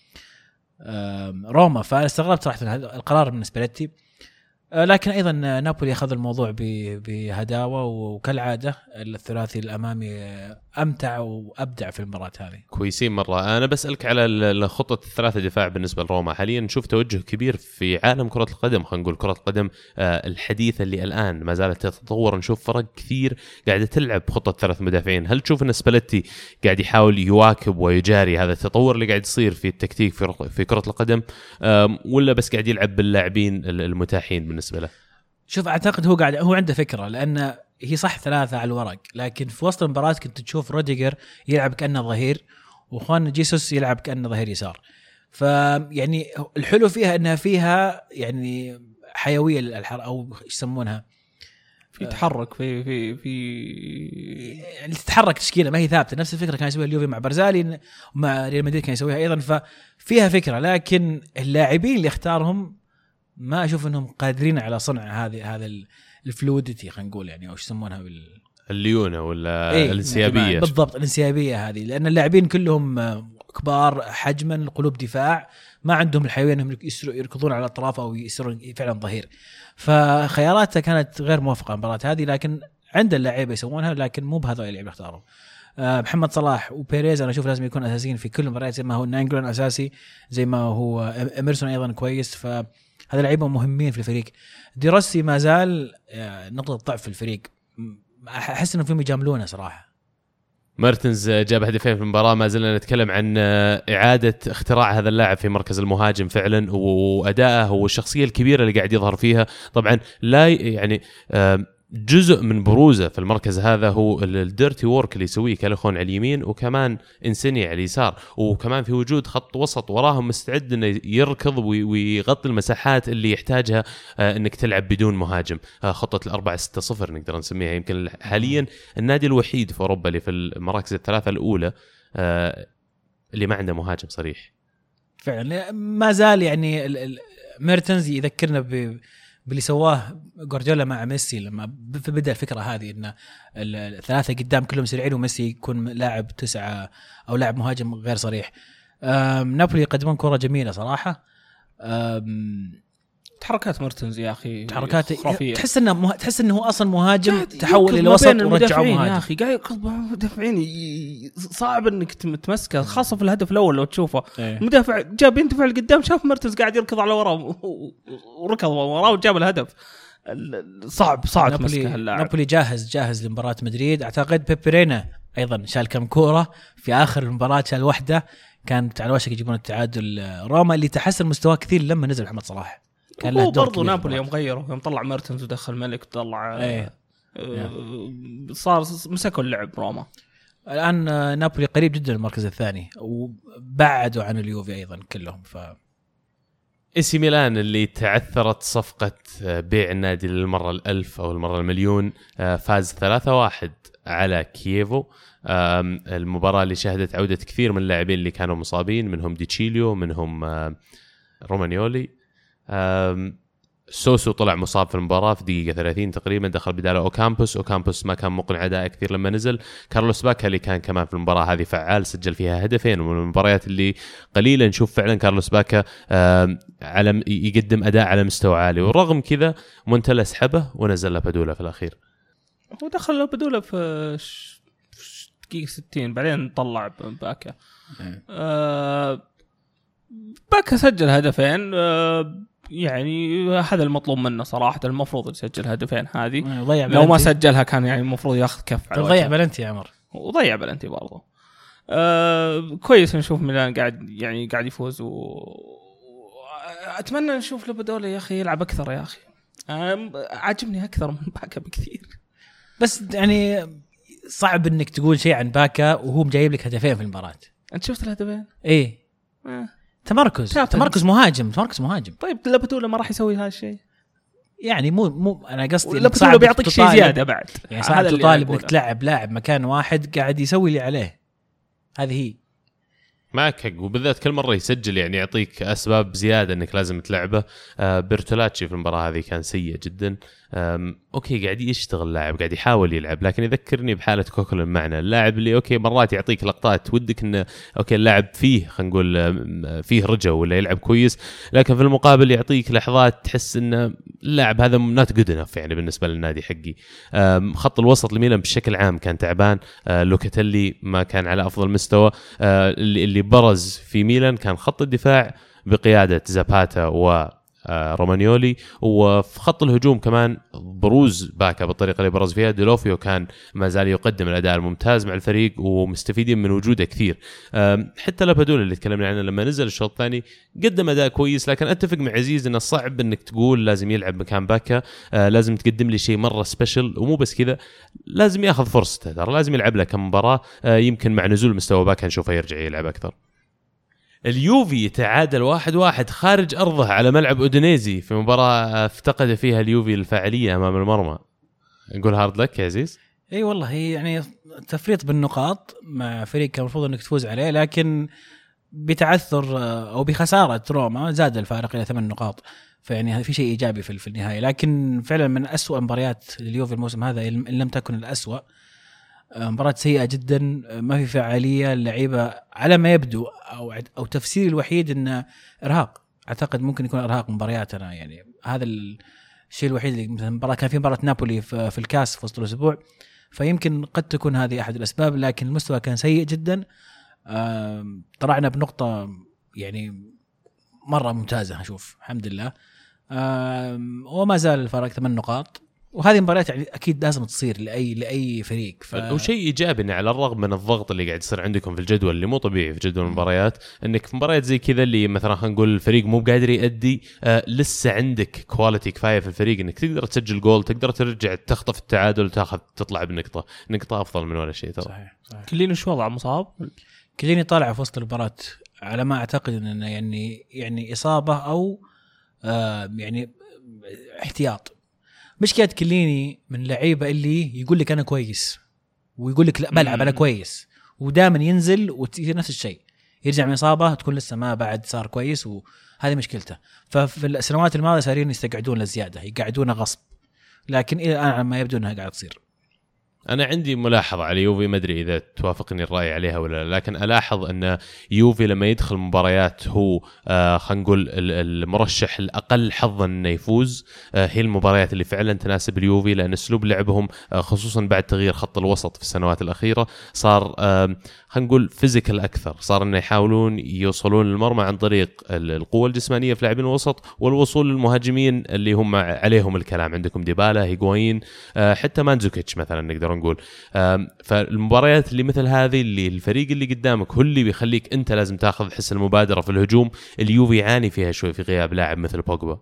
[SPEAKER 2] روما. فاستغربت صراحه القرار من سباليتي، لكن ايضا نابولي اخذ الموضوع بهداوه، وكالعاده الثلاثي الامامي امتع وابدع في المباراه هذه.
[SPEAKER 1] كويسين مره. انا بسالك على خطه الثلاثه دفاع بالنسبه لروما. حاليا نشوف توجه كبير في عالم كره القدم، خلينا نقول كره القدم الحديثه اللي الان ما زالت تتطور. نشوف فرق كثير قاعده تلعب خطه ثلاث مدافعين. هل تشوف ان سباليتي قاعد يحاول يواكب ويجاري هذا التطور اللي قاعد يصير في التكتيك في كره القدم، ولا بس قاعد يلعب باللاعبين المتاحين بالنسبه له؟
[SPEAKER 2] شوف اعتقد هو قاعد هو عنده فكره، لان هي صح ثلاثه على الورق، لكن في وسط المباراه كنت تشوف روديجر يلعب كانه ظهير، وخوان جيسوس يلعب كانه ظهير يسار. فيعني الحلو فيها انها فيها يعني حيويه للحر او ايش يسمونها،
[SPEAKER 3] في تحرك في في في
[SPEAKER 2] يعني تتحرك تشكيله ما هي ثابته. نفس الفكره كان يسويها اليوفي مع برزالي، مع ريال مدريد كان يسويها ايضا. ففيها فكره، لكن اللاعبين اللي اختارهم ما اشوف انهم قادرين على صنع هذه هذا الفلويدتي، خلينا نقول يعني او ايش يسمونها بال
[SPEAKER 1] الليونه ولا
[SPEAKER 2] إيه
[SPEAKER 1] الانسيابيه.
[SPEAKER 2] بالضبط الانسيابيه هذه، لان اللاعبين كلهم كبار حجما، قلوب دفاع، ما عندهم الحيويه انهم يركضون على الاطراف او يصيرون فعلا ظهير. فخياراتها كانت غير موفقه المباراه هذه، لكن عند اللاعبين يسوونها، لكن مو بهذول اللي اختاروا. محمد صلاح وبيريز انا اشوف لازم يكون اساسيين في كل المباريات، زي ما هو نانجلون اساسي، زي ما هو اميرسون ايضا كويس. ف هذا لعيبه مهمين في الفريق. ديروسي ما زال نقطه ضعف في الفريق، احس انهم فيهم يجاملونه صراحه.
[SPEAKER 1] مارتنز جاب هدفين في المباراه. ما زلنا نتكلم عن اعاده اختراع هذا اللاعب في مركز المهاجم فعلا، وادائه والشخصيه الكبيره اللي قاعد يظهر فيها. طبعا لا يعني جزء من بروزه في المركز هذا هو الديرتي وورك اللي يسويه كالخون على اليمين، وكمان انسيني على اليسار، وكمان في وجود خط وسط وراهم مستعد انه يركض ويغطي المساحات اللي يحتاجها انك تلعب بدون مهاجم. خطه الأربعة ستة صفر نقدر نسميها. يمكن حاليا النادي الوحيد في اوروبا اللي في المراكز الثلاثه الاولى اللي ما عنده مهاجم صريح
[SPEAKER 2] فعلا. ما زال يعني ميرتنز يذكرنا ب باللي سواه جوارديولا مع ميسي لما بدأ الفكرة هذه إن الثلاثة قدام كلهم سريعين وميسي يكون لاعب تسعة أو لاعب مهاجم غير صريح. نابولي يقدمون كرة جميلة صراحة.
[SPEAKER 3] تحركات مارتنز يا أخي
[SPEAKER 2] تحركات خرافية. تحس إنه مه... تحس إنه هو أصلا مهاجم تحول إلى وسط ورجعه مهاجم.
[SPEAKER 3] يا أخي قاعد يقصد مدافعين صعب إنك تمسكه، خاصة في الهدف الأول لو تشوفه
[SPEAKER 2] ايه.
[SPEAKER 3] مدافع جاب يندفع لقدام، شاف مارتنز قاعد يركض على وراه وركض وراه وجاب الهدف. صعب صعب تمسكه اللاعب.
[SPEAKER 2] نابولي جاهز جاهز لمباراة مدريد. أعتقد بيبرينا أيضا شال كم كورة في آخر المباراة، شال واحدة كانت على وشك يجيبون التعادل. روما اللي تحسن مستواه كثير لما نزل محمد صلاح،
[SPEAKER 3] كان له برضو نابولي يوم غيره، يوم طلع ميرتنز ودخل ملك وطلع
[SPEAKER 2] ايه.
[SPEAKER 3] آه صار مسكوا اللعب روما.
[SPEAKER 2] الان نابولي قريب جدا المركز الثاني وبعدوا عن اليوفي ايضا كلهم. ف
[SPEAKER 1] اي سي ميلان اللي تعثرت صفقة بيع النادي للمرة الألف أو المرة المليون فاز ثلاثة واحد على كييفو. المباراة اللي شهدت عودة كثير من اللاعبين اللي كانوا مصابين، منهم ديتشيليو، منهم رومانيولي. سوسو طلع مصاب في المباراة في دقيقة ثلاثين تقريبا، دخل بداله أوكامبوس. أوكامبوس ما كان مقنع أداء كثير لما نزل. كارلوس باكا اللي كان كمان في المباراة هذه فعال، سجل فيها هدفين، ومن المباريات اللي قليلا نشوف فعلا كارلوس باكا على يقدم أداء على مستوى عالي. ورغم كذا مونتلا سحبه ونزل لابادولا في الأخير.
[SPEAKER 3] هو دخل لابادولا في دقيقة ستين بعدين طلع باكا. أه باكا سجل هدفين، أه يعني هذا المطلوب منه صراحة، المفروض يسجل هدفين هذه. لو ما سجلها كان يعني المفروض ياخذ كف على
[SPEAKER 2] ضيع بلنتي يا عمر،
[SPEAKER 3] وضيع بلنتي برضه. أه كويس نشوف ميلان قاعد يعني قاعد يفوز، وأتمنى نشوف لابادولا يا أخي يلعب أكثر يا أخي. أه عجبني أكثر من باكا بكثير.
[SPEAKER 2] بس يعني صعب إنك تقول شيء عن باكا وهو جايب لك هدفين في المباراة.
[SPEAKER 3] أنت شفت الهدفين؟
[SPEAKER 2] إيه
[SPEAKER 3] أه.
[SPEAKER 2] تمركز تمركز مهاجم تمركز مهاجم.
[SPEAKER 3] طيب لابادولا ما راح يسوي هذا الشيء
[SPEAKER 2] يعني، مو مو انا قصدي
[SPEAKER 3] لابادولا بيعطيك شيء زياده بعد.
[SPEAKER 2] يعني صعب تطالب انك تلعب لاعب مكان واحد قاعد يسوي اللي عليه. هذه هي
[SPEAKER 1] معك حق، وبالذات كل مرة يسجل يعني يعطيك أسباب زيادة أنك لازم تلعبه. آه بيرتولاتشي في المباراة هذه كان سيء جدا. أوكي قاعد يشتغل لاعب، قاعد يحاول يلعب، لكن يذكرني بحالة كوكولن معنا، اللاعب اللي أوكي مرات يعطيك لقطات ودك إنه أوكي اللاعب فيه خلينا نقول فيه رجع ولا يلعب كويس، لكن في المقابل يعطيك لحظات تحس إنه اللاعب هذا not good enough يعني بالنسبة للنادي حقي. خط الوسط لميلان بشكل عام كان تعبان. آه لوكاتيلي ما كان على أفضل مستوى. آه اللي, اللي برز في ميلان كان خط الدفاع بقيادة زاباتا و رومانيولي، وفي خط الهجوم كمان بروز باكا بالطريقة اللي برز فيها. ديلوفيو كان ما زال يقدم الأداء الممتاز مع الفريق ومستفيدين من وجوده كثير. حتى لابادولا اللي تكلمنا عنه لما نزل الشوط الثاني قدم أداء كويس، لكن أتفق مع عزيز إنه صعب إنك تقول لازم يلعب مكان باكا. لازم تقدم لي شيء مرة سبيشل، ومو بس كذا لازم ياخذ فرصته، ترى لازم يلعب له كم مباراة. يمكن مع نزول مستوى باكا نشوفه يرجع يلعب أكثر. اليوفي يتعادل واحد واحد خارج أرضه على ملعب أودينيزي في مباراة افتقد فيها اليوفي الفاعلية أمام المرمى. نقول هارد لك يا عزيز.
[SPEAKER 2] اي والله هي يعني تفريط بالنقاط مع فريق كان المفروض انك تفوز عليه، لكن بتعثر او بخسارة روما زاد الفارق الى ثمان نقاط، فيعني في شيء ايجابي في النهاية. لكن فعلا من أسوأ مباريات اليوفي الموسم هذا ان لم تكن الأسوأ. مباراة سيئة جدا، ما في فعالية، اللعيبة على ما يبدو أو أو تفسير الوحيد إنه إرهاق. أعتقد ممكن يكون إرهاق مبارياتنا، يعني هذا الشيء الوحيد اللي مثلا مباراة كان في مباراة نابولي في الكاس في وسط الأسبوع، فيمكن قد تكون هذه أحد الأسباب. لكن المستوى كان سيء جدا. طلعنا بنقطة يعني مرة ممتازة أشوف الحمد لله، وما زال الفرق ثمان نقاط. وهذه مباريات يعني اكيد لازم تصير لاي لاي فريق. ف...
[SPEAKER 1] وشيء ايجابي انه على الرغم من الضغط اللي قاعد يصير عندكم في الجدول اللي مو طبيعي في جدول المباريات، انك في مباريات زي كذا اللي مثلا خلينا نقول الفريق مو قادر يؤدي، آه لسه عندك كواليتي كفايه في الفريق انك تقدر تسجل جول، تقدر ترجع تخطف التعادل وتاخذ تطلع بنقطه نقطه افضل من ولا شيء. ترى
[SPEAKER 2] صحيح صحيح.
[SPEAKER 3] كليني شو وضع مصاب؟
[SPEAKER 2] كليني طالع في وسط المباراه على ما اعتقد انه يعني يعني اصابه او آه يعني احتياط. مشكلة كليني من لعيبة اللي يقول لك أنا كويس ويقول لك لا بلعب أنا كويس، ودائما ينزل وتصير نفس الشيء، يرجع من إصابة تكون لسه ما بعد صار كويس، وهذه مشكلته. ففي السنوات الماضية صارين يستقعدون للزيادة، يقعدونه غصب، لكن إلى الآن ما يبدو أنها قاعد تصير.
[SPEAKER 1] أنا عندي ملاحظة على يوفي، ما أدري إذا توافقني الرأي عليها ولا لا، لكن ألاحظ أن يوفي لما يدخل مباريات هو آه خلينا نقول المرشح الأقل حظاً إنه يفوز، آه هي المباريات اللي فعلاً تناسب اليوفي، لأن أسلوب لعبهم آه خصوصاً بعد تغيير خط الوسط في السنوات الأخيرة صار آه خلينا نقول فيزيكال أكثر، صار إنه يحاولون يوصلون للمرمى عن طريق القوة الجسمانية في لاعبين الوسط والوصول للمهاجمين اللي هم عليهم الكلام. عندكم ديبالا، هيغوين، آه حتى مانزوكيتش مثلاً نقدر نقول. فالمباريات اللي مثل هذه اللي الفريق اللي قدامك هو اللي بيخليك انت لازم تاخذ حس المبادره في الهجوم، اليوفي يعاني فيها شوي في غياب لاعب مثل بوجبا.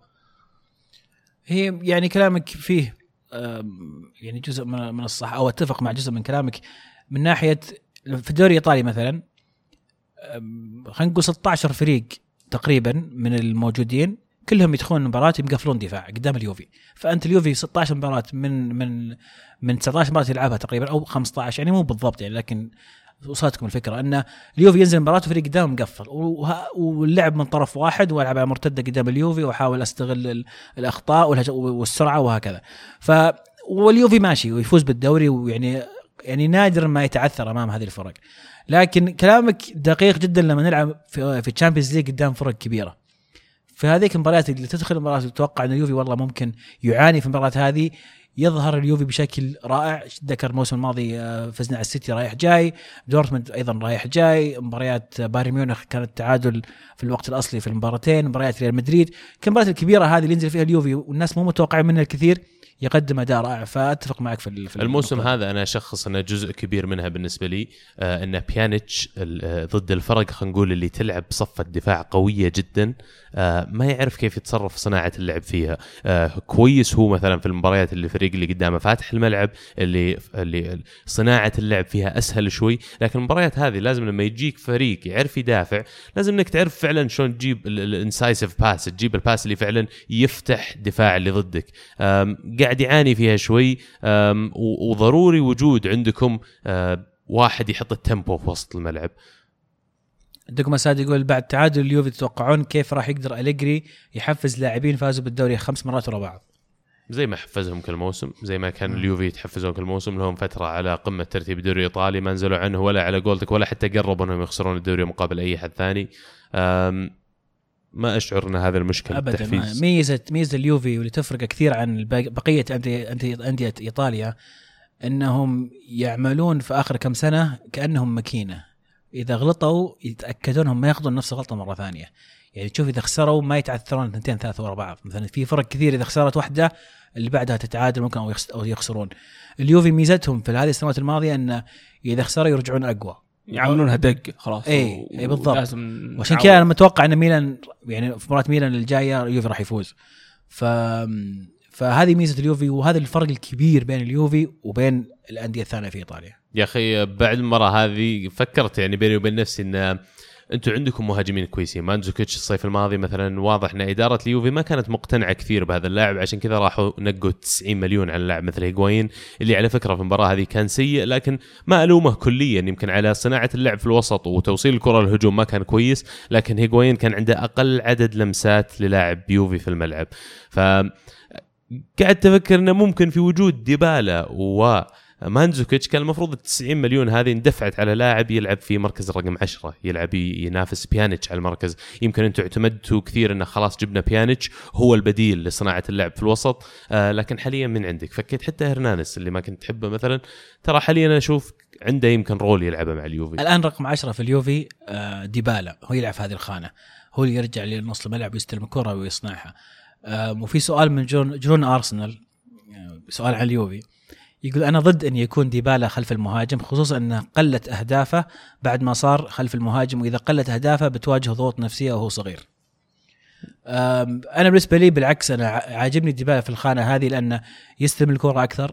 [SPEAKER 2] هي يعني كلامك فيه يعني جزء من الصح، او اتفق مع جزء من كلامك من ناحيه في الدوري الايطالي مثلا خلينا نقول ستة عشر فريق تقريبا من الموجودين كلهم يدخلون مباراة يقفلون دفاع قدام اليوفي. فانت اليوفي ستة عشر مباراة من من من تسعة عشر مباراة يلعبها تقريبا او خمسة عشر، يعني مو بالضبط يعني، لكن وصلتكم الفكرة ان اليوفي ينزل مباراة وفريق قدامه مقفل واللعب من طرف واحد والعب على مرتدة قدام اليوفي واحاول استغل الاخطاء والسرعة وهكذا. ف واليوفي ماشي ويفوز بالدوري، ويعني يعني نادر ما يتعثر امام هذه الفرق. لكن كلامك دقيق جدا لما نلعب في في الشامبيونز ليج قدام فرق كبيره. في هذيك المباريات اللي تدخل المباراه تتوقع ان اليوفي والله ممكن يعاني في المباراه هذه، يظهر اليوفي بشكل رائع. ذكر الموسم الماضي فزنا على السيتي رايح جاي، دورتموند ايضا رايح جاي، مباريات بايرن ميونخ كانت تعادل في الوقت الاصلي في المباراتين، مباريات ريال مدريد. كم مباراه الكبيره هذه اللي ينزل فيها اليوفي والناس مو متوقعين منها الكثير يقدم اداء رائع. فاتفق معك في, في
[SPEAKER 1] الموسم
[SPEAKER 2] النقطة.
[SPEAKER 1] هذا انا اشخص انه جزء كبير منها بالنسبه لي آه ان بيانيتش آه ضد الفرق خلينا نقول اللي تلعب بصفه دفاع قويه جدا آه ما يعرف كيف يتصرف صناعه اللعب فيها. آه كويس هو مثلا في المباريات اللي الفريق اللي قدامه فاتح الملعب اللي اللي صناعه اللعب فيها اسهل شوي، لكن المباريات هذه لازم لما يجيك فريق يعرف يدافع لازم انك تعرف فعلا شلون تجيب الانسايسيف باس، تجيب الباس اللي فعلا يفتح دفاع اللي ضدك. قاعد يعاني فيها شوي، وضروري وجود عندكم واحد يحط التيمبو في وسط الملعب.
[SPEAKER 2] عندكم اساد يقول بعد تعادل اليوفي تتوقعون كيف راح يقدر أليجري يحفز لاعبين فازوا بالدوري خمس مرات ورا بعض؟
[SPEAKER 1] زي ما حفزهم كل موسم، زي ما كان اليوفي يتحفزون كل موسم. لهم فترة على قمة ترتيب الدوري الإيطالي ما نزلوا عنه ولا على جولتك ولا حتى قربوا أنهم يخسرون الدوري مقابل أي حد ثاني. ما أشعر أن هذا المشكلة
[SPEAKER 2] أبدا. ميزة ميزة اليوفي واللي تفرق كثير عن بقية أندية إيطاليا أنهم يعملون في آخر كم سنة كأنهم ماكينة، إذا غلطوا يتأكدونهم ما ياخذون نفس الغلطة مرة ثانية. يعني تشوف إذا خسروا ما يتعثرون اثنتين ثلاثة ورا بعض. مثلا في فرق كثير إذا خسرت واحدة اللي بعدها تتعادل ممكن أو يخسرون. اليوفي ميزتهم في هذه السنوات الماضية أن إذا خسروا يرجعون أقوى،
[SPEAKER 3] يعملونها دق خلاص.
[SPEAKER 2] اي اي بالضبط. وعشان كذا انا متوقع ان ميلان يعني في مباراه ميلان الجايه اليوفي راح يفوز. ف فهذه ميزه اليوفي، وهذا الفرق الكبير بين اليوفي وبين الانديه الثانيه في ايطاليا.
[SPEAKER 1] يا اخي بعد المره هذه فكرت يعني بيني وبين نفسي ان انتم عندكم مهاجمين كويسين. مانزوكيتش الصيف الماضي مثلا واضح ان اداره اليوفي ما كانت مقتنعه كثير بهذا اللاعب، عشان كذا راحوا نقوا تسعين مليون على لاعب مثل هيغوايين اللي على فكره في المباراه هذه كان سيء، لكن ما الومه كليا. يمكن على صناعه اللعب في الوسط وتوصيل الكره للهجوم ما كان كويس، لكن هيغوايين كان عنده اقل عدد لمسات للاعب يوفي في الملعب. ف قاعد تفكر انه ممكن في وجود ديبالا و مانزوكيتش كان المفروض التسعين مليون هذه اندفعت على لاعب يلعب في مركز الرقم عشرة، يلعب ينافس بيانيتش على المركز. يمكن انتم اعتمدتوا كثير انه خلاص جبنا بيانيتش هو البديل لصناعة اللعب في الوسط، آه لكن حاليا من عندك فكيت حتى هرنانس اللي ما كنت تحبه مثلا، ترى حاليا انا اشوف عنده يمكن رول يلعبه مع اليوفي.
[SPEAKER 2] الان رقم عشرة في اليوفي آه ديبالا هو يلعب في هذه الخانة، هو اللي يرجع لنص الملعب ويستلم الكرة ويصنعها. آه وفي سؤال من جون جون ارسنال، سؤال عن اليوفي، يقول أنا ضد أن يكون ديبالا خلف المهاجم، خصوصا أنه قلت أهدافه بعد ما صار خلف المهاجم، وإذا قلت أهدافه بتواجه ضغوط نفسية وهو صغير. أنا بالنسبة لي بالعكس، أنا عاجبني ديبالا في الخانة هذه لأنه يستلم الكرة أكثر،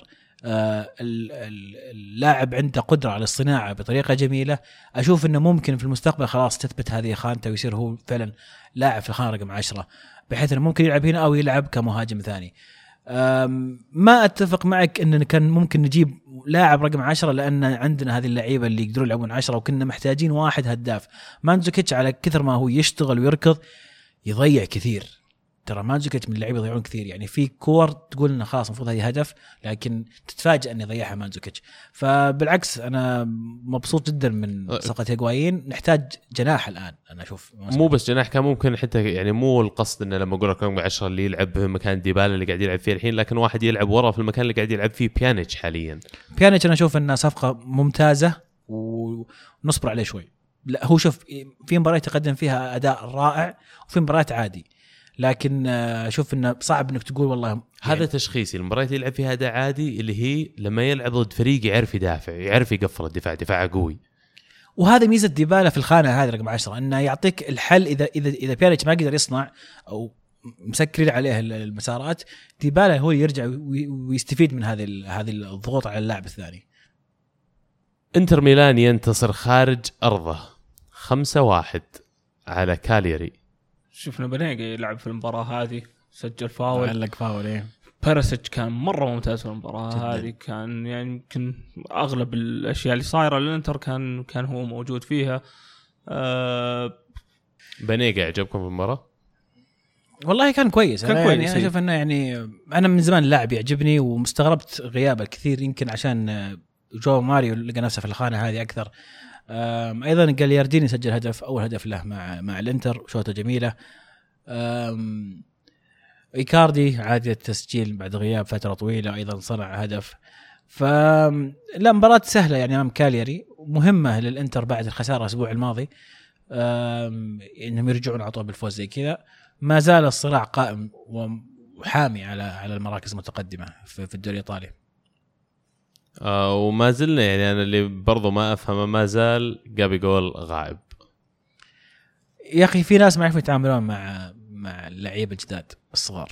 [SPEAKER 2] اللاعب عنده قدرة على الصناعة بطريقة جميلة. أشوف أنه ممكن في المستقبل خلاص تثبت هذه خانته ويصير هو فعلا لاعب في الخانة رقم عشرة، بحيث أنه ممكن يلعب هنا أو يلعب كمهاجم ثاني. ما أتفق معك أننا كان ممكن نجيب لاعب رقم عشرة لأن عندنا هذه اللعيبة اللي يقدرون يلعبون عشرة، وكنا محتاجين واحد هداف. مانزوكيتش على كثر ما هو يشتغل ويركض يضيع كثير، ترى مانزوكيتش من اللعيبة يضيعون كثير. يعني في كور تقول إنه خلاص المفروض هذه هدف لكن تتفاجأ أن يضيعها مانزوكيتش. فبالعكس أنا مبسوط جدا من صفقة هيغوايين. نحتاج جناح الآن، أنا أشوف
[SPEAKER 1] مو بس جناح، كان ممكن حتى يعني مو القصد إنه لما أقول لك رقم عشرة اللي يلعب في مكان ديبالا اللي قاعد يلعب فيه الحين، لكن واحد يلعب ورا في المكان اللي قاعد يلعب فيه بيانيتش حاليا.
[SPEAKER 2] بيانيتش أنا أشوف إنه صفقة ممتازة ونصبر عليه شوي. لا هو شوف في مباريات تقدم فيها أداء رائع وفي مباريات عادي، لكن اشوف انه صعب انك تقول والله يعني
[SPEAKER 1] هذا تشخيصي. المباريات اللي يلعب فيها اداء عادي اللي هي لما يلعب ضد فريق يعرف يدافع، يعرف يقفل الدفاع، دفاعه قوي.
[SPEAKER 2] وهذا ميزه ديبالا في الخانه هذه رقم عشرة، انه يعطيك الحل اذا اذا اذا بيانيتش ما قدر يصنع او مسكرين عليه المسارات، ديبالا هو يرجع ويستفيد من هذه هذه الضغوط على اللاعب الثاني.
[SPEAKER 1] انتر ميلان ينتصر خارج أرضه خمسة واحد على كاليري.
[SPEAKER 3] شفنا بنيجا يلعب في المباراة هذه، سجل فاول،
[SPEAKER 2] علق فاول. إيه
[SPEAKER 3] بيرسيتش كان مرة ممتاز في المباراة هذه، كان يعني يمكن أغلب الأشياء اللي صايرة للإنتر كان كان هو موجود فيها. أه
[SPEAKER 1] بنيجا عجبكم في المباراة؟
[SPEAKER 2] والله كان كويس.
[SPEAKER 3] كان
[SPEAKER 2] أنا
[SPEAKER 3] كويس
[SPEAKER 2] يعني أشوف إنه يعني أنا من زمان اللاعب يعجبني، ومستغربت غيابه الكثير، يمكن عشان جو ماريو لقى نفسه في الخانة هذه أكثر. أيضا جاليارديني سجل هدف، أول هدف له مع مع الإنتر، شوطة جميلة. إيكاردي عاد التسجيل بعد غياب فترة طويلة، أيضا صنع هدف. فلا مباراة سهلة يعني أمام كاليري، مهمة للإنتر بعد الخسارة الأسبوع الماضي، إنهم يرجعون على طول بالفوز زي كذا. ما زال الصراع قائم وحامي على على المراكز المتقدمة في الدوري الإيطالي.
[SPEAKER 1] آه وما زلنا يعني أنا اللي برضو ما أفهم، ما زال جابي جول غائب.
[SPEAKER 2] يا أخي في ناس ما يعرفون يتعاملون مع مع اللعيبة الجداد الصغار،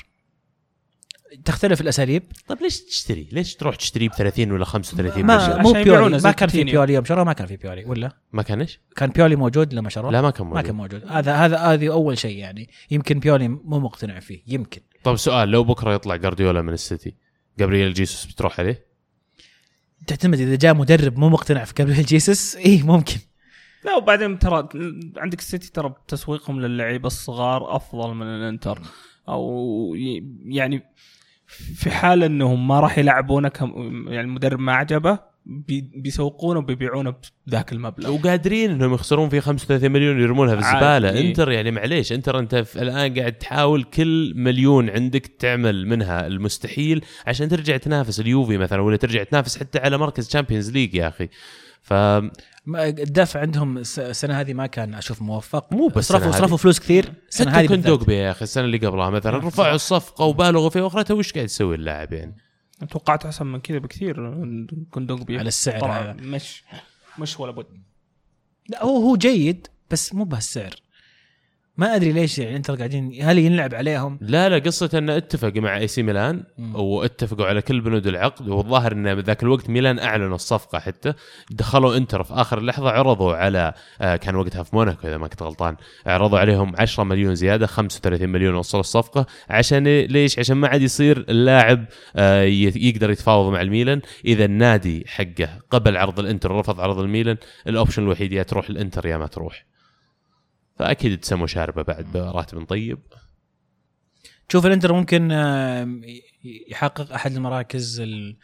[SPEAKER 2] تختلف الأساليب.
[SPEAKER 1] طب ليش تشتري؟ ليش تروح تشتري بثلاثين ولا خمسة وثلاثين؟
[SPEAKER 2] ما مو بيولي، ما كان في بيولي يوم شروه، ما كان في بيولي ولا
[SPEAKER 1] ما كان إيش؟
[SPEAKER 2] كان بيولي موجود لما شروه؟
[SPEAKER 1] لا ما كان موجود.
[SPEAKER 2] ما كان موجود. هذا هذا هذه أول شيء يعني، يمكن بيولي مو مقتنع فيه يمكن.
[SPEAKER 1] طب سؤال، لو بكرة يطلع جارديولا من السيتي، جابرييل جيسوس بتروح عليه؟
[SPEAKER 2] تعتمد إذا جاء مدرب مو مقتنع في جابرييل جيسوس إيه ممكن.
[SPEAKER 3] لا وبعدين ترى عندك السيتي ترى تسويقهم للعيبة الصغار أفضل من الإنتر، أو يعني في حال أنهم ما راح يلعبونك يعني المدرب ما عجبه بيسوقونه وبيبيعونه بذاك المبلغ،
[SPEAKER 1] وقادرين انهم يخسرون فيه خمسة وثلاثين مليون يرمونها في الزباله. إيه؟ انتر يعني معليش، انتر انت الان قاعد تحاول كل مليون عندك تعمل منها المستحيل عشان ترجع تنافس اليوفي مثلا، ولا ترجع تنافس حتى على مركز تشامبيونز ليج يا اخي. ف
[SPEAKER 2] الدفع عندهم السنه هذه ما كان اشوف موفق،
[SPEAKER 1] مو بس
[SPEAKER 2] صرفوا صرفوا فلوس كثير السنه هذه.
[SPEAKER 1] كندوغبي يا اخي السنه اللي قبلها مثلا رفعوا الصفقه وبالغوا فيها، واخرتها وش قاعد يسوي اللاعب يعني؟
[SPEAKER 3] توقعت احسن من كذا بكثير كندوغبي
[SPEAKER 2] على السعر
[SPEAKER 3] طبعا
[SPEAKER 2] هذا.
[SPEAKER 3] مش مش ولا بد.
[SPEAKER 2] لا هو هو جيد بس مو بهالسعر. ما ادري ليش يعني انتر قاعدين هل ينلعب عليهم.
[SPEAKER 1] لا لا قصه انه اتفق مع اي سي ميلان م. واتفقوا على كل بنود العقد، والظاهر انه بذاك الوقت ميلان اعلنوا الصفقه، حتى دخلوا انتر في اخر لحظه عرضوا على آه كان وقتها في موناكو اذا ما كنت غلطان، عرضوا عليهم عشرة مليون زياده، خمسة وثلاثين مليون وصلوا الصفقه. عشان ليش؟ عشان ما عاد يصير اللاعب آه يقدر يتفاوض مع الميلان اذا النادي حقه قبل عرض الانتر رفض عرض الميلان، الاوبشن الوحيد يا تروح الانتر يا ما تروح. فأكيد تسمو شاربة بعد براتب طيب.
[SPEAKER 2] تشوف الانتر ممكن يحقق أحد المراكز ال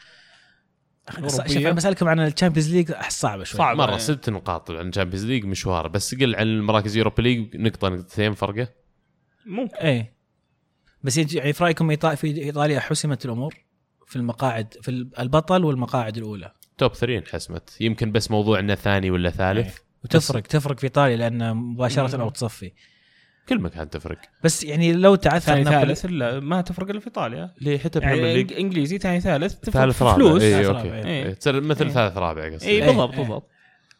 [SPEAKER 2] شوف أنا بسألكم عن الشامبيونز ليج صعبة شوي
[SPEAKER 1] صعب مرة يعني. ست نقاط عن الشامبيونز ليج مشوار، بس قل عن المراكز يوروبا ليج نقطة نقطتين فرقة
[SPEAKER 3] ممكن.
[SPEAKER 2] إيه بس يعني في رأيكم في إيطاليا حسمت الأمور في المقاعد، في البطل والمقاعد الأولى
[SPEAKER 1] توب ثرين حسمت، يمكن بس موضوع إنه ثاني ولا ثالث.
[SPEAKER 2] إيه. وتفرق تفرق في إيطاليا لأن مباشرة أو تصفي
[SPEAKER 1] كل مكان تفرق،
[SPEAKER 2] بس يعني لو تعثر
[SPEAKER 3] ثالث لا ما تفرق إلا في إيطاليا.
[SPEAKER 1] ليه حتى
[SPEAKER 3] يعني الليج إنجليزي ثاني ثالث
[SPEAKER 1] تفرق في
[SPEAKER 3] فلوس.
[SPEAKER 1] إيه أوكي إيه. تصير مثل إيه. ثالث رابع قصدي.
[SPEAKER 3] إيه بالضبط إيه. بالضبط.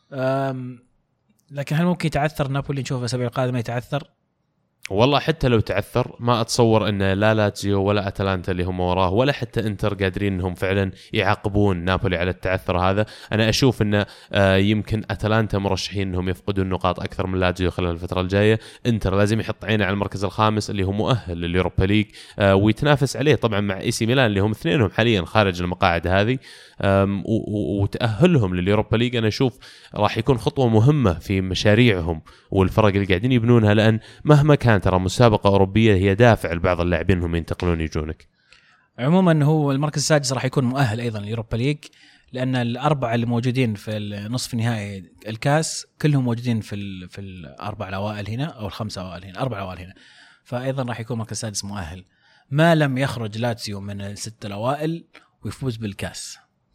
[SPEAKER 2] لكن هل ممكن يتعثر نابولي؟ نشوف الأسابيع القادمة يتعثر.
[SPEAKER 1] والله حتى لو تعثر ما أتصور أن لا لاتزيو ولا أتلانتا اللي هم وراه ولا حتى إنتر قادرين أنهم فعلا يعاقبون نابولي على التعثر هذا. أنا أشوف أن يمكن أتلانتا مرشحين أنهم يفقدون النقاط أكثر من لاتزيو خلال الفترة الجاية. إنتر لازم يحط عينه على المركز الخامس اللي هو مؤهل لليوروبا ليج ويتنافس عليه طبعا مع إي سي ميلان اللي هم اثنينهم حاليا خارج المقاعد هذه، وتأهلهم لليوروبا ليج أنا أشوف راح يكون خطوة مهمة في مشاريعهم والفرق اللي قاعدين يبنونها، لأن مهما كان ترى مسابقة أوروبية هي دافع لبعض اللاعبين انهم ينتقلون يجونك.
[SPEAKER 2] عموما هو المركز السادس راح يكون مؤهل أيضا لليوروبا ليج، لأن الأربعة اللي موجودين في النصف النهائي الكاس كلهم موجودين في في الأربع الأوائل هنا أو الخمسة أوائل هنا، أربع أوائل هنا، فأيضا راح يكون المركز السادس مؤهل ما لم يخرج لاتسيو من الستة الأوائل ويفوز بالكاس.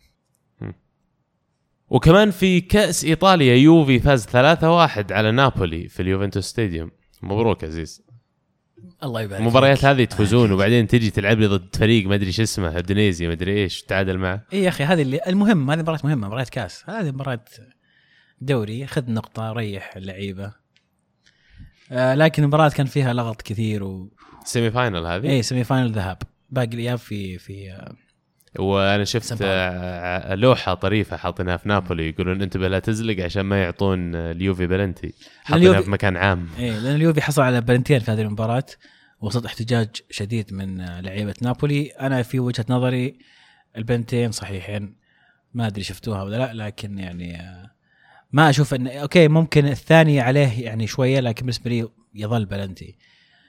[SPEAKER 1] وكمان في كأس إيطاليا يوفي فاز ثلاثة واحد على نابولي في اليوفنتوس ستاديوم. مبروك عزيز،
[SPEAKER 2] الله يبارك.
[SPEAKER 1] المباريات هذه تفوزون وبعدين تجي تلعب لي ضد فريق ما ادري ايش اسمه اندونيسيا ما ادري ايش تعادل معه.
[SPEAKER 2] اي يا اخي هذه اللي المهم، هذه مباراه مهمه، مباراه كاس، هذه مباراه دوري خذ نقطه ريح اللعيبه. آه لكن المباراه كان فيها لغط كثير و
[SPEAKER 1] سيمي فاينل هذه.
[SPEAKER 2] اي سيمي فاينل ذهاب، باقي الاياب في في
[SPEAKER 1] وانا شفت آه لوحه طريفه حاطينها في نابولي يقولون انتبه لا تزلق عشان ما يعطون اليوفي بلنتي، حاطينها في مكان عام.
[SPEAKER 2] ايه لان اليوفي حصل على بلنتين في هذه المباراه وسط احتجاج شديد من لعيبه نابولي. انا في وجهه نظري البلنتين صحيحين، ما ادري شفتوها ولا لا، لكن يعني ما اشوف ان اوكي ممكن الثاني عليه يعني شويه، لكن بالنسبه لي يظل بلنتي.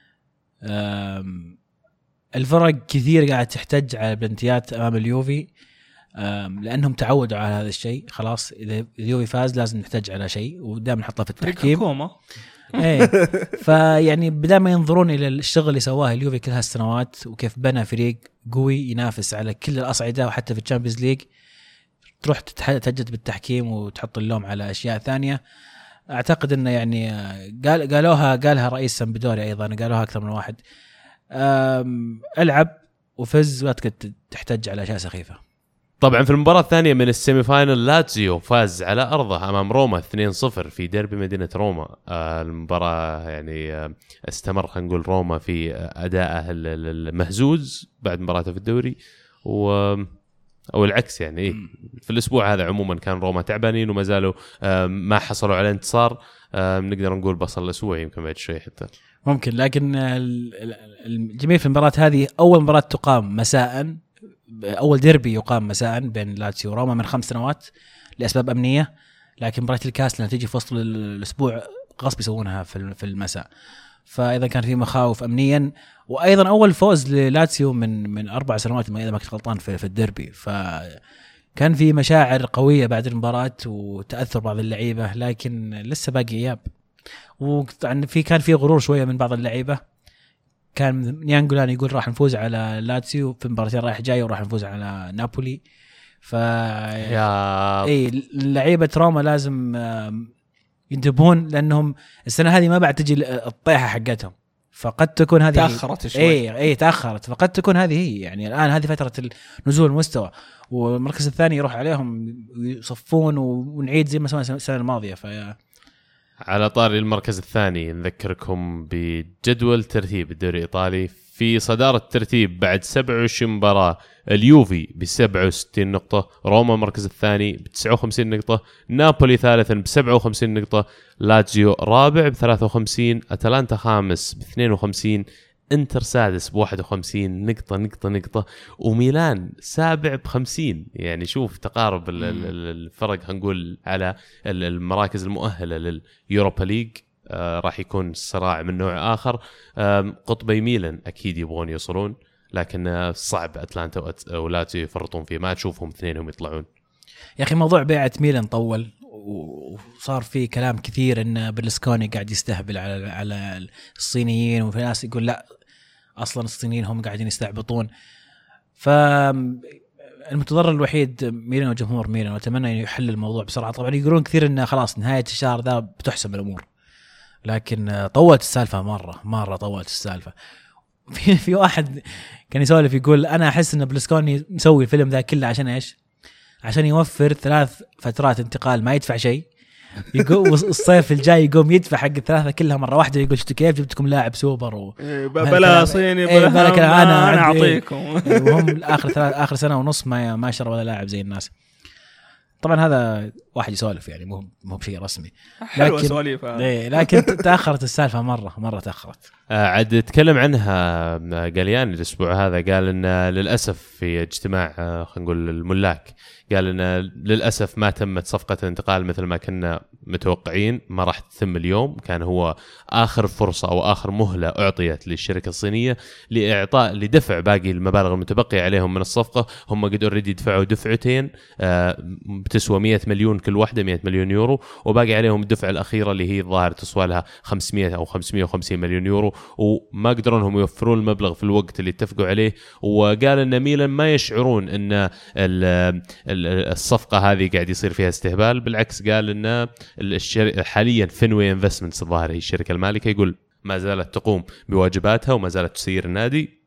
[SPEAKER 2] الفرق كثير قاعد تحتج على البلنتيات امام اليوفي لانهم تعودوا على هذا الشيء. خلاص اذا اليوفي فاز لازم نحتج على شيء، ودائما نحطه في التحكيم. ايه فيعني بدل ما ينظرون الى الشغل اللي سواه اليوفي كل هالسنوات وكيف بنى فريق قوي ينافس على كل الاصعده وحتى في الشامبيونز ليج، تروح تتهجد بالتحكيم وتحط اللوم على اشياء ثانيه. اعتقد انه يعني قال قالوها قالها رئيس سامبدوري ايضا، قالوها اكثر من واحد، العب وفز ولا تحتج على اشياء سخيفه.
[SPEAKER 1] طبعا في المباراة الثانية من السيمي فاينل لاتسيو فاز على أرضه أمام روما اثنين صفر في ديربي مدينة روما. آه المباراة يعني آه استمر خلينا نقول روما في أدائه المهزوز بعد مباراته في الدوري، و أو العكس يعني إيه في الأسبوع هذا عموما كان روما تعبانين وما زالوا آه ما حصلوا على انتصار. آه نقدر نقول بصل الأسبوع يمكن بعد شوي حتى
[SPEAKER 2] ممكن. لكن الجميل في المباراة هذه أول مباراة تقام مساء، أول ديربي يقام مساء بين لاتسيو وروما من خمس سنوات لأسباب أمنية، لكن مباراة الكاس لما تيجي في وسط الأسبوع غصب يسوونها في المساء، فإذا كان في مخاوف أمنيا. وأيضا أول فوز للاتسيو من من أربع سنوات إذا ما كنت غلطان في, في الديربي، فكان في مشاعر قوية بعد المباراة وتأثر بعض اللعيبة، لكن لسه باقي إياب. وطبعا في كان في غرور شوية من بعض اللعيبة، كان نيانجولان يقول راح نفوز على لاتسيو في مباراتين رايح جاي وراح نفوز على نابولي. ف
[SPEAKER 1] يا
[SPEAKER 2] اي لعيبه روما لازم ينتبهون لانهم السنه هذه ما بعد تجي الطيحه حقتهم، فقد تكون هذه
[SPEAKER 3] تاخرت شوي.
[SPEAKER 2] اي اي تاخرت، فقد تكون هذه هي يعني الان هذه فتره نزول المستوى والمركز الثاني يروح عليهم يصفون ونعيد زي ما سوينا السنه الماضيه. ف
[SPEAKER 1] على طاري المركز الثاني نذكركم بجدول ترتيب الدوري الإيطالي. في صدارة الترتيب بعد سبعة وعشرين مباراة اليوفي ب سبعة وستين نقطة، روما المركز الثاني ب تسعة وخمسين نقطة، نابولي ثالثا ب سبعة وخمسين نقطة، لاتزيو رابع ب ثلاثة وخمسين، أتلانتا خامس ب اثنين وخمسين، انتر سادس بواحد وخمسين نقطة نقطة نقطة، وميلان سابع بخمسين. يعني شوف تقارب الفرق هنقول على المراكز المؤهلة لليوروبا ليج. آه راح يكون الصراع من نوع آخر. آه قطبي ميلان أكيد يبغون يوصلون، لكن آه صعب أتلانتا ولاتزيو يفرطون فيه، ما تشوفهم اثنينهم يطلعون.
[SPEAKER 2] يا أخي موضوع بيعة ميلان طول وصار فيه كلام كثير إن برلسكوني قاعد يستهبل على على الصينيين، وفي ناس يقول لا أصلاً الصينيين هم قاعدين يستعبطون. فالمتضرر الوحيد ميلان وجمهور ميلان، وأتمنى يحل الموضوع بسرعة. طبعاً يقولون كثير إن خلاص نهاية الشهر ذا بتحسم الأمور، لكن طولت السالفة مرة مرة طولت السالفة. في في واحد كان يسولف يقول أنا أحس إن برلسكوني مسوي الفيلم ذا كله عشان إيش؟ عشان يوفر ثلاث فترات انتقال ما يدفع شيء، يقول الصيف الجاي يقوم يدفع حق الثلاثة كلها مرة واحدة. يقول شتو كيف جبتكم لاعب سوبر و...
[SPEAKER 3] بلا صيني بلا
[SPEAKER 2] إيه بلا كلام أنا,
[SPEAKER 3] أنا أعطيكم.
[SPEAKER 2] وهم آخر ثلاث آخر سنة ونص ما ما شروا ولا لاعب زي الناس. طبعا هذا واحد يسولف يعني مو مو بشيء رسمي،
[SPEAKER 3] لكن
[SPEAKER 2] إيه لكن تأخرت السالفة مرة مرة تأخرت.
[SPEAKER 1] آه عاد تكلم عنها قاليان الأسبوع هذا، قال إن للأسف في اجتماع آه خلينا نقول الملاك، قال إن للأسف ما تمت صفقة الانتقال مثل ما كنا متوقعين، ما راح تتم اليوم. كان هو آخر فرصة أو آخر مهلة أعطيت للشركة الصينية لإعطاء لدفع باقي المبالغ المتبقية عليهم من الصفقة. هم قد أوريدي دفعوا دفعتين آه بتسوى مئة مليون كل واحدة، مئة مليون يورو، وباقي عليهم الدفعة الأخيرة اللي هي ظاهر تسوى لها خمسمئة أو خمسمئة وخمسين مليون يورو، وما قدروا انهم يوفرون المبلغ في الوقت اللي اتفقوا عليه. وقال ان ميلان ما يشعرون ان الصفقه هذه قاعد يصير فيها استهبال، بالعكس قال ان حاليا فينوي انفستمنتس الظاهر هي الشركه المالكه، يقول ما زالت تقوم بواجباتها وما زالت تسير النادي،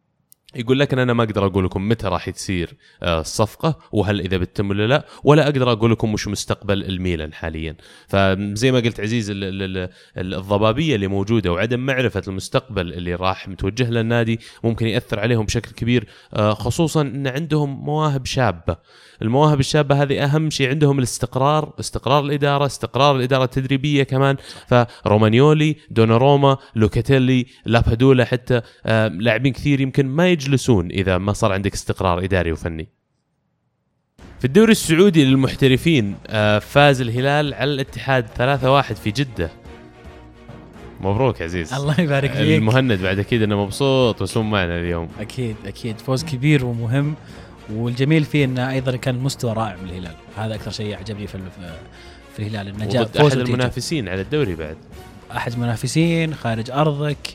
[SPEAKER 1] يقول لك ان انا ما اقدر اقول لكم متى راح تصير الصفقه وهل اذا بتتم ولا لا، ولا اقدر اقول لكم وش مستقبل الميلان حاليا. فزي ما قلت عزيز الضبابيه اللي موجوده وعدم معرفه المستقبل اللي راح متوجه للنادي ممكن ياثر عليهم بشكل كبير، خصوصا ان عندهم مواهب شابه. المواهب الشابه هذه اهم شيء عندهم الاستقرار، استقرار الاداره، استقرار الاداره التدريبيه كمان. فرومانيولي، دوناروما، لوكاتيلي، لابادولا، حتى لاعبين كثير يمكن ما يجلسون اذا ما صار عندك استقرار اداري وفني. في الدوري السعودي للمحترفين فاز الهلال على الاتحاد ثلاثة واحد في جده. مبروك عزيز،
[SPEAKER 2] الله يبارك فيك.
[SPEAKER 1] المهند بعد اكيد انه مبسوط وسوم معنا اليوم.
[SPEAKER 2] اكيد اكيد فوز كبير ومهم، والجميل فيه انه ايضا كان مستوى رائع من الهلال. هذا اكثر شيء عجبني في في الهلال، انه جاء
[SPEAKER 1] فوز احد المنافسين على الدوري، بعد
[SPEAKER 2] احد المنافسين خارج ارضك.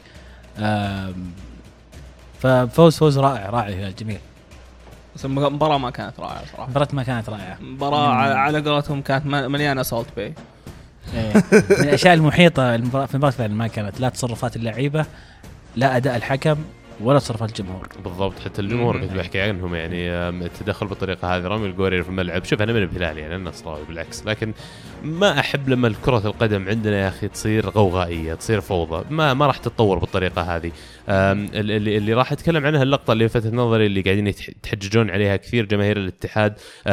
[SPEAKER 2] ففوز فوز رائع رائع الهلال جميل.
[SPEAKER 3] بس المباراة ما كانت رائعة صراحة.
[SPEAKER 2] المباراة ما كانت رائعة.
[SPEAKER 3] المباراة على قولتهم كانت مليانة سولت باي.
[SPEAKER 2] من الاشياء المحيطة المباراة في المباراة فعلا ما كانت لا تصرفات اللعيبة، لا اداء الحكم، ولا تصرفات الجمهور.
[SPEAKER 1] بالضبط، حتى الجمهور كنت بحكي عنهم يعني التدخل بالطريقه هذه، رمي الجوري في الملعب. شوف انا من الهلال يعني انا نصراوي بالعكس، لكن ما احب لما كرة القدم عندنا يا اخي تصير غوغائيه، تصير فوضى، ما ما راح تتطور بالطريقه هذه. اللي اللي راح اتكلم عنها اللقطه اللي لفتت نظري اللي قاعدين يتحججون عليها كثير جماهير الاتحاد،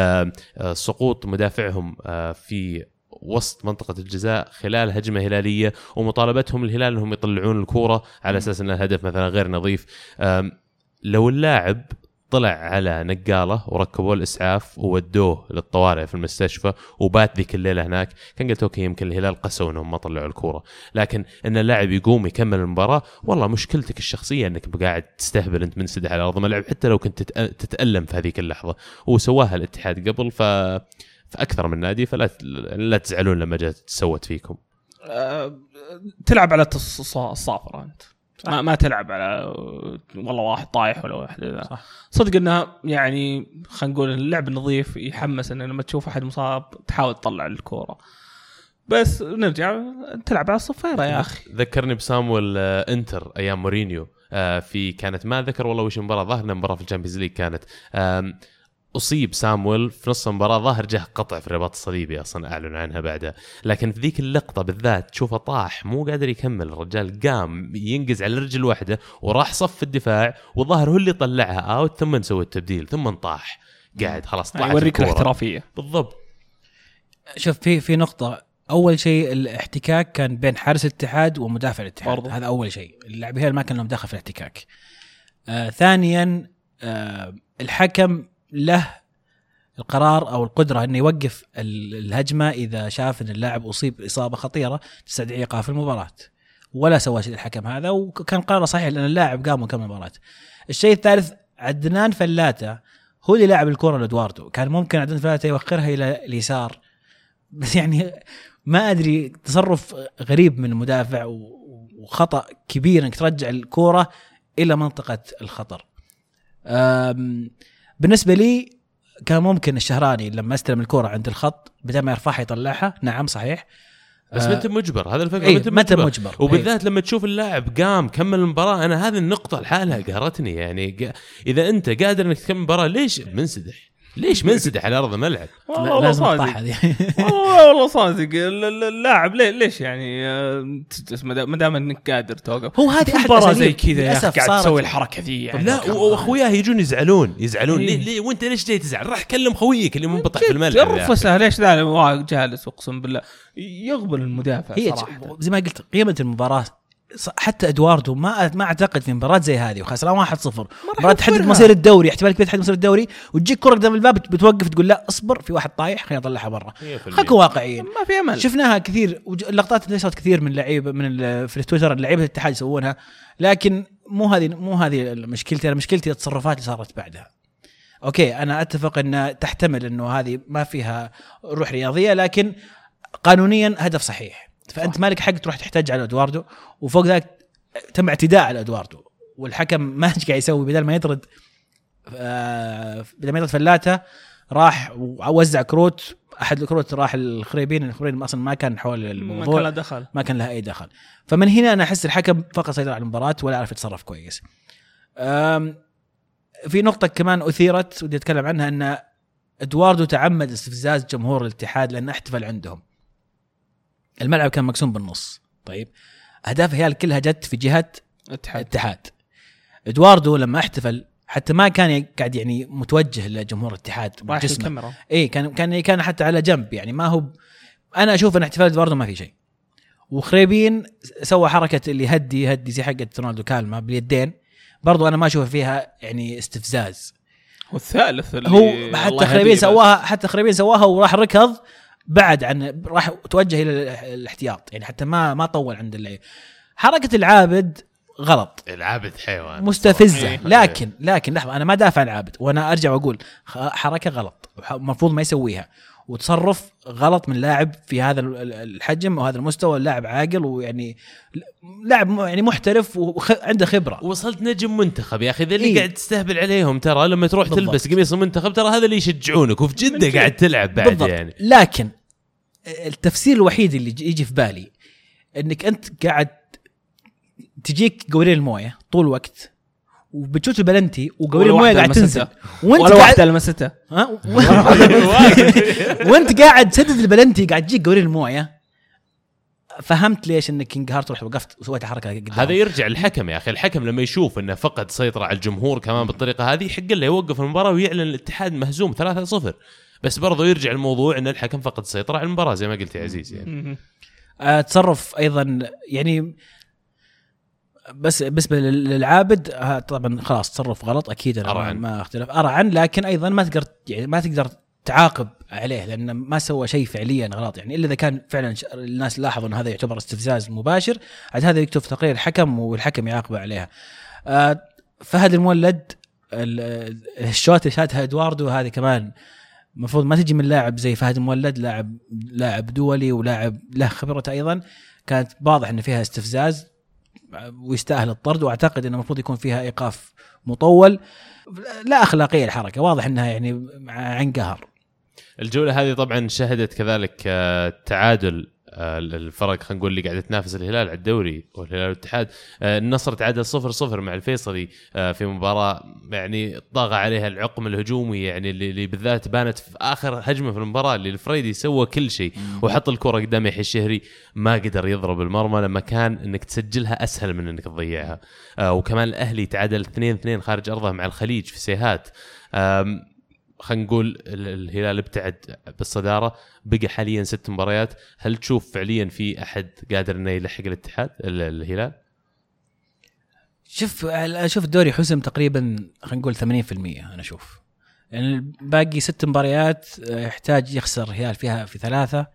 [SPEAKER 1] سقوط مدافعهم في وسط منطقة الجزاء خلال هجمة هلالية، ومطالبتهم الهلال انهم يطلعون الكرة على اساس ان الهدف مثلا غير نظيف. لو اللاعب طلع على نقالة وركبوه الاسعاف وودوه للطوارئ في المستشفى وبات ذيك الليلة هناك، كان قلت اوكي يمكن الهلال قسوا انهم ما طلعوا الكرة. لكن ان اللاعب يقوم يكمل المباراة، والله مشكلتك الشخصية انك قاعد تستهبل انت منسدح على ارض الملعب حتى لو كنت تتألم في هذيك اللحظة. وسواها الاتحاد قبل ف فأكثر من نادي، فلا لا تزعلون لما جات تسوت فيكم.
[SPEAKER 3] أه، تلعب على الصافرة أنت، ما, ما تلعب على والله واحد طايح ولا واحد. صدق إنها يعني خلينا نقول اللعب النظيف يحمس إن لما تشوف أحد مصاب تحاول تطلع الكرة، بس نرجع تلعب على الصفيرة يا أخي.
[SPEAKER 1] ذكرني بسامويل انتر أيام مورينيو، في كانت ما ذكر والله وش مباراة، ظهرنا مباراة في الشامبيونز ليج كانت، أصيب سامويل في نص المباراة، ظاهر جه قطع في الرباط الصليبي أصلا أعلن عنها بعدها. لكن في ذيك اللقطة بالذات تشوفه طاح مو قادر يكمل، الرجال قام ينقز على رجل واحدة وراح صف الدفاع، وظاهر هو اللي طلعها أوت ثم نسوي التبديل ثم طاح قاعد خلاص طلع.
[SPEAKER 3] يوريك الاحترافية
[SPEAKER 1] بالضبط.
[SPEAKER 2] شوف في في نقطة، أول شيء الاحتكاك كان بين حارس الاتحاد ومدافع الاتحاد برضو. هذا أول شيء، اللاعب هنا ما كان لهم دخل في الاحتكاك. آه ثانيا آه الحكم له القرار أو القدرة أنه يوقف الهجمة إذا شاف أن اللاعب أصيب إصابة خطيرة تستدعي إيقاف المباراة، ولا سوى شيء الحكم هذا، وكان قرار صحيح لأن اللاعب قام وكمل المباراة. الشيء الثالث، عدنان فلاتة هو اللي لاعب الكرة لإدواردو، كان ممكن عدنان فلاتة يوخرها إلى اليسار، بس يعني ما أدري، تصرف غريب من المدافع وخطأ كبير أنك ترجع الكرة إلى منطقة الخطر. بالنسبة لي كان ممكن الشهراني لما استلم الكرة عند الخط بدل ما يرفعها يطلعها، نعم صحيح،
[SPEAKER 1] بس ما انت مجبر، هذا الفكرة
[SPEAKER 2] ايه متى مجبر, مجبر.
[SPEAKER 1] وبالذات ايه. لما تشوف اللاعب قام كمل المباراة، انا هذه النقطة لحالها قهرتني يعني. اذا انت قادر انك تكمل المباراة ليش منسدح؟ ليش منسدح على ارض الملعب؟
[SPEAKER 3] والله صادق والله صادق اللاعب ليش يعني ما دام انك قادر توقف.
[SPEAKER 2] هو هذه
[SPEAKER 3] مباراة زي كذا يا اخي قاعد تسوي الحركة ذي يعني.
[SPEAKER 1] لا واخوياه يجون يزعلون يزعلون ليه, ليه وانت ليش جاي تزعل؟ راح كلم خويك اللي منبطح في الملعب،
[SPEAKER 3] رفسه ليش ذا جالس اقسم بالله يقبل المدافع صراحة.
[SPEAKER 2] زي ما قلت قيمة المباراة، حتى ادواردو ما ما اعتقد في مباراه زي هذه وخسران واحد صفر مباراه تحدد مصير الدوري، احتمال كبير تحدد مصير الدوري، وتجيك كره قدام الباب بتوقف تقول لا اصبر في واحد طايح خلينا نطلعها برا. خليكم واقعيين،
[SPEAKER 3] ما في امل.
[SPEAKER 2] شفناها كثير، اللقطات اللي صارت كثير من لعيبه من في التويتر لعيبه الاتحاد يسوونها، لكن مو هذه مو هذه مشكلتي. انا مشكلتي التصرفات اللي صارت بعدها. اوكي انا اتفق ان تحتمل انه هذه ما فيها روح رياضيه، لكن قانونيا هدف صحيح، فانت مالك حق تروح تحتاج على ادواردو، وفوق ذلك تم اعتداء على ادواردو، والحكم ما ايش قاعد يسوي، بدل ما يطرد آه بدل ما يطرد فلاتة راح ووزع كروت، احد الكروت راح الخريبين، الخريبين اصلا ما كان حول الموضوع،
[SPEAKER 3] ما كان دخل،
[SPEAKER 2] ما كان لها اي دخل. فمن هنا انا احس الحكم فقط سيطر على المباراه ولا عرف يتصرف كويس. في نقطة كمان أثيرت ودي أتكلم عنها، أن إدواردو تعمد استفزاز جمهور الاتحاد لأن احتفل عندهم. الملعب كان مقسوم بالنص، طيب أهداف هي كلها جت في جهة الاتحاد. إدواردو لما احتفل حتى ما كان قاعد يعني متوجه لجمهور الاتحاد بجسمه، إيه كان كان كان حتى على جنب، يعني ما هو. أنا أشوف أن احتفال إدواردو ما في شيء. وخريبين سوى حركة اللي هدي هدي زي حقة رونالدو كالما باليدين، برضو أنا ما أشوف فيها يعني استفزاز.
[SPEAKER 3] والثالث اللي
[SPEAKER 2] هو حتى خريبين سواها حتى خريبين سواها وراح ركض بعد عن راح توجه إلى الاحتياط، يعني حتى ما ما طول عند اللعب. حركة العابد غلط،
[SPEAKER 1] العابد حيوان
[SPEAKER 2] مستفزة، لكن لكن لحظة أنا ما دافع عن العابد، وأنا أرجع وأقول حركة غلط المفروض ما يسويها، وتصرف غلط من لاعب في هذا الحجم وهذا المستوى. اللاعب عاقل ويعني لاعب يعني محترف وعنده خبرة،
[SPEAKER 1] وصلت نجم منتخب يا أخي. ذا اللي إيه؟ قاعد تستهبل عليهم، ترى لما تروح بالضبط. تلبس قميص المنتخب ترى هذا اللي يشجعونك، وفي جدة قاعد تلعب بعد بالضبط. يعني
[SPEAKER 2] لكن التفسير الوحيد اللي يجي في بالي انك انت قاعد تجيك قورين المويه طول الوقت وبتشوت البلنتي وقورين المويه قاعد تنزل
[SPEAKER 3] وانت ولا واحده لمستها
[SPEAKER 2] ها وانت قاعد تسدد البلنتي قاعد تجيك قورين المويه. فهمت ليش انك انقهرت ورحت وقفت وسويت حركه قدام.
[SPEAKER 1] هذا يرجع الحكم يا اخي. الحكم لما يشوف انه فقد سيطره على الجمهور كمان بالطريقه هذه يحق له يوقف المباراه ويعلن الاتحاد مهزوم ثلاثة صفر. بس برضو يرجع الموضوع ان الحكم فقد السيطره على المباراه زي ما قلت يا عزيز يعني.
[SPEAKER 2] أه تصرف ايضا يعني بس بالنسبه للعابد طبعا خلاص تصرف غلط اكيد انا ما اختلف ارى عن، لكن ايضا ما تقدر يعني ما تقدر تعاقب عليه لأنه ما سوى شيء فعليا غلط يعني، إلا إذا كان فعلا الناس لاحظوا أن هذا يعتبر استفزاز مباشر عاد هذا يكتب في تقرير الحكم والحكم يعاقب عليها. آه فهد المولد الشوت اللي شاتها إدواردو هذه كمان مفروض ما تجي من لاعب زي فهد المولد، لاعب لاعب دولي ولاعب له خبرته أيضا، كانت واضح أن فيها استفزاز ويستاهل الطرد، وأعتقد أنه المفروض يكون فيها إيقاف مطول. لا أخلاقية الحركة، واضح أنها يعني عن قهر.
[SPEAKER 1] الجولة هذه طبعا شهدت كذلك تعادل الفرق خلينا نقول اللي قاعدة تنافس الهلال على الدوري والهلال والاتحاد. النصر تعادل صفر صفر مع الفيصلي في مباراة يعني طاغى عليها العقم الهجومي يعني اللي بالذات بانت في آخر هجمة في المباراة اللي الفريدي سوى كل شيء وحط الكرة قدام يحيى الشهري ما قدر يضرب المرمى لما كان انك تسجلها اسهل من انك تضيعها. وكمان الاهلي تعادل اثنين اثنين خارج ارضه مع الخليج في سيهات. خلينا نقول الهلال ابتعد بالصدارة، بقى حاليا ست مباريات. هل تشوف فعليا في أحد قادر إنه يلحق الاتحاد الهلال؟
[SPEAKER 2] شوف أشوف الدوري حسم تقريبا خلينا نقول ثمانين بالمئة. أنا أشوف يعني باقي ست مباريات يحتاج يخسر الهلال فيها في ثلاثة،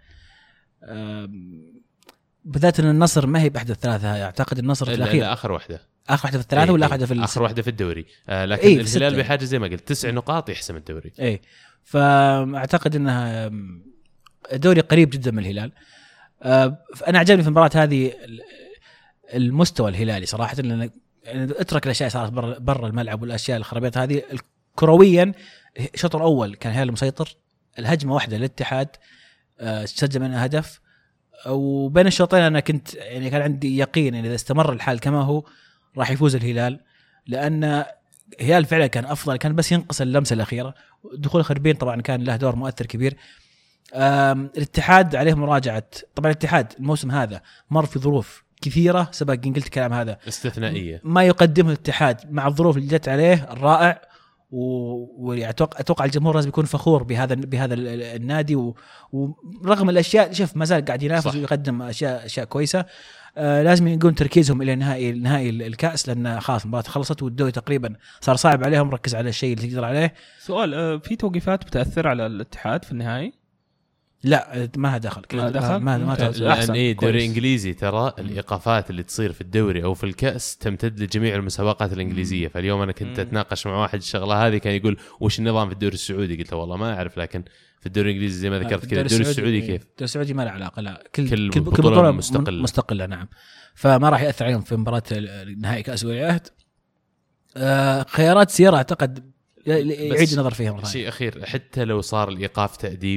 [SPEAKER 2] بالذات أن النصر ما هي بأحد الثلاثة. أعتقد النصر في الأخير
[SPEAKER 1] آخر واحدة
[SPEAKER 2] آخر واحدة في الثلاثة إيه ولا آخر واحدة في
[SPEAKER 1] آخر واحدة في الدوري. آه لكن إيه الهلال بحاجة زي ما قلت تسع نقاط يحسم الدوري.
[SPEAKER 2] إيه فأعتقد أنها الدوري قريب جدا من الهلال. آه أنا عجبني في المباراة هذه المستوى الهلالي صراحة، لأن اترك الأشياء صارت برا برا الملعب والأشياء الخرابيط هذه. كرويا الشوط الأول كان الهلال مسيطر، الهجمة واحدة للاتحاد آه سجل منها هدف، وبين الشوطين أنا كنت يعني كان عندي يقين إن إذا استمر الحال كما هو راح يفوز الهلال، لأن الهلال فعلا كان أفضل، كان بس ينقص اللمسة الأخيرة. دخول خربين طبعا كان له دور مؤثر كبير. الاتحاد عليه مراجعة، طبعا الاتحاد الموسم هذا مر في ظروف كثيرة سبق قلت كلام هذا
[SPEAKER 1] استثنائية ما
[SPEAKER 2] يقدمه الاتحاد مع الظروف اللي جت عليه الرائع، وأتوقع الجمهور لازم يكون فخور بهذا بهذا النادي، ورغم الأشياء شوف ما زال قاعد ينافس ويقدم أشياء أشياء كويسة. آه لازم يكون تركيزهم إلى نهائي نهائي الكأس، لأن خلاص المباراة خلصت والدوري تقريبا صار صعب عليهم، ركز على الشيء اللي تقدر عليه.
[SPEAKER 3] سؤال آه في توقيفات بتأثر على الاتحاد في النهائي؟
[SPEAKER 2] لا ما دخل
[SPEAKER 3] ما دخل
[SPEAKER 2] ما ما
[SPEAKER 1] لأن إيه الدوري الإنجليزي ترى الإيقافات اللي تصير في الدوري أو في الكأس تمتد لجميع المسابقات الإنجليزية. فاليوم أنا كنت أتناقش مع واحد الشغلة هذه كان يقول وش النظام في الدوري السعودي، قلت له والله ما أعرف، لكن في الدوري الإنجليزي زي ما ذكرت كذا الدوري السعودي كيف
[SPEAKER 2] الدوري السعودي ما له علاقة، لا كل
[SPEAKER 1] كل, كل بطولة, بطولة مستقلة
[SPEAKER 2] مستقلة نعم، فما راح يأثر عليهم في مباراة نهائي كأس ولي العهد. آه خيارات سيارة أعتقد يعيد النظر فيها مرة
[SPEAKER 1] شيء أخير، حتى لو صار الإيقاف تأديبي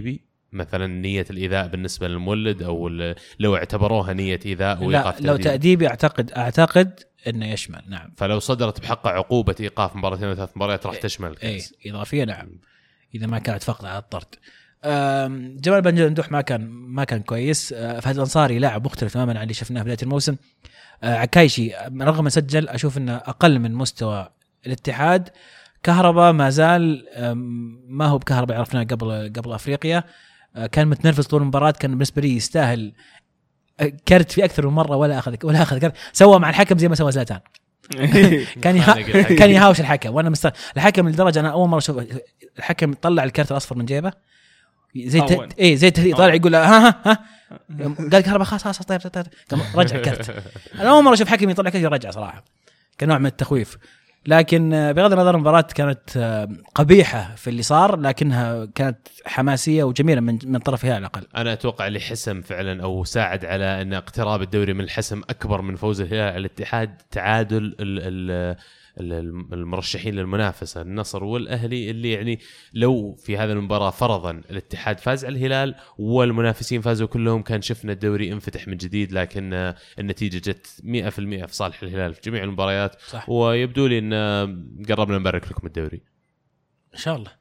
[SPEAKER 1] مثلا نية الإيذاء بالنسبة للمولد، أو لو اعتبروها نية إيذاء وإيقاف
[SPEAKER 2] لو تأديبي أعتقد أعتقد إنه يشمل. نعم.
[SPEAKER 1] فلو صدرت بحق عقوبة إيقاف مباراتين أو ثلاث مباريات راح تشمل
[SPEAKER 2] أي إضافية. نعم. إذا ما كانت فقط على الطرد. جمال بن جندوح ما كان ما كان كويس. فهد الأنصاري لاعب مختلف تماما عن اللي شفناه بداية الموسم. عكايشي رغم ما سجل أشوف إنه أقل من مستوى الاتحاد. كهربا ما زال ما هو بكهربا عرفناه قبل قبل أفريقيا. كان متنرفز طول المباراة. كان بالنسبة لي يستاهل كرت في أكثر من مرة ولا أخذ ولا أخذ كرت. سوى مع الحكم زي ما سوى زلاتان. كان يها... كان يهاوش الحكم وأنا مست... الحكم لدرجة أنا أول مرة شوف الحكم طلع الكرت الأصفر من جيبه زي ت... إيه زي تهديد. طالع يقول ها ها ها قال كهربا خلاص خلاص طيب طيب رجع الكرت. أنا أول مرة أشوف حكم يطلع كرت يرجع صراحة. كان نوع من التخويف. لكن بغض النظر المباراة كانت قبيحة في اللي صار، لكنها كانت حماسية وجميلة من من طرفها على الأقل.
[SPEAKER 1] أنا أتوقع اللي حسم فعلا أو ساعد على أن اقتراب الدوري من الحسم أكبر من فوز الهلال على الاتحاد تعادل ال ال المرشحين للمنافسة النصر والأهلي، اللي يعني لو في هذا المباراة فرضا الاتحاد فاز على الهلال والمنافسين فازوا كلهم كان شفنا الدوري انفتح من جديد. لكن النتيجة جت مئة في المئة في صالح الهلال في جميع المباريات. صح. ويبدو لي أن قربنا نبارك لكم الدوري
[SPEAKER 2] إن شاء الله.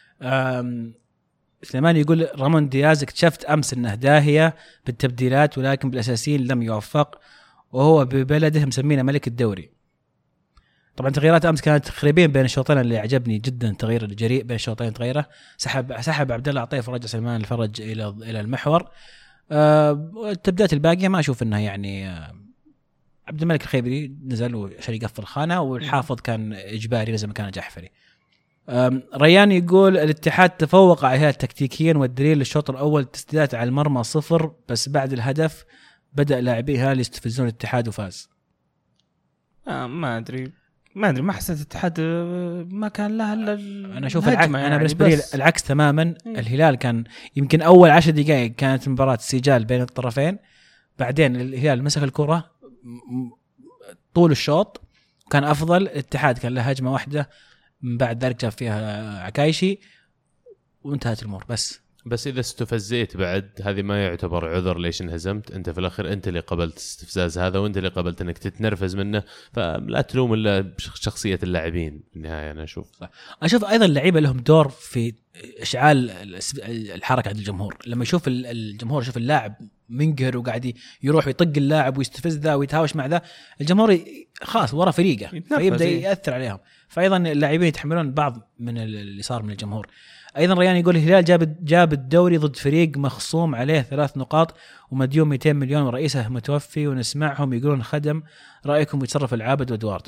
[SPEAKER 2] سليمان يقول رامون دياز اكتشفت أمس أنه داهية بالتبديلات ولكن بالأساسيين لم يوفق وهو ببلده مسمينه ملك الدوري. طبعا تغييرات امس كانت تقريبا بين الشوطين، اللي عجبني جدا تغيير الجريء بين الشوطين تغييره. سحب سحب عبد الله عطيف ورجع سلمان الفرج الى الى المحور. أه التبديلات الباقيه ما اشوف انها يعني أه عبد الملك الخيبري نزل عشان يقفل الخانه، والحافظ كان اجباري لازم كان جحفري. أه ريان يقول الاتحاد تفوق على الهلال تكتيكيا، والدليل الشوط الاول تسديدات على المرمى صفر، بس بعد الهدف بدا لاعبي الهلال يستفزون الاتحاد وفاز.
[SPEAKER 3] آه ما ادري ما ادري ما حسيت الاتحاد ما كان له الا
[SPEAKER 2] انا اشوف العكس. يعني انا بالنسبه لي العكس تماما. الهلال كان يمكن اول عشر دقائق كانت مباراه سجال بين الطرفين، بعدين الهلال مسك الكره طول الشوط كان افضل. الاتحاد كان له هجمه واحده من بعد ذلك جاب فيها عكايشي وانتهت الامور. بس
[SPEAKER 1] بس إذا استفزيت بعد هذه ما يعتبر عذر ليش انهزمت. أنت في الأخير أنت اللي قبلت استفزاز هذا، وأنت اللي قبلت أنك تتنرفز منه، فلا تلوم إلا شخصية اللاعبين في النهاية. أنا أشوف
[SPEAKER 2] صح. أشوف أيضا اللعيبة لهم دور في إشعال الحركة عند الجمهور. لما يشوف الجمهور يشوف اللاعب منقهر وقاعد يروح يطق اللاعب ويستفز ذا ويتهاوش مع ذا، الجمهور خلاص ورا فريقه فيبدأ يأثر عليهم. فأيضا اللاعبين يتحملون بعض من اللي صار من الجمهور. ايضا ريان يقول الهلال جاب جاب الدوري ضد فريق مخصوم عليه ثلاث نقاط ومديون مئتين مليون ورئيسه متوفي، ونسمعهم يقولون خدم. رايكم يتصرف العابد وادواردو؟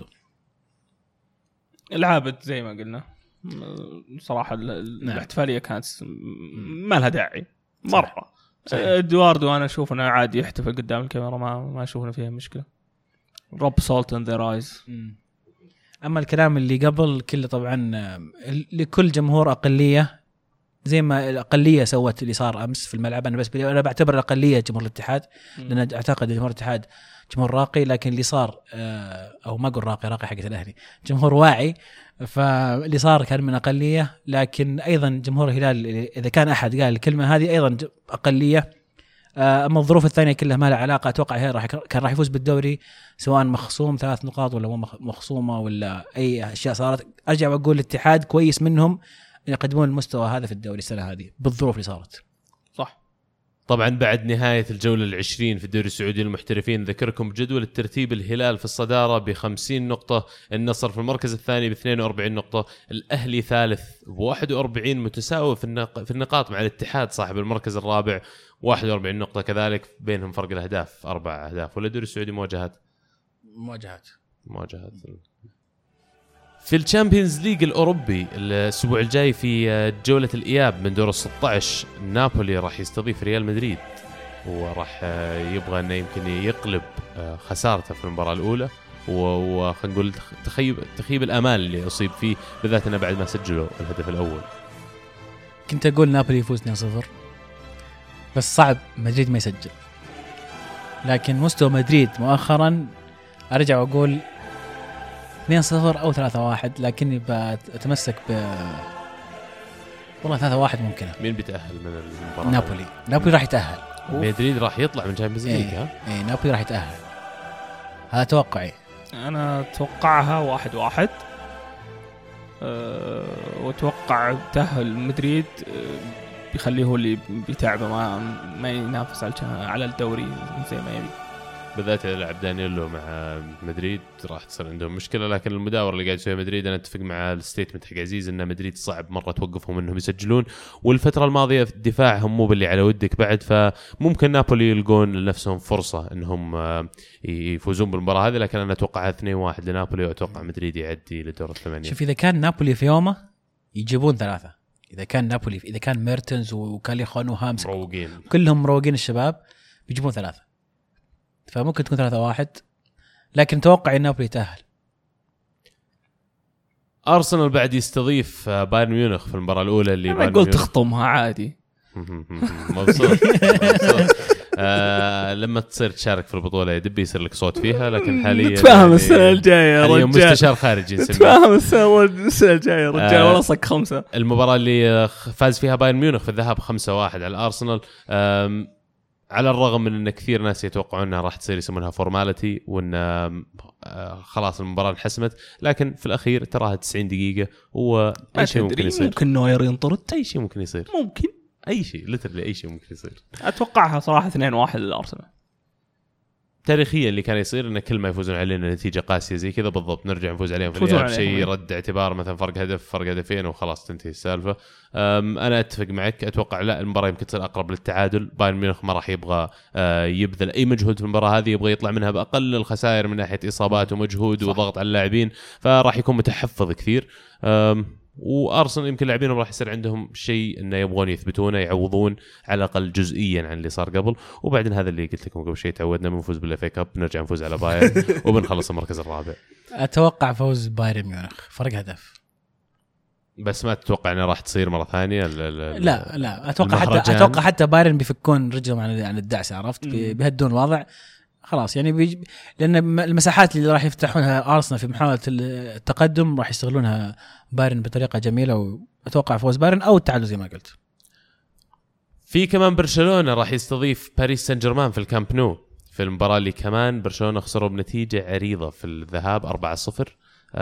[SPEAKER 3] العابد زي ما قلنا صراحه الاحتفاليه كانت ما لها داعي مره. ادواردو انا اشوف انه عادي يحتفل قدام الكاميرا، ما ما اشوفنا فيها مشكله. روب سولت ان ذا رايز.
[SPEAKER 2] أما الكلام اللي قبل كله طبعا لكل جمهور أقلية، زي ما الأقلية سوت اللي صار أمس في الملعب. أنا بس أنا بعتبر الأقلية جمهور الاتحاد، لأن أعتقد جمهور الاتحاد جمهور راقي، لكن اللي صار أو ما أقول راقي راقي حقة الأهلي جمهور واعي، فاللي صار كان من أقلية. لكن أيضا جمهور الهلال إذا كان أحد قال الكلمة هذه أيضا أقلية. أما الظروف الثانية كلها ما لها علاقة. أتوقع هي راح كان راح يفوز بالدوري سواء مخصوم ثلاث نقاط ولا مو مخصومة ولا أي أشياء صارت. أرجع وأقول الاتحاد كويس منهم يقدمون المستوى هذا في الدوري السنة هذه بالظروف اللي صارت.
[SPEAKER 3] صح.
[SPEAKER 1] طبعا بعد نهاية الجولة العشرين في الدوري السعودي للمحترفين ذكركم بجدول الترتيب: الهلال في الصدارة بخمسين نقطة، النصر في المركز الثاني باثنين وأربعين نقطة، الأهلي ثالث بواحد وأربعين متساوي في في النقاط مع الاتحاد صاحب المركز الرابع واحد وأربعين نقطة كذلك، بينهم فرق الأهداف أربع أهداف. ولا الدوري السعودي مواجهات
[SPEAKER 2] مواجهات
[SPEAKER 1] مواجهات في الشامبيونز ليج الأوروبي الأسبوع الجاي في جولة الإياب من دور الستة عشر. نابولي راح يستضيف ريال مدريد، وراح يبغى أنه يمكن يقلب خسارته في المباراة الأولى، وخلينا نقول تخيب تخيب الأمال اللي أصيب فيه، بالذات أنه بعد ما سجلوا الهدف الأول.
[SPEAKER 2] كنت أقول نابولي يفوز اثنين صفر، بس صعب مدريد ما يسجل. لكن مستوى مدريد مؤخرا أرجع وأقول اثنين صفر أو ثلاثة واحد، لكني بتمسك ب والله ثلاثة واحد ممكنة.
[SPEAKER 1] مين بيتأهل من المباراة؟
[SPEAKER 2] نابولي نابولي راح يتأهل.
[SPEAKER 1] مدريد راح يطلع من الشامبيونز ليج.
[SPEAKER 2] ها اي نابولي راح يتأهل، هذا توقعي.
[SPEAKER 3] انا اتوقعها واحد واحد أه واتوقع تأهل مدريد أه بيخليه هو اللي بيتعبه، ما ما ينافس على على الدوري زي ما يبي،
[SPEAKER 1] بالذات إذا لعب دانييلو مع مدريد راح تصير عندهم مشكلة. لكن المداور اللي قاعد يسويه مدريد، أنا أتفق مع الستيتمنت حق عزيز إن مدريد صعب مرة توقفهم إنهم يسجلون، والفترة الماضية في دفاعهم مو باللي على ودك بعد، فممكن نابولي يلقون لنفسهم فرصة إنهم يفوزون بالمباراة هذه. لكن أنا أتوقع اثنين واحد لنابولي، وأتوقع مدريد يعدي لدور الثمانية.
[SPEAKER 2] شوف إذا كان نابولي في يومه يجيبون ثلاثة، إذا كان نابولي إذا كان ميرتنز وكاليخون وهامس
[SPEAKER 1] مروقين
[SPEAKER 2] كلهم مروقين الشباب بيجيبون ثلاثة، فممكن تكون ثلاثة واحد. لكن توقع نابولي يتأهل.
[SPEAKER 1] أرسنال بعد يستضيف بايرن ميونخ في المباراة الأولى اللي
[SPEAKER 3] أنا قلت تخطمها عادي.
[SPEAKER 1] مبسوط. آه لما تصير تشارك في البطولة يدبي يصير لك صوت فيها، لكن حاليا
[SPEAKER 3] تفهم السنة الجاية يا رجال،
[SPEAKER 1] مستشار خارجي
[SPEAKER 3] تفهم السنة الجاية يا رجال. والله صك خمسة.
[SPEAKER 1] المباراة اللي فاز فيها بايرن ميونخ في الذهاب خمسة واحد على أرسنال، على الرغم من أن كثير ناس يتوقعون أنها راح تصير يسمونها فورماليتي وأن خلاص المباراة انحسمت، لكن في الأخير تراها تسعين دقيقة وأي شيء ممكن يصير.
[SPEAKER 3] ممكن نوير ينطرد،
[SPEAKER 1] أي شيء ممكن يصير،
[SPEAKER 3] ممكن
[SPEAKER 1] أي شيء لترلي أي شيء ممكن يصير.
[SPEAKER 3] أتوقعها صراحة اثنين واحد للأرسنال.
[SPEAKER 1] تاريخيا اللي كان يصير إن كل ما يفوزون علينا نتيجة قاسية زي كذا بالضبط نرجع نفوز عليهم في الإياب، شيء رد اعتبار مثلا فرق هدف فرق هدفين وخلاص تنتهي السالفة. أنا أتفق معك، أتوقع لا المباراة يمكن تصير أقرب للتعادل. بايرن ميونخ ما راح يبغى يبذل أي مجهود في المباراة هذه، يبغى يطلع منها بأقل الخسائر من ناحية إصابات ومجهود صح. وضغط على اللاعبين، فراح يكون متحفظ كثير. وأرسنال يمكن لاعبينهم راح يصير عندهم شيء إنه يبغون يثبتونه، يعوضون على الأقل جزئيا عن اللي صار قبل. وبعدين هذا اللي قلت لكم قبل شيء، تعودنا بنفوز بالإف إيه كاب نرجع نفوز على بايرن وبنخلص المركز الرابع.
[SPEAKER 2] أتوقع فوز بايرن ميونخ فرق هدف.
[SPEAKER 1] بس ما تتوقع أنها راح تصير مرة ثانية؟
[SPEAKER 2] لا لا أتوقع حتى أتوقع حتى بايرن بيفكون رجلهم عن الدعسة، عرفت، بيهدون الوضع خلاص يعني بيج... لأن المساحات اللي راح يفتحونها أرسنال في محاولة التقدم راح يستغلونها بايرن بطريقة جميلة، وأتوقع فوز بايرن أو التعادل زي ما قلت.
[SPEAKER 1] في كمان برشلونة راح يستضيف باريس سان جيرمان في الكامب نو في المباراة اللي كمان برشلونة خسروا بنتيجة عريضة في الذهاب أربعة صفر.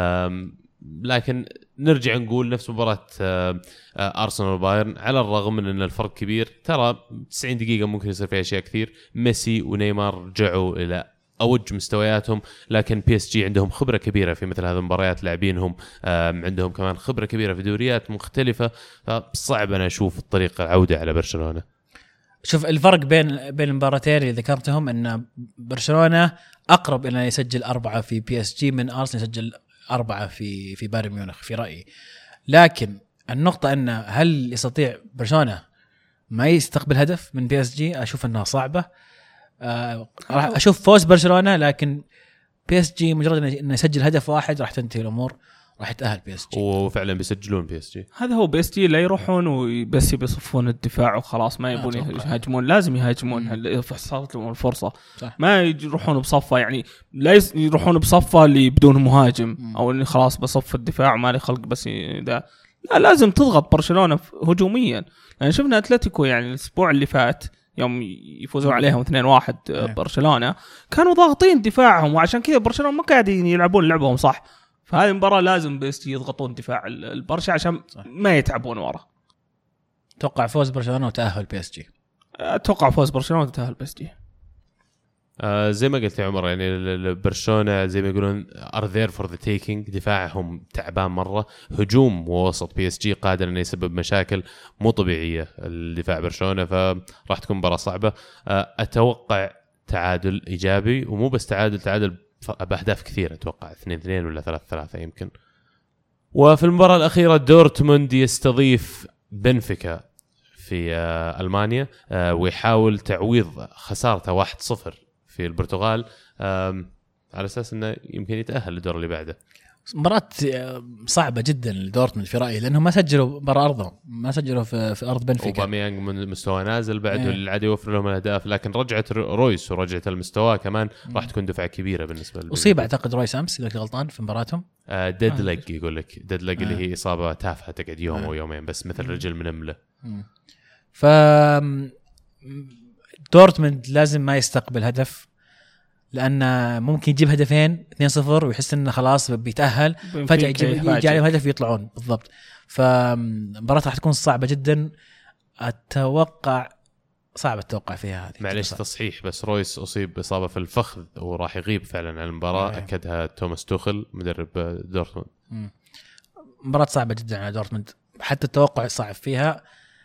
[SPEAKER 1] لكن نرجع نقول نفس مباراة أرسنال وبايرن، على الرغم من أن الفرق كبير، ترى تسعين دقيقة ممكن يصير فيها أشياء كثير. ميسي ونيمار رجعوا إلى أوج مستوياتهم، لكن بي اس جي عندهم خبرة كبيرة في مثل هذه المباريات، لاعبينهم عندهم كمان خبرة كبيرة في دوريات مختلفة، فصعب أنا أشوف الطريقة العودة على برشلونة.
[SPEAKER 2] شوف الفرق بين بين المباراتين اللي ذكرتهم، أن برشلونة أقرب إنه يسجل أربعة في بي اس جي من أرسنال يسجل أربعة في في بايرن ميونخ في رأيي. لكن النقطة أن هل يستطيع برشلونة ما يستقبل هدف من بي اس جي؟ أشوف أنها صعبة. أه راح أشوف فوز برشلونة، لكن بي اس جي مجرد إنه يسجل هدف واحد راح تنتهي الأمور، راح يتأهل بي اس جي.
[SPEAKER 1] وفعلا بيسجلون بي اس جي.
[SPEAKER 3] هذا هو بي اس جي، لا يروحون وبس يصفون الدفاع وخلاص، ما يبون يهاجمون، لازم يهاجمون صارت لهم الفرصة صح. ما يروحون بصفة، يعني لا يروحون بصفة اللي بدون مهاجم م. أو إني خلاص بصف الدفاع وما لي خلق بس ده. لا لازم تضغط برشلونة هجوميا. يعني شفنا أتلتيكو يعني الأسبوع اللي فات يوم يفوزون عليهم اثنين واحد برشلونة كانوا ضاغطين دفاعهم، وعشان كذا برشلونة ما قاعدين يلعبون لعبهم صح. فهذه المباراة لازم بس يضغطون دفاع البرشا عشان ما يتعبون ورا.
[SPEAKER 2] توقع فوز برشلونة وتأهل بي اس جي.
[SPEAKER 3] اتوقع فوز برشلونة وتأهل بي اس جي.
[SPEAKER 1] آه زي ما قلت يا عمر، يعني برشلونة زي ما يقولون are there for the taking. دفاعهم تعبان مرة، هجوم ووسط بي اس جي قادر انه يسبب مشاكل مو طبيعية الدفاع برشلونة، فراح تكون مباراة صعبة. آه اتوقع تعادل ايجابي، ومو بس تعادل تعادل بأهداف كثيرة، أتوقع اثنين اثنين ولا ثلاثة ثلاثة يمكن. وفي المباراة الأخيرة دورتموند يستضيف بنفيكا في ألمانيا ويحاول تعويض خسارته واحد صفر في البرتغال على أساس أنه يمكن يتأهل للدور اللي بعده.
[SPEAKER 2] مباراة صعبة جدا لدورتموند في رأيي، لأنهم ما سجلوا برا أرضهم، ما سجلوا في, في أرض بنفيكا.
[SPEAKER 1] وباميانغ من مستوى نازل بعده إيه. اللي عاد يوفر لهم الأهداف، لكن رجعت رويس ورجعت المستوى كمان راح تكون دفعة كبيرة بالنسبة له.
[SPEAKER 2] أصيب أعتقد رويس أمس إذا كنت غلطان في مباراتهم.
[SPEAKER 1] آه ديد لج يقول لك ديد لج آه. اللي هي إصابة تافهة تقعد يوم آه. أو يومين بس مثل رجل منملة.
[SPEAKER 2] ف دورتموند لازم ما يستقبل هدف، لأن ممكن يجيب هدفين اثنين صفر ويحس إنه خلاص بيتأهل، فجأة يجيب يجي عليهم هدف ويطلعون بالضبط. فمباراة راح تكون صعبة جدا، أتوقع صعب التوقع فيها هذه.
[SPEAKER 1] معلش تصحيح بس، رويس أصيب إصابة في الفخذ وراح يغيب فعلا عن المباراة. آه. أكدها توماس توخل مدرب دورتموند.
[SPEAKER 2] مباراة صعبة جدا على دورتموند، حتى التوقع صعب فيها.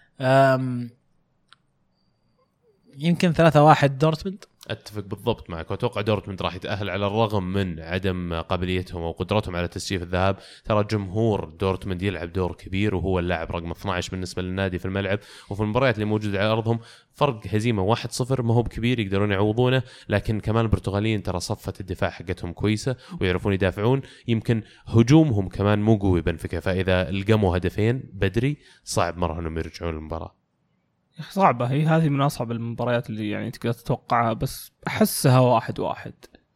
[SPEAKER 2] يمكن ثلاثة واحد دورتموند.
[SPEAKER 1] اتفق بالضبط معك، واتوقع دورتموند راح يتأهل على الرغم من عدم قابليتهم او قدرتهم على تسجيل الذهاب. ترى جمهور دورتموند يلعب دور كبير، وهو اللاعب رقم اثنا عشر بالنسبه للنادي في الملعب، وفي المباريات اللي موجوده على ارضهم فرق هزيمه واحد صفر ما هو بكبير، يقدرون يعوضونه. لكن كمان البرتغاليين ترى صفه الدفاع حقتهم كويسه ويعرفون يدافعون، يمكن هجومهم كمان مو قوي بنفيكا، فاذا القموا هدفين بدري صعب مره انهم يرجعون المباراه.
[SPEAKER 3] صعبة هي، هذه من أصعب المباريات اللي يعني تقدر تتوقعها، بس أحسها واحد واحد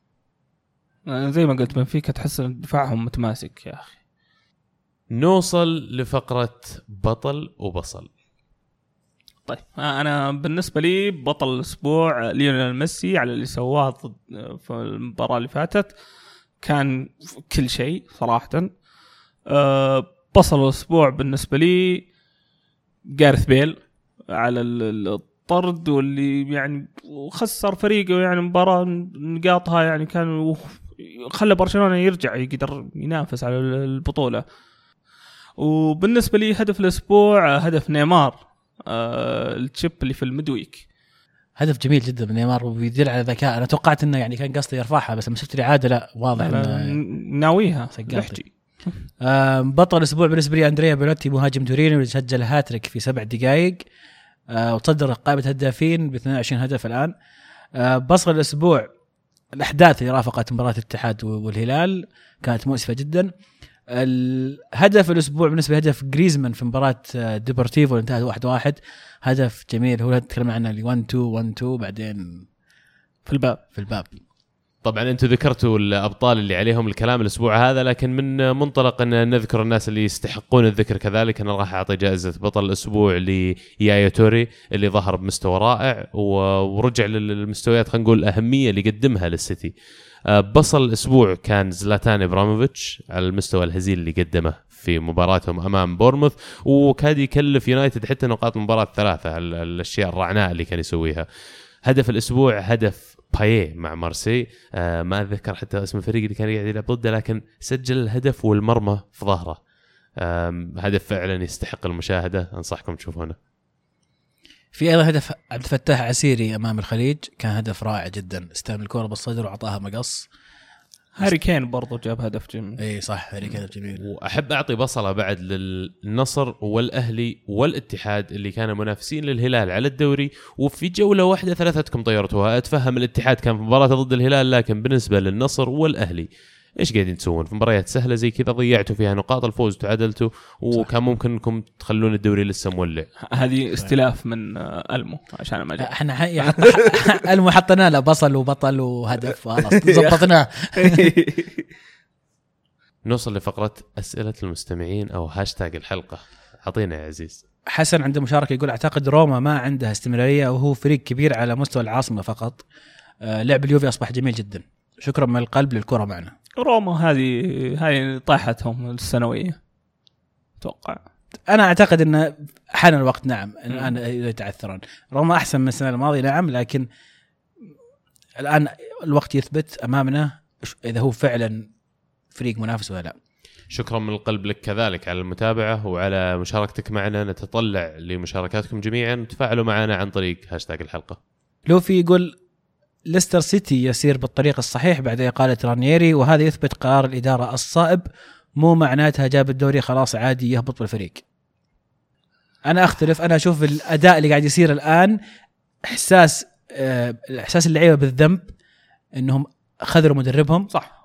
[SPEAKER 3] زي ما قلت بنفيكا، تحس ان دفاعهم متماسك يا أخي.
[SPEAKER 1] نوصل لفقرة بطل وبصل.
[SPEAKER 3] طيب أنا بالنسبة لي بطل الأسبوع ليونيل ميسي على اللي سواه ضد في المباراة اللي فاتت، كان كل شيء صراحة. أه بصل الأسبوع بالنسبة لي جارث بيل على الطرد، واللي يعني خسر فريقه يعني مباراة نقاطها يعني كان خلى برشلونة يرجع يقدر ينافس على البطولة. وبالنسبة لي هدف الأسبوع هدف نيمار، آه التشيب اللي في المدويك،
[SPEAKER 2] هدف جميل جدا من نيمار وبيدل على ذكاء. أنا توقعت إنه يعني كان قصده يرفعها، بس لما شفت الإعادة لا واضح إنه
[SPEAKER 3] ناويها
[SPEAKER 2] سجلت. آه بطل الأسبوع بالنسبة لي أندريا بيلوتي مهاجم تورينو اللي سجل هاتريك في سبع دقائق، آه وتصدر قائمة هدافين ب اثنين وعشرين هدف الآن. آه بصل الأسبوع الأحداث اللي رافقت مباراة الاتحاد والهلال كانت مؤسفة جدا. الهدف الأسبوع بالنسبة لهدف جريزمان في مباراة ديبورتيفو اللي انتهت واحد واحد، هدف جميل هو اللي تكلمنا عنه اللي واحد اثنين واحد اثنين بعدين
[SPEAKER 3] في الباب
[SPEAKER 2] في الباب.
[SPEAKER 1] طبعا انتم ذكرتوا الابطال اللي عليهم الكلام الاسبوع هذا، لكن من منطلق ان نذكر الناس اللي يستحقون الذكر كذلك، انا راح اعطي جائزه بطل الاسبوع ليايا توري اللي ظهر بمستوى رائع ورجع للمستويات خلينا نقول الاهميه اللي قدمها للسيتي. بصل الاسبوع كان زلاتان ابراموفيتش على المستوى الهزيل اللي قدمه في مباراتهم امام بورموث، وكاد يكلف يونايتد حتى نقاط المباراه الثلاثه الاشياء الرعناء اللي كان يسويها. هدف الاسبوع هدف بايه مع مارسي، آه ما أتذكر حتى اسم الفريق اللي كان قاعد يلعب ضده، لكن سجل الهدف والمرمى في ظهره. هدف فعلا يستحق المشاهدة، أنصحكم تشوفونه.
[SPEAKER 2] في أيضا هدف عبد الفتاح عسيري أمام الخليج، كان هدف رائع جدا، استلم الكرة بالصدر وعطاها مقص.
[SPEAKER 3] هاري كين برضو جاب هدف جميل.
[SPEAKER 2] اي صح هاري كين جميل.
[SPEAKER 1] واحب اعطي بصله بعد للنصر والاهلي والاتحاد اللي كانوا منافسين للهلال على الدوري، وفي جوله واحده ثلاثتكم طيرتوها. اتفهم الاتحاد كان في مباراه ضد الهلال، لكن بالنسبه للنصر والاهلي ايش قاعدين تسوون في مباريات سهله زي كذا؟ ضيعتوا فيها نقاط الفوز وتعادلتوا، وكان ممكن انكم تخلون الدوري لسه مولع.
[SPEAKER 3] هذه استلاف من المو عشان ما جاء.
[SPEAKER 2] احنا حط المو حطينا له بصل وبطل وهدف خلاص ضبطناه.
[SPEAKER 1] نوصل لفقره اسئله المستمعين او هاشتاج الحلقه. اعطينا يا عزيز.
[SPEAKER 2] حسن عنده مشاركه يقول اعتقد روما ما عندها استمراريه وهو فريق كبير على مستوى العاصمه فقط. لعب اليوفي اصبح جميل جدا. شكرا من القلب للكره معنا.
[SPEAKER 3] روما هذه هاي طاحتهم السنويه اتوقع.
[SPEAKER 2] انا اعتقد ان حان الوقت نعم الان يتعثرون. روما احسن من السنه الماضيه نعم، لكن الان الوقت يثبت امامنا اذا هو فعلا فريق منافس ولا لا.
[SPEAKER 1] شكرا من القلب لك كذلك على المتابعه وعلى مشاركتك معنا. نتطلع لمشاركاتكم جميعا، وتفاعلوا معنا عن طريق هاشتاج الحلقه.
[SPEAKER 2] لوفي يقول ليستر سيتي يسير بالطريق الصحيح بعد إقالة رانييري، وهذا يثبت قرار الإدارة الصائب، مو معناتها جاب الدوري خلاص عادي يهبط بالفريق. أنا أختلف، أنا أشوف الأداء اللي قاعد يصير الآن إحساس آه إحساس اللعيبة بالذنب إنهم خذلوا مدربهم
[SPEAKER 3] صح،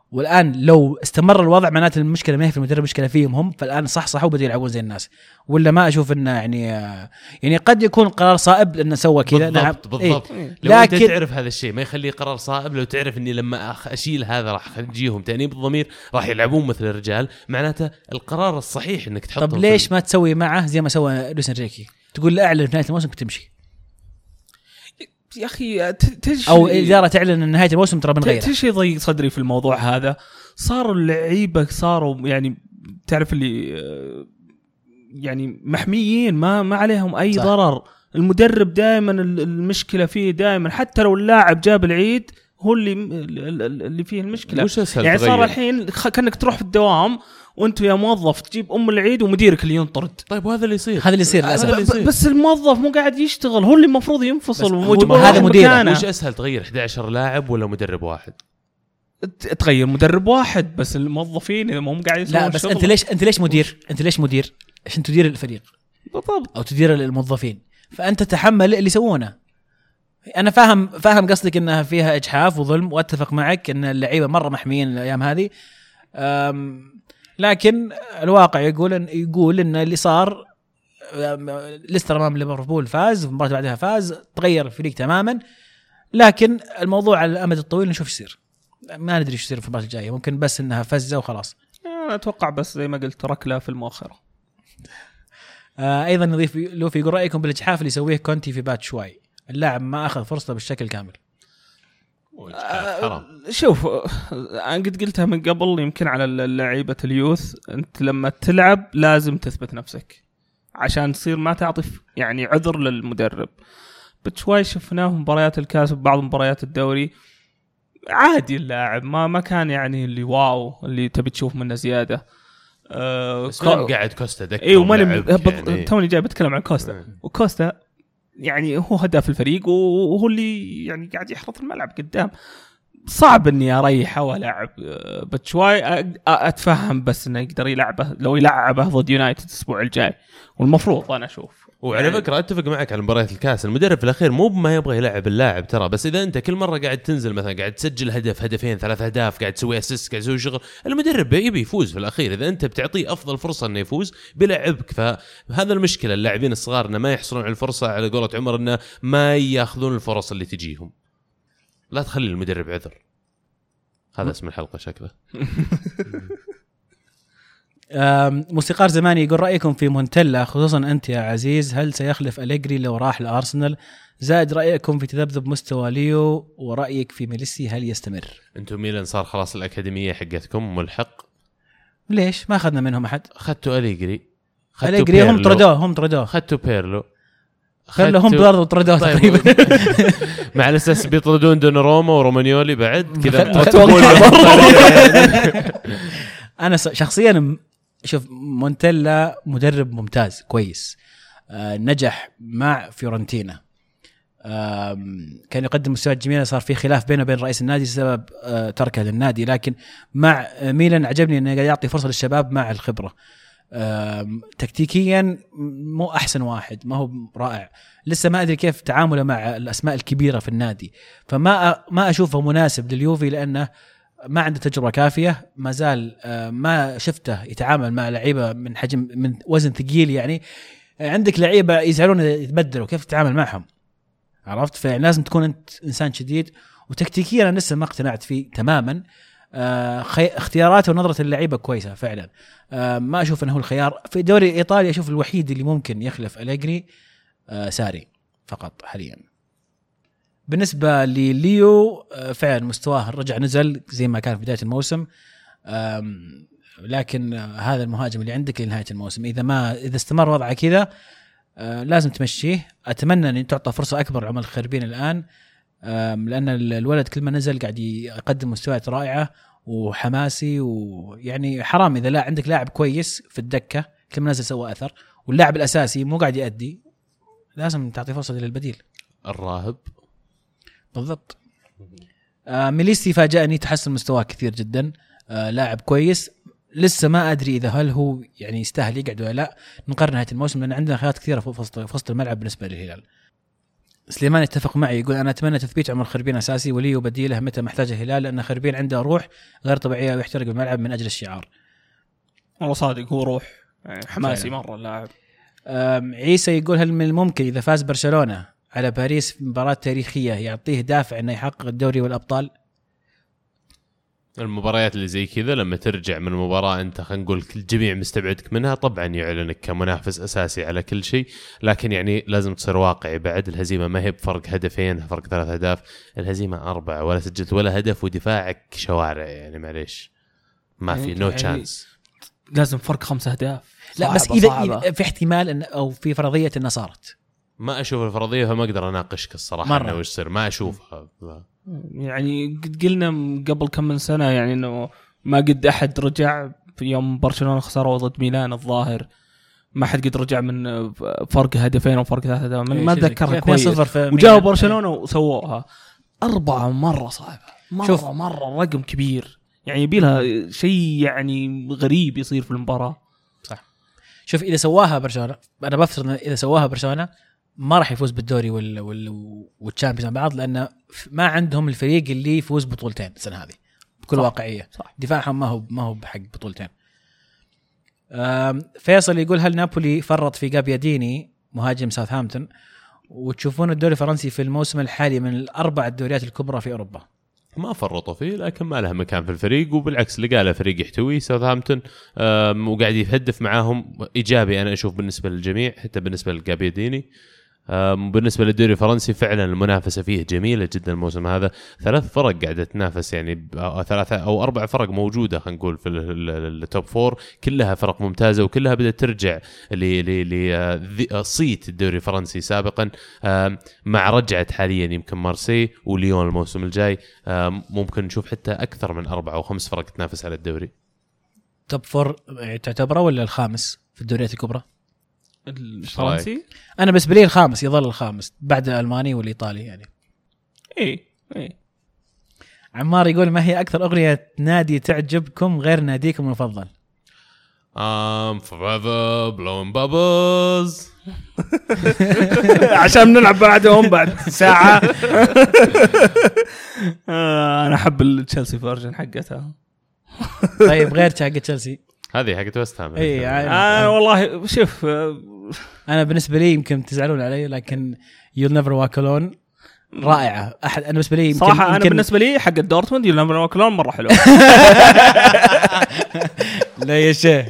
[SPEAKER 2] والآن لو استمر الوضع معناته المشكلة ما هي في المدرب، المشكلة فيهم هم. فالآن صح صح وبدأوا يلعبون زي الناس، ولا ما أشوف إنه يعني يعني قد يكون قرار صائب لأنه سوى كذا.
[SPEAKER 1] بالضبط
[SPEAKER 2] نعم
[SPEAKER 1] بالضبط
[SPEAKER 2] إيه.
[SPEAKER 1] لو
[SPEAKER 2] لكن
[SPEAKER 1] أنت تعرف هذا الشيء ما يخليه قرار صائب. لو تعرف إني لما أشيل هذا راح أجيهم تأنيب الضمير، راح يلعبون مثل الرجال، معناته القرار الصحيح إنك تحطه.
[SPEAKER 2] طب ليش ما تسوي معه زي ما سوى لويس إنريكي، تقول له أعلن في نهاية الموسم بتمشي
[SPEAKER 3] يا أخي تش...
[SPEAKER 2] أو إدارة تعلن أن نهاية الموسم ترى بنغيره.
[SPEAKER 3] تش يضيق صدري في الموضوع هذا. صاروا اللعيبة صاروا يعني تعرف اللي يعني محميين، ما ما عليهم أي صح. ضرر. المدرب دائما المشكلة فيه دائما، حتى لو اللاعب جاب العيد هو اللي اللي فيه المشكلة. يعني صار الحين كأنك تروح في الدوام وانت يا موظف تجيب ام العيد ومديرك اللي ينطرد.
[SPEAKER 1] طيب وهذا اللي يصير،
[SPEAKER 2] هذا اللي يصير للاسف.
[SPEAKER 3] بس الموظف مو قاعد يشتغل، هو اللي المفروض ينفصل
[SPEAKER 2] هذا مدير.
[SPEAKER 1] وش اسهل تغير إحدى عشر لاعب ولا مدرب واحد؟
[SPEAKER 3] تغير مدرب واحد بس، الموظفين اذا ما هم قاعد يسوون.
[SPEAKER 2] لا بس انت ليش انت ليش مدير انت ليش مدير عشان تدير الفريق
[SPEAKER 3] بالضبط
[SPEAKER 2] او تدير الموظفين، فانت تحمل اللي يسوونه. انا فاهم فاهم قصدك انها فيها اجحاف وظلم، واتفق معك ان اللعيبه مره محميين الايام هذه، لكن الواقع يقول ان يقول ان اللي صار ليستر امام ليفربول فاز، المباراه بعدها فاز، تغير الفريق تماما. لكن الموضوع على الامد الطويل نشوف يصير، ما ندري ايش يصير في المباراه الجايه، ممكن بس انها فزه وخلاص.
[SPEAKER 3] انا اتوقع بس زي ما قلت ركله في المؤخره.
[SPEAKER 2] آه ايضا نضيف لو في يقول رايكم بالاجحاف اللي يسويه كونتي في بات شوي، اللاعب ما اخذ فرصته بالشكل كامل.
[SPEAKER 3] آه شوف انا قد قلتها من قبل يمكن على اللعيبه اليوث، انت لما تلعب لازم تثبت نفسك عشان تصير ما تعطف يعني عذر للمدرب. بتشوي شفناه مباريات الكاس وبعض مباريات الدوري عادي، اللاعب ما ما كان يعني اللي واو اللي تبي تشوف منه زياده.
[SPEAKER 1] أه بس كو... قاعد كوستا دكه.
[SPEAKER 3] اي وماني يعني... توني جاي بتكلم عن كوستا م. وكوستا يعني هو هداف الفريق وهو اللي يعني قاعد يحرط الملعب قدام. صعب اني اريحه والعب بتشواي اتفهم، بس انه يقدر يلعبه لو يلعبه ضد يونايتد الاسبوع الجاي، والمفروض انا اشوف.
[SPEAKER 1] وعلى يعني فكره اتفق معك على مباريات الكاس، المدرب في الاخير مو بما يبغى يلعب اللاعب ترى، بس اذا انت كل مره قاعد تنزل مثلا قاعد تسجل هدف هدفين ثلاث اهداف، قاعد تسوي اسيست، قاعد تسوي شغل، المدرب يبي يفوز في الاخير. اذا انت بتعطيه افضل فرصه انه يفوز بيلعبك. فهذا المشكله اللاعبين الصغار انه ما يحصلون على الفرصه، على قولة عمر انه ما ياخذون الفرص اللي تجيهم. لا تخلي المدرب عذر. هذا اسم الحلقه شكله.
[SPEAKER 2] موسيقار زماني يقول رأيكم في مونتيلا خصوصا أنت يا عزيز، هل سيخلف أليجري لو راح لأرسنال؟ زائد رأيكم في تذبذب مستوى ليو، ورأيك في ميليسي هل يستمر؟
[SPEAKER 1] أنتم ميلان صار خلاص الأكاديمية حقتكم ملحق،
[SPEAKER 2] ليش ما أخذنا منهم أحد؟
[SPEAKER 1] أخذتوا أليجري،
[SPEAKER 2] أليجري هم طردوه هم طردوه
[SPEAKER 1] أخذتوا بيرلو
[SPEAKER 2] خلوا هم برضو طردوه تقريبا.
[SPEAKER 1] مع الأساس بيطردون دوناروما ورومانيولي بعد كذا.
[SPEAKER 2] أنا شخصيا شوف مونتيلا مدرب ممتاز كويس، آه نجح مع فيورنتينا، آه كان يقدم مستويات جميلة، صار في خلاف بينه وبين رئيس النادي سبب آه تركه للنادي، لكن مع ميلان عجبني انه يعطي فرصة للشباب مع الخبرة. آه تكتيكيا مو أحسن واحد، ما هو رائع، لسه ما أدري كيف تعامله مع الأسماء الكبيرة في النادي، فما ما أشوفه مناسب لليوفي لأنه ما عنده تجربة كافية، ما زال ما شفته يتعامل مع لعيبة من حجم من وزن ثقيل. يعني عندك لعيبة يزعلون يتبدلوا، كيف تتعامل معهم؟ عرفت؟ فلازم تكون أنت إنسان شديد. وتكتيكيا أنا لسه ما اقتنعت فيه تماما. اختياراته ونظرة اللعيبة كويسة فعلا، ما أشوف أنه هو الخيار في دوري إيطاليا. أشوف الوحيد اللي ممكن يخلف أليجري ساري فقط حاليا. بالنسبة لليو فعلا مستواه رجع نزل زي ما كان في بداية الموسم، لكن هذا المهاجم اللي عندك لنهاية الموسم، إذا ما إذا استمر وضعه كذا لازم تمشيه. أتمنى أن تعطى فرصة أكبر لعمر الخربين الآن، لأن الولد كل ما نزل قاعد يقدم مستويات رائعة وحماسي، ويعني حرام إذا لا عندك لاعب كويس في الدكة كل ما نزل سوى أثر، واللاعب الأساسي مو قاعد يؤدي، لازم تعطي فرصة للبديل.
[SPEAKER 1] الراهب
[SPEAKER 2] بالضبط. آه ميليسي فاجأني، تحسن مستواه كثير جدا، آه لاعب كويس، لسه ما أدري إذا هل هو يعني يستاهل يقعد ولا لا، نقرر نهاية الموسم لأن عندنا خيارات كثيرة في وسط في وسط الملعب بالنسبة للهلال. سليمان يتفق معي، يقول أنا أتمنى تثبيت عمر خربين أساسي ولي وبديله متى محتاج الهلال، لأن خربين عنده روح غير طبيعية ويحترق بالملعب من أجل الشعار.
[SPEAKER 3] والله صادق هو روح يعني حماسي مرة اللاعب.
[SPEAKER 2] عيسى يقول هل من الممكن إذا فاز برشلونة على باريس مباراة تاريخية يعطيه دافع أنه يحقق الدوري والأبطال؟
[SPEAKER 1] المباريات اللي زي كذا لما ترجع من مباراة أنت خلينا نقول كل جميع مستبعدك منها طبعا يعلنك كمنافس أساسي على كل شيء، لكن يعني لازم تصير واقعي بعد. الهزيمة ما هي بفرق هدفين، فرق ثلاث أهداف، الهزيمة أربعة ولا سجلت ولا هدف ودفاعك شوارع، يعني معليش ما في نو تشانس.
[SPEAKER 3] لازم فرق خمسة أهداف.
[SPEAKER 2] لا بس إذا, إذا في احتمال إن أو في فرضية إنها صارت،
[SPEAKER 1] ما أشوف الفرضية فما أقدر أناقشك الصراحة إنه وش يصير، ما أشوفها.
[SPEAKER 3] يعني قد قلنا قبل كم من سنة يعني إنه ما قد أحد رجع في يوم برشلونة خسروا ضد ميلان الظاهر، ما حد قد رجع من فرق هدفين أو فرق ثلاثة أهداف، ما أتذكر كويس. وجاءوا برشلونة وسووها أربعة مرة صعبة، مرة شوف. مرة رقم كبير، يعني يبيلها شيء يعني غريب يصير في المباراة.
[SPEAKER 2] صح. شوف إذا سواها برشلونة، أنا بفترض إذا سواها برشلونة ما راح يفوز بالدوري وال وال والتشامبيونز مع بعض، لأن ما عندهم الفريق اللي يفوز بطولتين السنة هذه بكل صح. واقعية صح. دفاعهم ما هو ما هو بحق بطولتين. فيصل يقول هل نابولي فرط في جابياديني مهاجم ساوثهامبتون، وتشوفون الدوري الفرنسي في الموسم الحالي من الأربع الدوريات الكبرى في أوروبا؟
[SPEAKER 1] ما فرطوا فيه، لكن ما له مكان في الفريق، وبالعكس لقى له فريق يحتوي ساوثهامبتون وقاعد يهدف معاهم إيجابي أنا أشوف بالنسبة للجميع، حتى بالنسبة لجابياديني. بالنسبة للدوري الفرنسي فعلا المنافسة فيه جميلة جدا الموسم هذا، ثلاث فرق قاعدة تنافس، يعني أو ثلاثة أو أربع فرق موجودة خلينا نقول في التوب فور، كلها فرق ممتازة وكلها بدأت ترجع لصيت الدوري الفرنسي سابقا، مع رجعت حاليا يمكن مارسي وليون الموسم الجاي، ممكن نشوف حتى أكثر من أربع أو خمس فرق تنافس على الدوري.
[SPEAKER 2] توب فور تعتبره ولا الخامس في الدوريات الكبرى؟
[SPEAKER 3] الفرنسي
[SPEAKER 2] انا بالنسبه لي الخامس، يظل الخامس بعد الالماني والايطالي يعني.
[SPEAKER 3] اي اي.
[SPEAKER 2] عمار يقول ما هي اكثر اغنيه نادي تعجبكم غير ناديكم المفضل؟
[SPEAKER 1] I'm forever blowing bubbles
[SPEAKER 3] عشان نلعب بعدهم بعد ساعه. انا احب التشيلسي فيرجن حقتها.
[SPEAKER 2] طيب غير حق تشيلسي
[SPEAKER 1] هذه حقت وست هام.
[SPEAKER 2] اي
[SPEAKER 3] آه والله شوف
[SPEAKER 2] انا بالنسبه لي يمكن تزعلون علي، لكن You'll Never Walk Alone رائعه. احد انا بالنسبه لي يمكن
[SPEAKER 3] صراحه انا
[SPEAKER 2] يمكن
[SPEAKER 3] بالنسبه لي حق الدورتموند You'll Never Walk Alone مره حلوه.
[SPEAKER 2] لا يا شيخ.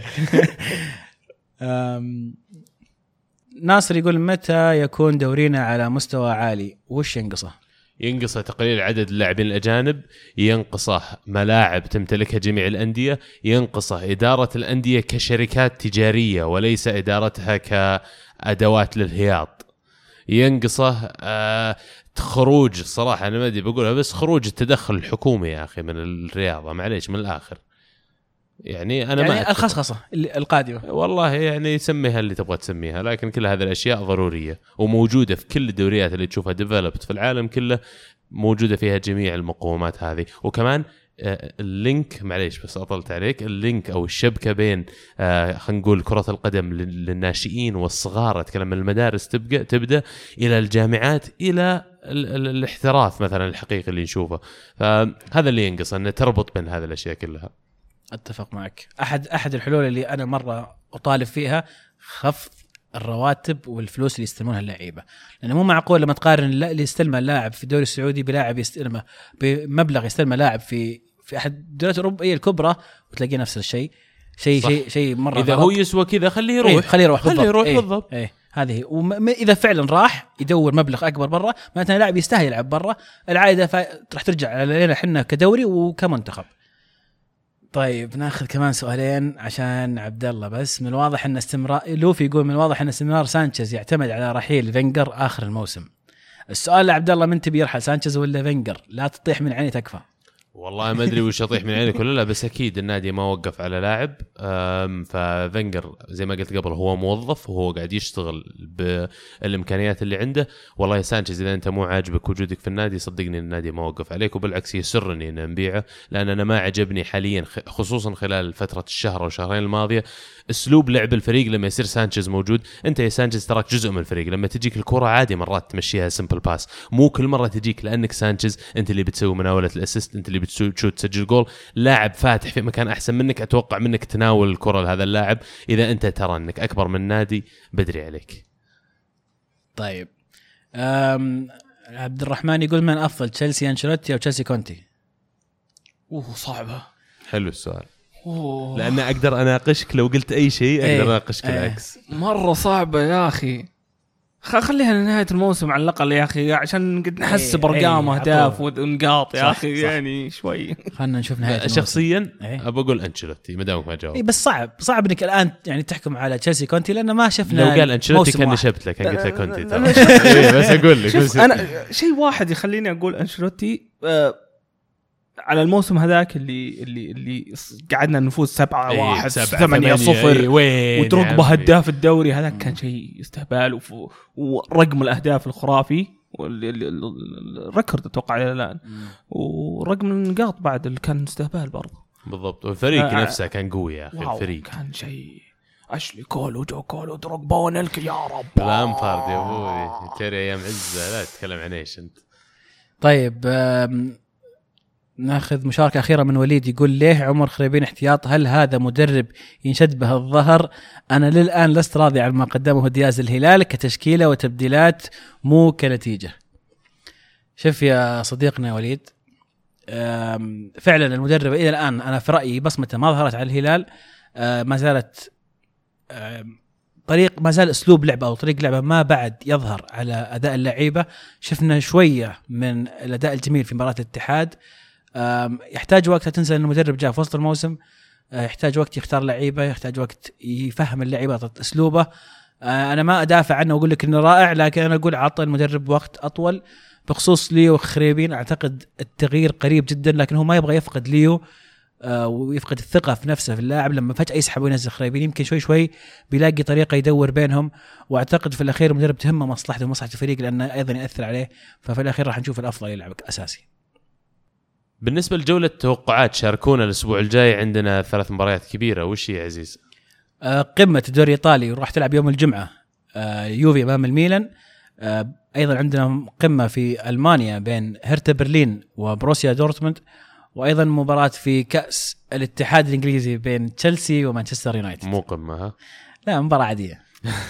[SPEAKER 2] ناصر يقول متى يكون دورينا على مستوى عالي وش ينقصه؟
[SPEAKER 1] ينقصه تقليل عدد اللاعبين الأجانب، ينقصه ملاعب تمتلكها جميع الأندية، ينقصه إدارة الأندية كشركات تجارية وليس إدارتها كأدوات للهياط، ينقصه آه خروج الصراحة أنا ما أدري بقولها بس خروج التدخل الحكومي يا أخي من الرياضة، معليش من الآخر يعني أنا
[SPEAKER 2] يعني
[SPEAKER 1] ما
[SPEAKER 2] الخصخصة القادمة
[SPEAKER 1] والله يعني سميها اللي تبغى تسميها، لكن كل هذه الأشياء ضرورية وموجودة في كل الدوريات اللي تشوفها ديفلوبت في العالم كله، موجودة فيها جميع المقومات هذه. وكمان اللينك معليش بس أطلت عليك، اللينك أو الشبكة بين خلينا نقول كرة القدم للناشئين والصغار، أتكلم من المدارس تبقى تبدأ إلى الجامعات إلى الاحتراف مثلا الحقيقي اللي نشوفه، فهذا اللي ينقص أن تربط بين هذه الأشياء كلها.
[SPEAKER 2] اتفق معك. احد احد الحلول اللي انا مره اطالب فيها خفض الرواتب والفلوس اللي يستلمونها اللعيبه، لانه مو معقول لما تقارن اللي يستلمه اللاعب في الدوري السعودي بلاعب يستلمه بمبلغ يستلمه لاعب في في احد الدوريات الاوروبيه الكبرى وتلاقي نفس الشيء. شيء شيء شيء مره
[SPEAKER 1] اذا هو يسوى كذا خليه يروح.
[SPEAKER 2] إيه خليه يروح
[SPEAKER 1] خليه يروح بالضبط.
[SPEAKER 2] ايه, إيه هذه. واذا فعلا راح يدور مبلغ اكبر برا معناته اللاعب يستاهل يلعب برا، العائده راح ترجع علينا احنا كدوري وكمنتخب. طيب ناخذ كمان سؤالين عشان عبد الله. بس من الواضح ان استمرار لوفي يقول من الواضح ان استمرار سانشيز يعتمد على رحيل فينجر اخر الموسم. السؤال لعبد الله من تبي يرحل سانشيز ولا فينجر؟ لا تطيح من عيني تكفى.
[SPEAKER 1] والله ما ادري وش يطيح من عينك ولا لا، بس اكيد النادي ما وقف على لاعب. ففنجر زي ما قلت قبل هو موظف وهو قاعد يشتغل بالامكانيات اللي عنده. والله يا سانشيز اذا انت مو عاجبك وجودك في النادي صدقني النادي ما وقف عليك، وبالعكس يسرني ان نبيعه، لان انا ما عجبني حاليا خصوصا خلال فتره الشهر او شهرين الماضيه اسلوب لعب الفريق لما يصير سانشيز موجود. انت يا سانشيز تراك جزء من الفريق، لما تجيك الكره عادي مرات تمشيها سمبل باس، مو كل مره تجيك لانك سانشيز انت اللي بتسوي مناوله الاسيست، انت اللي بتسوي تسجل جول. لاعب فاتح في مكان احسن منك اتوقع منك تناول الكره لهذا اللاعب. اذا انت ترى انك اكبر من نادي بدري عليك.
[SPEAKER 2] طيب عبد الرحمن يقول من افضل تشيلسي انشيلوتي او تشيلسي كونتي؟
[SPEAKER 3] اوه صعبه.
[SPEAKER 1] حلو السؤال.
[SPEAKER 3] أوه.
[SPEAKER 1] لأن أقدر أناقشك لو قلت أي شيء أقدر
[SPEAKER 2] ايه
[SPEAKER 1] أناقشك
[SPEAKER 2] ايه.
[SPEAKER 1] العكس.
[SPEAKER 3] مرة صعبة يا أخي، خليها لنهاية الموسم على الأقل يا أخي عشان قد نحس
[SPEAKER 2] ايه
[SPEAKER 3] بأرقام
[SPEAKER 2] ايه
[SPEAKER 3] أهداف ونقاط يا
[SPEAKER 2] صح
[SPEAKER 3] أخي
[SPEAKER 2] صح.
[SPEAKER 3] يعني شوي.
[SPEAKER 2] خلنا نشوف نهاية الموسم.
[SPEAKER 1] شخصيا
[SPEAKER 2] ايه.
[SPEAKER 1] أبى أقول أنشيلوتي ما دامك ما جاوب.
[SPEAKER 2] اي بس صعب صعب انك الان يعني تحكم على تشيلسي كونتي لأنه ما شفنا.
[SPEAKER 1] لو قال أنشيلوتي كان
[SPEAKER 2] واحد.
[SPEAKER 1] نشبت لك كان قلت لك كونتي
[SPEAKER 3] لا،
[SPEAKER 1] ترى.
[SPEAKER 3] لا،
[SPEAKER 1] إيه بس أقول لك
[SPEAKER 3] شوف
[SPEAKER 1] بس
[SPEAKER 3] أنا شيء واحد يخليني أقول أنشيلوتي آه على الموسم هذاك اللي اللي اللي قعدنا نفوز سبعة
[SPEAKER 1] إيه
[SPEAKER 3] واحد
[SPEAKER 1] سبعة
[SPEAKER 3] ثمانية صفر
[SPEAKER 1] إيه وين
[SPEAKER 3] ودروجبا
[SPEAKER 1] يا عمي.
[SPEAKER 3] هداف الدوري هذاك كان شيء يستهبال، وف- ورقم الأهداف الخرافي واللي- اللي- اللي- الريكورد أتوقع إلى الآن، ورقم النقاط بعد اللي كان استهبال برضه.
[SPEAKER 1] بالضبط. والفريق
[SPEAKER 3] آه
[SPEAKER 1] نفسه كان قوي يا أخي.
[SPEAKER 3] واو
[SPEAKER 1] الفريق
[SPEAKER 3] كان شيء. أشلي كول وجو كول ودروجبا ونلك يا رب.
[SPEAKER 1] لامبارد يا أبوي ترى أيام عزة لا تتكلم عن إيش أنت.
[SPEAKER 2] طيب آم، ناخذ مشاركة أخيرة من وليد يقول ليه عمر خريبين احتياط؟ هل هذا مدرب ينشد به الظهر؟ أنا للآن لست راضي عن ما قدمه دياز الهلال كتشكيلة وتبديلات مو كنتيجة. شوف يا صديقنا وليد، آم، فعلا المدرب إلى الآن أنا في رأيي بصمته ما ظهرت على الهلال. آم، ما زالت آم، طريق ما زال أسلوب لعبة أو طريق لعبة ما بعد يظهر على أداء اللعيبة. شفنا شوية من الأداء الجميل في مباراة الاتحاد. يحتاج وقت. تنسى أن المدرب جاء في وسط الموسم، يحتاج وقت يختار لعيبة، يحتاج وقت يفهم اللعيبة أسلوبه. أنا ما أدافع عنه وأقول لك إنه رائع، لكن أنا أقول عطى المدرب وقت أطول. بخصوص ليو خريبين أعتقد التغيير قريب جدا، لكن هو ما يبغى يفقد ليو ويفقد الثقة في نفسه في اللاعب. لما فجأة يسحب وينزل خريبين يمكن شوي شوي بيلاقي طريقة يدور بينهم، واعتقد في الأخير المدرب تهمه مصلحته ومصلحة الفريق لأنه أيضا يأثر عليه، ففي الأخير راح نشوف الأفضل يلعب أساسي.
[SPEAKER 1] بالنسبة لجولة التوقعات شاركونا الأسبوع الجاي، عندنا ثلاث مباريات كبيرة. وش هي عزيز؟
[SPEAKER 2] آه قمة الدوري الإيطالي وراح تلعب يوم الجمعة، آه يوفي أمام الميلان. آه أيضا عندنا قمة في ألمانيا بين هرتا برلين وبروسيا دورتموند، وأيضا مباراة في كأس الاتحاد الإنجليزي بين تشيلسي ومانشستر يونايتد.
[SPEAKER 1] مو قمة ها؟
[SPEAKER 2] لا مباراة عادية.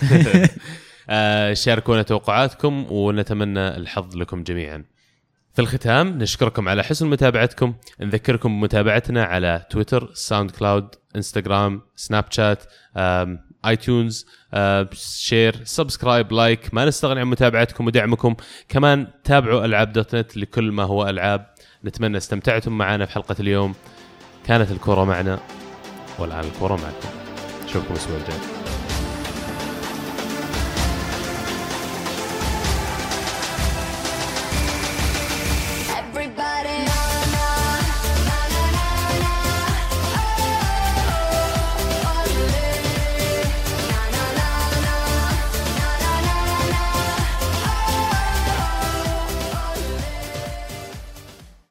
[SPEAKER 1] آه شاركونا توقعاتكم ونتمنى الحظ لكم جميعا. في الختام نشكركم على حسن متابعتكم، نذكركم بمتابعتنا على تويتر، ساوند كلاود، انستغرام، سناب شات، اي تيونز، شير، سبسكرايب، لايك. ما نستغني عن متابعتكم ودعمكم. كمان تابعوا ألعاب دوت نت لكل ما هو ألعاب. نتمنى استمتعتم معنا في حلقة اليوم. كانت الكرة معنا والآن الكرة معكم. نشوفكم الأسبوع الجاي.